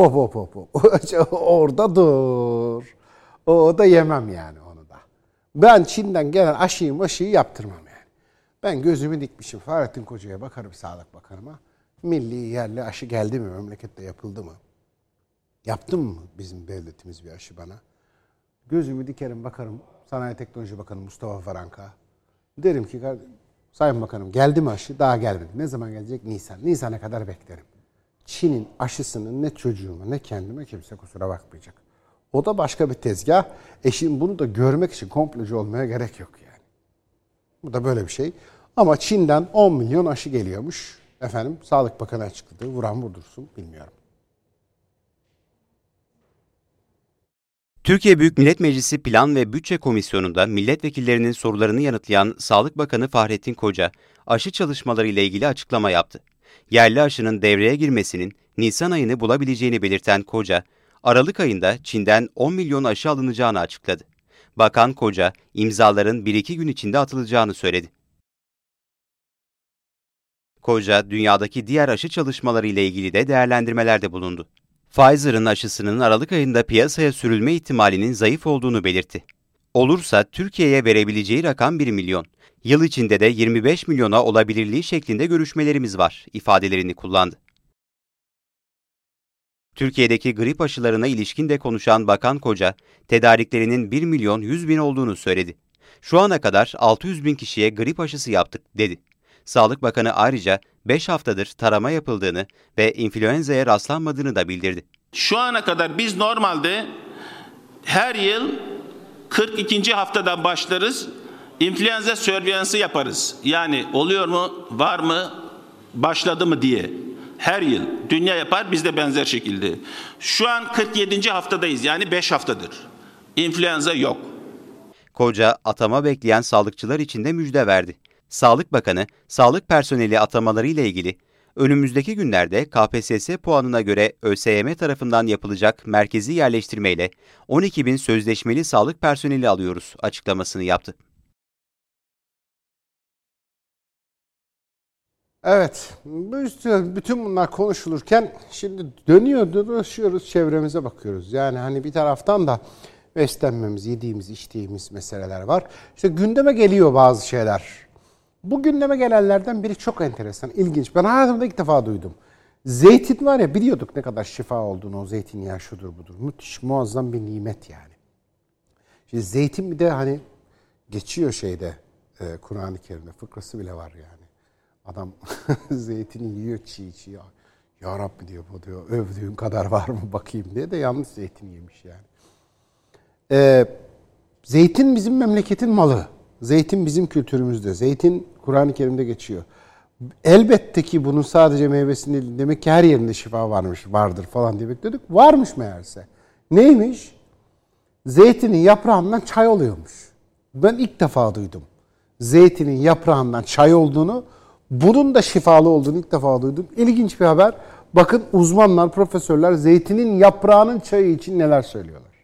Orada dur. O da yemem yani onu da. Ben Çin'den gelen aşıyı yaptırmam yani. Ben gözümü dikmişim. Fahrettin Koca'ya bakarım, Sağlık Bakanıma. Milli yerli aşı geldi mi? Memlekette yapıldı mı? Yaptı mı bizim devletimiz bir aşı bana? Gözümü dikerim bakarım Sanayi Teknoloji Bakanı Mustafa Varank'a. Derim ki Sayın Bakanım geldi mi aşı? Daha gelmedi. Ne zaman gelecek? Nisan. Nisan'a kadar beklerim. Çin'in aşısını ne çocuğuma ne kendime kimse kusura bakmayacak. O da başka bir tezgah. Şimdi bunu da görmek için komplocu olmaya gerek yok yani. Bu da böyle bir şey. Ama Çin'den 10 milyon aşı geliyormuş. Efendim Sağlık Bakanı açıkladı. Vuran vurdursun bilmiyorum. Türkiye Büyük Millet Meclisi Plan ve Bütçe Komisyonu'nda milletvekillerinin sorularını yanıtlayan Sağlık Bakanı Fahrettin Koca, aşı çalışmaları ile ilgili açıklama yaptı. Yerli aşının devreye girmesinin Nisan ayını bulabileceğini belirten Koca, Aralık ayında Çin'den 10 milyon aşı alınacağını açıkladı. Bakan Koca, imzaların 1-2 gün içinde atılacağını söyledi. Koca, dünyadaki diğer aşı çalışmaları ile ilgili de değerlendirmelerde bulundu. Pfizer'ın aşısının Aralık ayında piyasaya sürülme ihtimalinin zayıf olduğunu belirtti. Olursa Türkiye'ye verebileceği rakam 1 milyon. Yıl içinde de 25 milyona olabilirliği şeklinde görüşmelerimiz var ifadelerini kullandı. Türkiye'deki grip aşılarına ilişkin de konuşan Bakan Koca, tedariklerinin 1 milyon 100 bin olduğunu söyledi. Şu ana kadar 600 bin kişiye grip aşısı yaptık dedi. Sağlık Bakanı ayrıca 5 haftadır tarama yapıldığını ve influenza'ya rastlanmadığını da bildirdi. Şu ana kadar biz normalde her yıl 42. haftadan başlarız, influenza surveillance'ı yaparız. Yani oluyor mu, var mı, başladı mı diye. Her yıl dünya yapar, biz de benzer şekilde. Şu an 47. haftadayız, yani 5 haftadır. İnfluenza yok. Koca, atama bekleyen sağlıkçılar için de müjde verdi. Sağlık Bakanı, sağlık personeli atamaları ile ilgili, önümüzdeki günlerde KPSS puanına göre ÖSYM tarafından yapılacak merkezi yerleştirmeyle 12 bin sözleşmeli sağlık personeli alıyoruz açıklamasını yaptı. Evet, bütün bunlar konuşulurken şimdi dolaşıyoruz, çevremize bakıyoruz. Yani hani bir taraftan da beslenmemiz, yediğimiz, içtiğimiz meseleler var. İşte gündeme geliyor bazı şeyler. Bu gündeme gelenlerden biri çok enteresan, ilginç. Ben hayatımda ilk defa duydum. Zeytin var ya, biliyorduk ne kadar şifa olduğunu, o zeytinyağı şudur budur. Müthiş, muazzam bir nimet yani. Şimdi zeytin bir de hani geçiyor şeyde, Kur'an-ı Kerim'de fıkrası bile var yani. Adam zeytini yiyor çiğ çiğ. Ya Rabbi diyor, bu diyor, övdüğün kadar var mı bakayım diye de yanlış zeytin yemiş yani. Zeytin bizim memleketin malı. Zeytin bizim kültürümüzde. Zeytin Kur'an-ı Kerim'de geçiyor. Elbette ki bunun sadece meyvesinde değil, demek ki her yerinde şifa vardır falan diye bekliyorduk. Varmış meğerse. Neymiş? Zeytinin yaprağından çay oluyormuş. Ben ilk defa duydum. Zeytinin yaprağından çay olduğunu, bunun da şifalı olduğunu ilk defa duydum. İlginç bir haber. Bakın uzmanlar, profesörler zeytinin yaprağının çayı için neler söylüyorlar.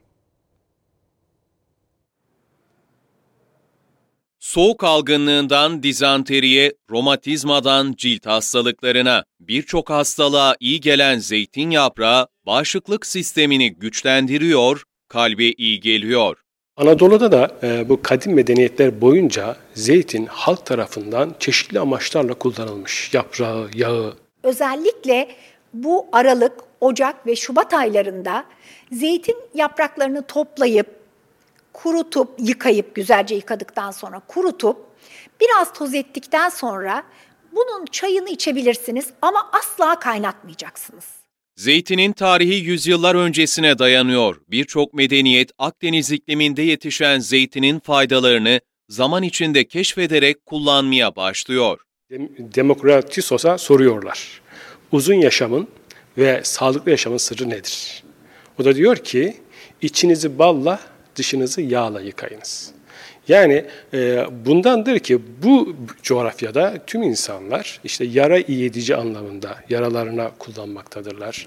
Soğuk algınlığından dizanteriye, romatizmadan cilt hastalıklarına birçok hastalığa iyi gelen zeytin yaprağı bağışıklık sistemini güçlendiriyor, kalbe iyi geliyor. Anadolu'da da bu kadim medeniyetler boyunca zeytin halk tarafından çeşitli amaçlarla kullanılmış. Yaprağı, yağı. Özellikle bu Aralık, Ocak ve Şubat aylarında zeytin yapraklarını toplayıp, kurutup, yıkayıp, güzelce yıkadıktan sonra kurutup, biraz toz ettikten sonra bunun çayını içebilirsiniz ama asla kaynatmayacaksınız. Zeytinin tarihi yüzyıllar öncesine dayanıyor. Birçok medeniyet Akdeniz ikliminde yetişen zeytinin faydalarını zaman içinde keşfederek kullanmaya başlıyor. Demokritisos'a soruyorlar. Uzun yaşamın ve sağlıklı yaşamın sırrı nedir? O da diyor ki, içinizi balla, dışınızı yağla yıkayınız. Yani bundandır ki bu coğrafyada tüm insanlar işte yara iyi edici anlamında yaralarına kullanmaktadırlar.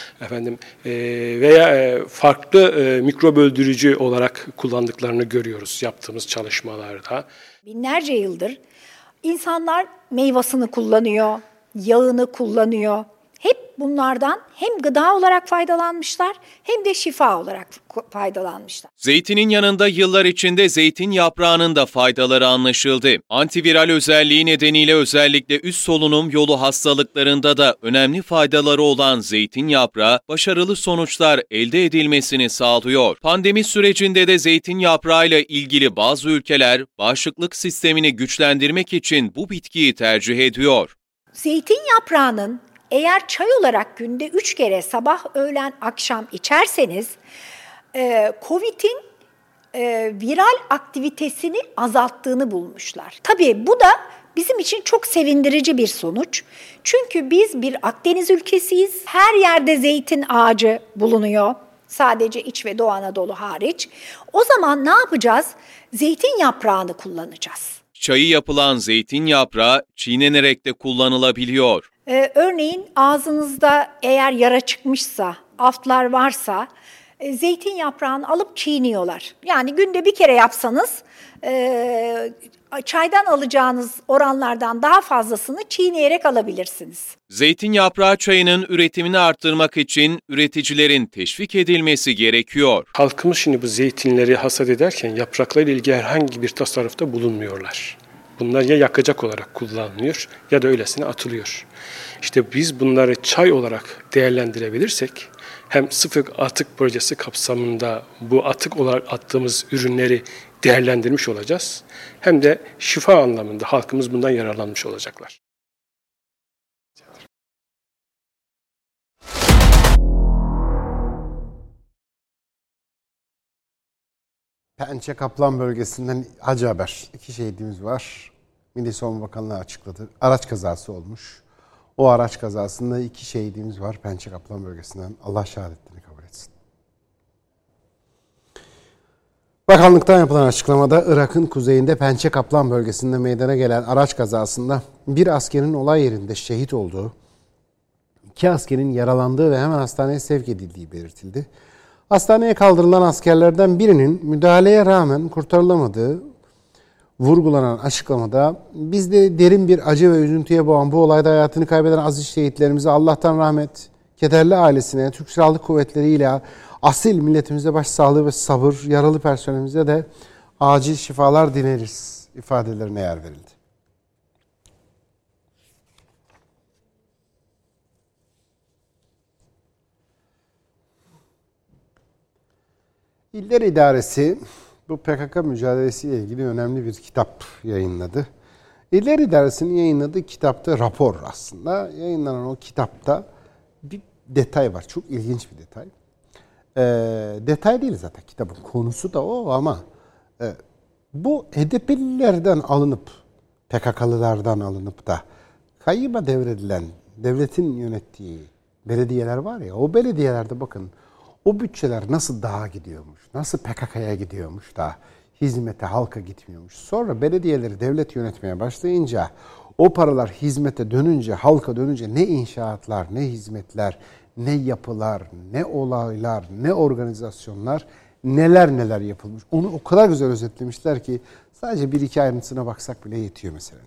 Veya farklı mikrop öldürücü olarak kullandıklarını görüyoruz yaptığımız çalışmalarda. Binlerce yıldır insanlar meyvasını kullanıyor, yağını kullanıyor, hep bunlardan hem gıda olarak faydalanmışlar hem de şifa olarak faydalanmışlar. Zeytinin yanında yıllar içinde zeytin yaprağının da faydaları anlaşıldı. Antiviral özelliği nedeniyle özellikle üst solunum yolu hastalıklarında da önemli faydaları olan zeytin yaprağı başarılı sonuçlar elde edilmesini sağlıyor. Pandemi sürecinde de zeytin yaprağıyla ilgili bazı ülkeler bağışıklık sistemini güçlendirmek için bu bitkiyi tercih ediyor. Zeytin yaprağının eğer çay olarak günde 3 kere sabah, öğlen, akşam içerseniz COVID'in viral aktivitesini azalttığını bulmuşlar. Tabii bu da bizim için çok sevindirici bir sonuç. Çünkü biz bir Akdeniz ülkesiyiz. Her yerde zeytin ağacı bulunuyor. Sadece İç ve Doğu Anadolu hariç. O zaman ne yapacağız? Zeytin yaprağını kullanacağız. Çayı yapılan zeytin yaprağı çiğnenerek de kullanılabiliyor. Örneğin ağzınızda eğer yara çıkmışsa, aftlar varsa zeytin yaprağını alıp çiğniyorlar. Yani günde bir kere yapsanız çaydan alacağınız oranlardan daha fazlasını çiğneyerek alabilirsiniz. Zeytin yaprağı çayının üretimini arttırmak için üreticilerin teşvik edilmesi gerekiyor. Halkımız şimdi bu zeytinleri hasat ederken yapraklarıyla ilgili herhangi bir tasarrufta bulunmuyorlar. Bunlar ya yakacak olarak kullanılıyor ya da öylesine atılıyor. İşte biz bunları çay olarak değerlendirebilirsek hem sıfır atık projesi kapsamında bu atık olarak attığımız ürünleri değerlendirmiş olacağız. Hem de şifa anlamında halkımız bundan yararlanmış olacaklar. Pençe Kaplan bölgesinden acı haber. 2 şehidimiz var. Milli Savunma Bakanlığı açıkladı. Araç kazası olmuş. O araç kazasında 2 şehidimiz var Pençe Kaplan bölgesinden. Allah şehadetlerini kabul etsin. Bakanlıktan yapılan açıklamada Irak'ın kuzeyinde Pençe Kaplan bölgesinde meydana gelen araç kazasında bir askerin olay yerinde şehit olduğu, 2 askerin yaralandığı ve hemen hastaneye sevk edildiği belirtildi. Hastaneye kaldırılan askerlerden birinin müdahaleye rağmen kurtarılamadığı vurgulanan açıklamada bizde derin bir acı ve üzüntüye boğan bu olayda hayatını kaybeden aziz şehitlerimize Allah'tan rahmet, kederli ailesine, Türk Silahlı Kuvvetleri ile asil milletimize başsağlığı ve sabır, yaralı personelimize de acil şifalar dileriz ifadelerine yer verildi. İller İdaresi bu PKK mücadelesiyle ilgili önemli bir kitap yayınladı. İller İdaresi'nin yayınladığı kitapta rapor aslında. Yayınlanan o kitapta bir detay var. Çok ilginç bir detay. Detay değil zaten kitabın konusu da o ama bu HDP'lilerden alınıp PKK'lılardan alınıp da kayyıma devredilen devletin yönettiği belediyeler var ya, o belediyelerde bakın o bütçeler nasıl dağa gidiyormuş, nasıl PKK'ya gidiyormuş da hizmete, halka gitmiyormuş. Sonra belediyeleri devlet yönetmeye başlayınca o paralar hizmete dönünce, halka dönünce ne inşaatlar, ne hizmetler, ne yapılar, ne olaylar, ne organizasyonlar, neler yapılmış. Onu o kadar güzel özetlemişler ki sadece 1-2 ayrıntısına baksak bile yetiyor mesela.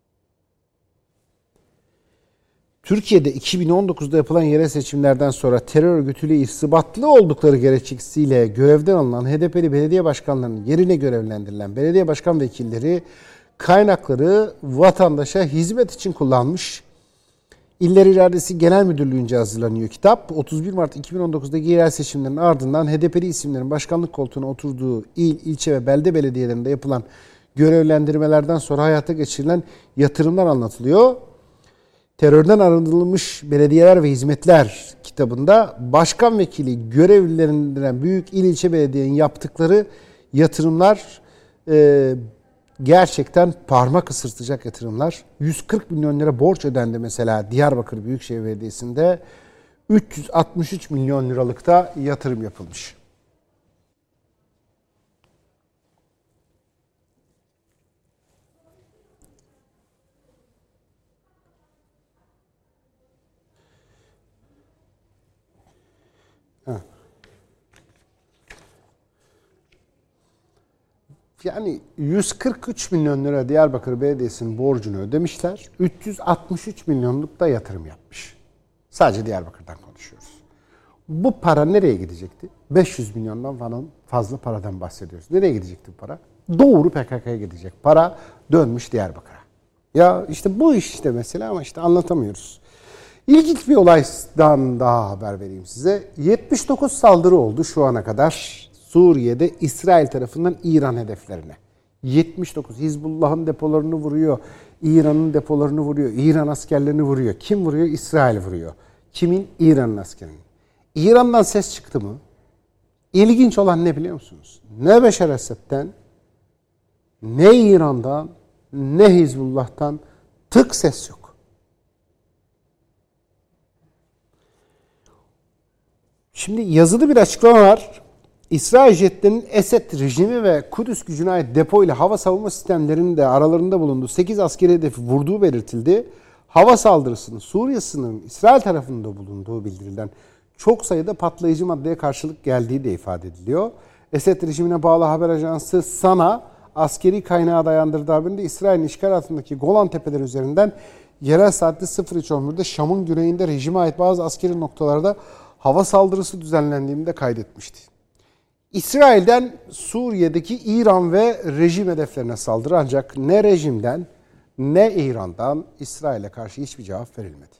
Türkiye'de 2019'da yapılan yerel seçimlerden sonra terör örgütüyle irtibatlı oldukları gerekçesiyle görevden alınan HDP'li belediye başkanlarının yerine görevlendirilen belediye başkan vekilleri kaynakları vatandaşa hizmet için kullanmış. İller İdaresi Genel Müdürlüğü'nce hazırlanıyor kitap. 31 Mart 2019'daki yerel seçimlerin ardından HDP'li isimlerin başkanlık koltuğuna oturduğu il, ilçe ve belde belediyelerinde yapılan görevlendirmelerden sonra hayata geçirilen yatırımlar anlatılıyor. Terörden arındırılmış belediyeler ve hizmetler kitabında başkan vekili görevlilerinden büyük il ilçe belediyenin yaptıkları yatırımlar gerçekten parmak ısırtacak yatırımlar. 140 milyon lira borç ödendi mesela Diyarbakır Büyükşehir Belediyesi'nde 363 milyon liralıkta yatırım yapılmış. Yani 143 milyon lira Diyarbakır Belediyesi'nin borcunu ödemişler. 363 milyonluk da yatırım yapmış. Sadece Diyarbakır'dan konuşuyoruz. Bu para nereye gidecekti? 500 milyondan falan fazla paradan bahsediyoruz. Nereye gidecekti bu para? Doğru PKK'ya gidecek. Para dönmüş Diyarbakır'a. Ya işte bu iş işte mesela ama işte anlatamıyoruz. İlginç bir olaydan daha haber vereyim size. 79 saldırı oldu şu ana kadar Suriye'de İsrail tarafından İran hedeflerine. 79. Hizbullah'ın depolarını vuruyor. İran'ın depolarını vuruyor. İran askerlerini vuruyor. Kim vuruyor? İsrail vuruyor. Kimin? İran'ın askerinin. İran'dan ses çıktı mı? İlginç olan ne biliyor musunuz? Ne Beşar Esad'den, ne İran'dan, ne Hizbullah'tan tık ses yok. Şimdi yazılı bir açıklama var. İsrail jetlerinin Esed rejimi ve Kudüs gücüne ait depo ile hava savunma sistemlerinin de aralarında bulunduğu 8 askeri hedefi vurduğu belirtildi. Hava saldırısının Suriye sınırının İsrail tarafında bulunduğu bildirilen çok sayıda patlayıcı maddeye karşılık geldiği de ifade ediliyor. Esed rejimine bağlı haber ajansı SANA, askeri kaynağa dayandırdığı haberinde İsrail'in işgal altındaki Golan Tepeleri üzerinden yerel saatte 03.11'de Şam'ın güneyinde rejime ait bazı askeri noktalarda hava saldırısı düzenlendiğini de kaydetmişti. İsrail'den Suriye'deki İran ve rejim hedeflerine saldırı ancak ne rejimden ne İran'dan İsrail'e karşı hiçbir cevap verilmedi.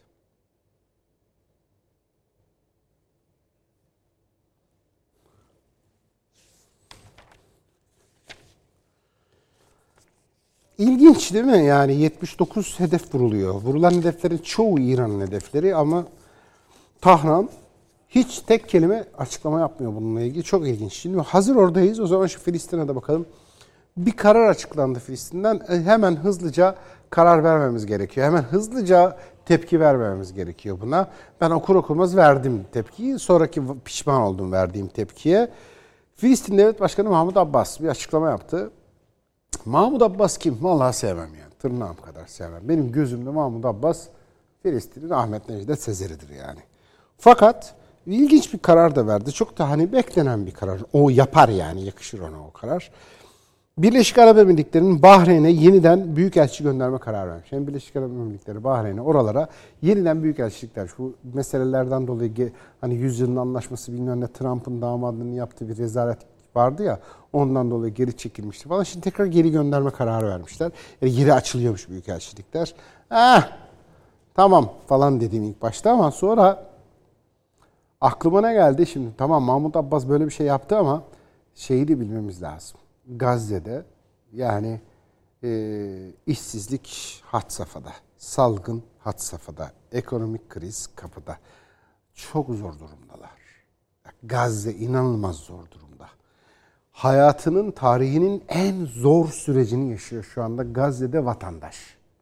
İlginç değil mi? Yani 79 hedef vuruluyor. Vurulan hedeflerin çoğu İran'ın hedefleri ama Tahran hiç tek kelime açıklama yapmıyor bununla ilgili. Çok ilginç. Şimdi hazır oradayız. O zaman şu Filistin'e de bakalım. Bir karar açıklandı Filistin'den. Hemen hızlıca karar vermemiz gerekiyor. Hemen hızlıca tepki vermemiz gerekiyor buna. Ben okur okumaz verdim tepkiyi. Sonraki pişman oldum verdiğim tepkiye. Filistin Devlet Başkanı Mahmut Abbas bir açıklama yaptı. Mahmut Abbas kim? Vallahi sevmem yani. Tırnağım kadar sevmem. Benim gözümde Mahmut Abbas Filistin'in Ahmet Necdet Sezer'idir yani. Fakat ilginç bir karar da verdi. Çok da hani beklenen bir karar. O yapar yani. Yakışır ona o karar. Birleşik Arap Emirlikleri'nin Bahreyn'e yeniden büyükelçi gönderme kararı vermiş. Hem Birleşik Arap Emirlikleri Bahreyn'e oralara yeniden büyükelçilikler. Şu meselelerden dolayı hani 100 yılın anlaşması bilmem ne Trump'ın damadının yaptığı bir rezalet vardı ya. Ondan dolayı geri çekilmişti falan. Şimdi tekrar geri gönderme kararı vermişler. Yani geri açılıyormuş büyükelçilikler. Tamam falan dediğim ilk başta ama sonra aklıma ne geldi şimdi? Tamam Mahmut Abbas böyle bir şey yaptı ama şeyi de bilmemiz lazım. Gazze'de yani işsizlik had safhada, salgın had safhada, ekonomik kriz kapıda. Çok zor durumdalar. Gazze inanılmaz zor durumda. Hayatının, tarihinin en zor sürecini yaşıyor şu anda Gazze'de vatandaş.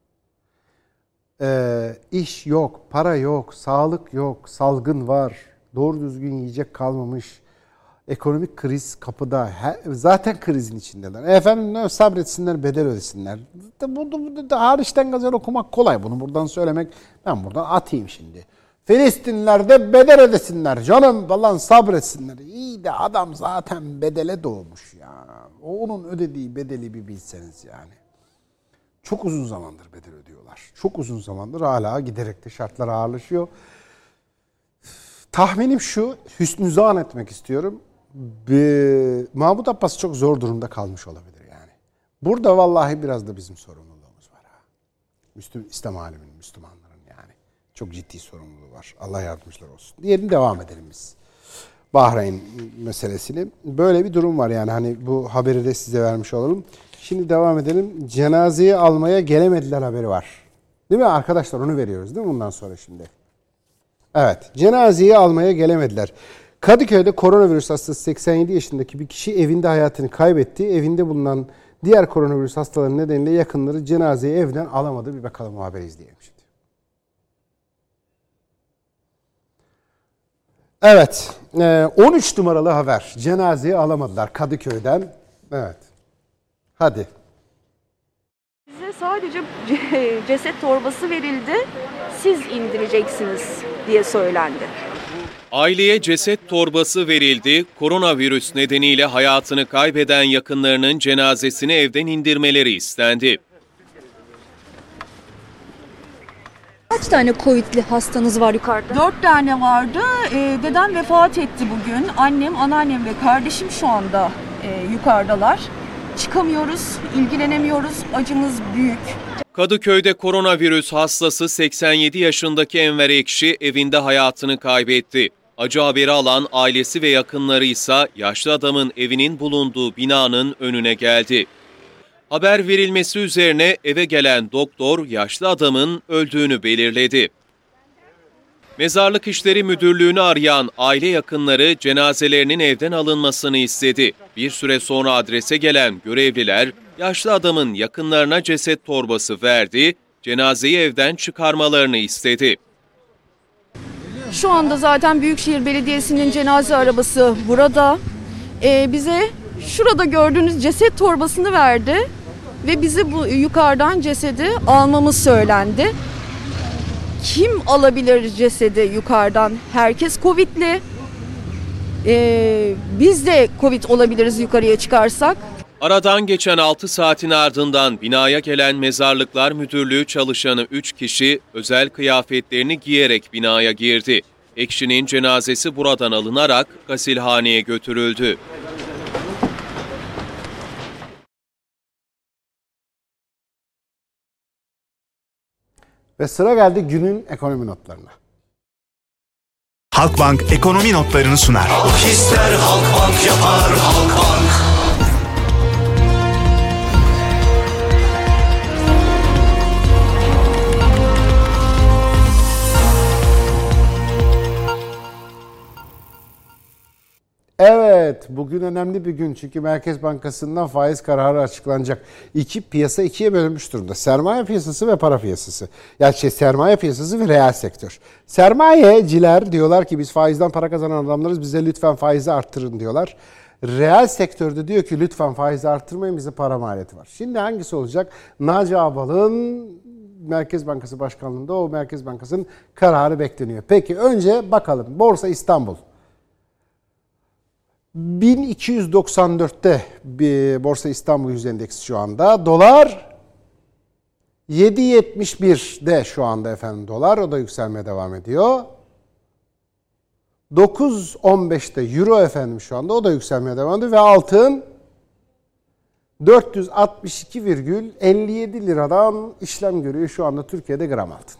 İş yok, para yok, sağlık yok, salgın var, doğru düzgün yiyecek kalmamış. Ekonomik kriz kapıda. Zaten krizin içindeler. Efendim sabretsinler, bedel ödesinler. Hariçten gazel okumak kolay. Bunu buradan söylemek. Ben buradan atayım şimdi. Filistinliler de bedel ödesinler. Canım falan sabretsinler. İyi de adam zaten bedele doğmuş ya. Onun ödediği bedeli bir bilseniz yani. Çok uzun zamandır bedel ödüyorlar. Çok uzun zamandır hala giderek de şartlar ağırlaşıyor. Tahminim şu, hüsnü zan etmek istiyorum. Mahmut Abbas çok zor durumda kalmış olabilir yani. Burada vallahi biraz da bizim sorumluluğumuz var. İslam aleminin, Müslümanların yani. Çok ciddi sorumluluğu var. Allah yardımcılar olsun. Diyelim devam edelim biz. Bahreyn meselesini. Böyle bir durum var yani hani bu haberi de size vermiş olalım. Şimdi devam edelim. Cenazeyi almaya gelemediler haberi var. Değil mi arkadaşlar? Onu veriyoruz değil mi bundan sonra şimdi? Evet. Cenazeyi almaya gelemediler. Kadıköy'de koronavirüs hastası 87 yaşındaki bir kişi evinde hayatını kaybetti. Evinde bulunan diğer koronavirüs hastaları nedeniyle yakınları cenazeyi evden alamadı. Bir bakalım o haberi izleyelim şimdi. Evet. 13 numaralı haber. Cenazeyi alamadılar Kadıköy'den. Evet. Hadi. Size sadece ceset torbası verildi. Siz indireceksiniz diye söylendi. Aileye ceset torbası verildi. Koronavirüs nedeniyle hayatını kaybeden yakınlarının cenazesini evden indirmeleri istendi. Kaç tane Covid'li hastanız var yukarıda? 4 tane vardı. Dedem vefat etti bugün. Annem, anneannem ve kardeşim şu anda yukarıdalar. Çıkamıyoruz, ilgilenemiyoruz. Acımız büyük. Kadıköy'de koronavirüs hastası 87 yaşındaki Enver Ekşi evinde hayatını kaybetti. Acı haberi alan ailesi ve yakınları ise yaşlı adamın evinin bulunduğu binanın önüne geldi. Haber verilmesi üzerine eve gelen doktor yaşlı adamın öldüğünü belirledi. Mezarlık İşleri Müdürlüğü'nü arayan aile yakınları cenazelerinin evden alınmasını istedi. Bir süre sonra adrese gelen görevliler yaşlı adamın yakınlarına ceset torbası verdi, cenazeyi evden çıkarmalarını istedi. Şu anda zaten Büyükşehir Belediyesi'nin cenaze arabası burada. Bize şurada gördüğünüz ceset torbasını verdi ve bizi bu yukarıdan cesedi almamız söylendi. Kim alabilir cesedi yukarıdan? Herkes Covid'li. Biz de Covid olabiliriz yukarıya çıkarsak. Aradan geçen 6 saatin ardından binaya gelen Mezarlıklar Müdürlüğü çalışanı 3 kişi özel kıyafetlerini giyerek binaya girdi. Ekşi'nin cenazesi buradan alınarak gasilhaneye götürüldü. Ve sıra geldi günün ekonomi notlarına. Halkbank ekonomi notlarını sunar. Halk ister Halkbank yapar Halkbank. Evet, bugün önemli bir gün çünkü Merkez Bankası'ndan faiz kararı açıklanacak. Piyasa ikiye bölünmüş durumda. Sermaye piyasası ve para piyasası. Yani sermaye piyasası ve reel sektör. Sermayeciler diyorlar ki biz faizden para kazanan adamlarız, bize lütfen faizi arttırın diyorlar. Reel sektörde diyor ki lütfen faizi arttırmayın, bize para maliyeti var. Şimdi hangisi olacak? Naci Ağbal'ın Merkez Bankası Başkanlığı'nda o Merkez Bankası'nın kararı bekleniyor. Peki önce bakalım Borsa İstanbul. 1294'te bir Borsa İstanbul Yüz Endeksi şu anda. Dolar 7.71'de şu anda efendim dolar. O da yükselmeye devam ediyor. 9.15'te euro efendim şu anda. O da yükselmeye devam ediyor. Ve altın 462,57 liradan işlem görüyor şu anda Türkiye'de gram altın.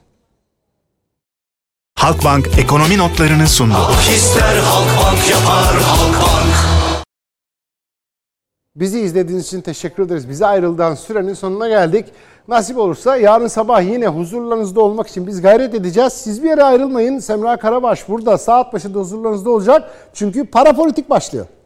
Halkbank ekonomi notlarını sundu. Halk ister Halkbank yapar Halkbank. Bizi izlediğiniz için teşekkür ederiz. Bize ayrılan sürenin sonuna geldik. Nasip olursa yarın sabah yine huzurlarınızda olmak için biz gayret edeceğiz. Siz bir yere ayrılmayın. Semra Karabaş burada saat başında huzurlarınızda olacak. Çünkü Parapolitik başlıyor.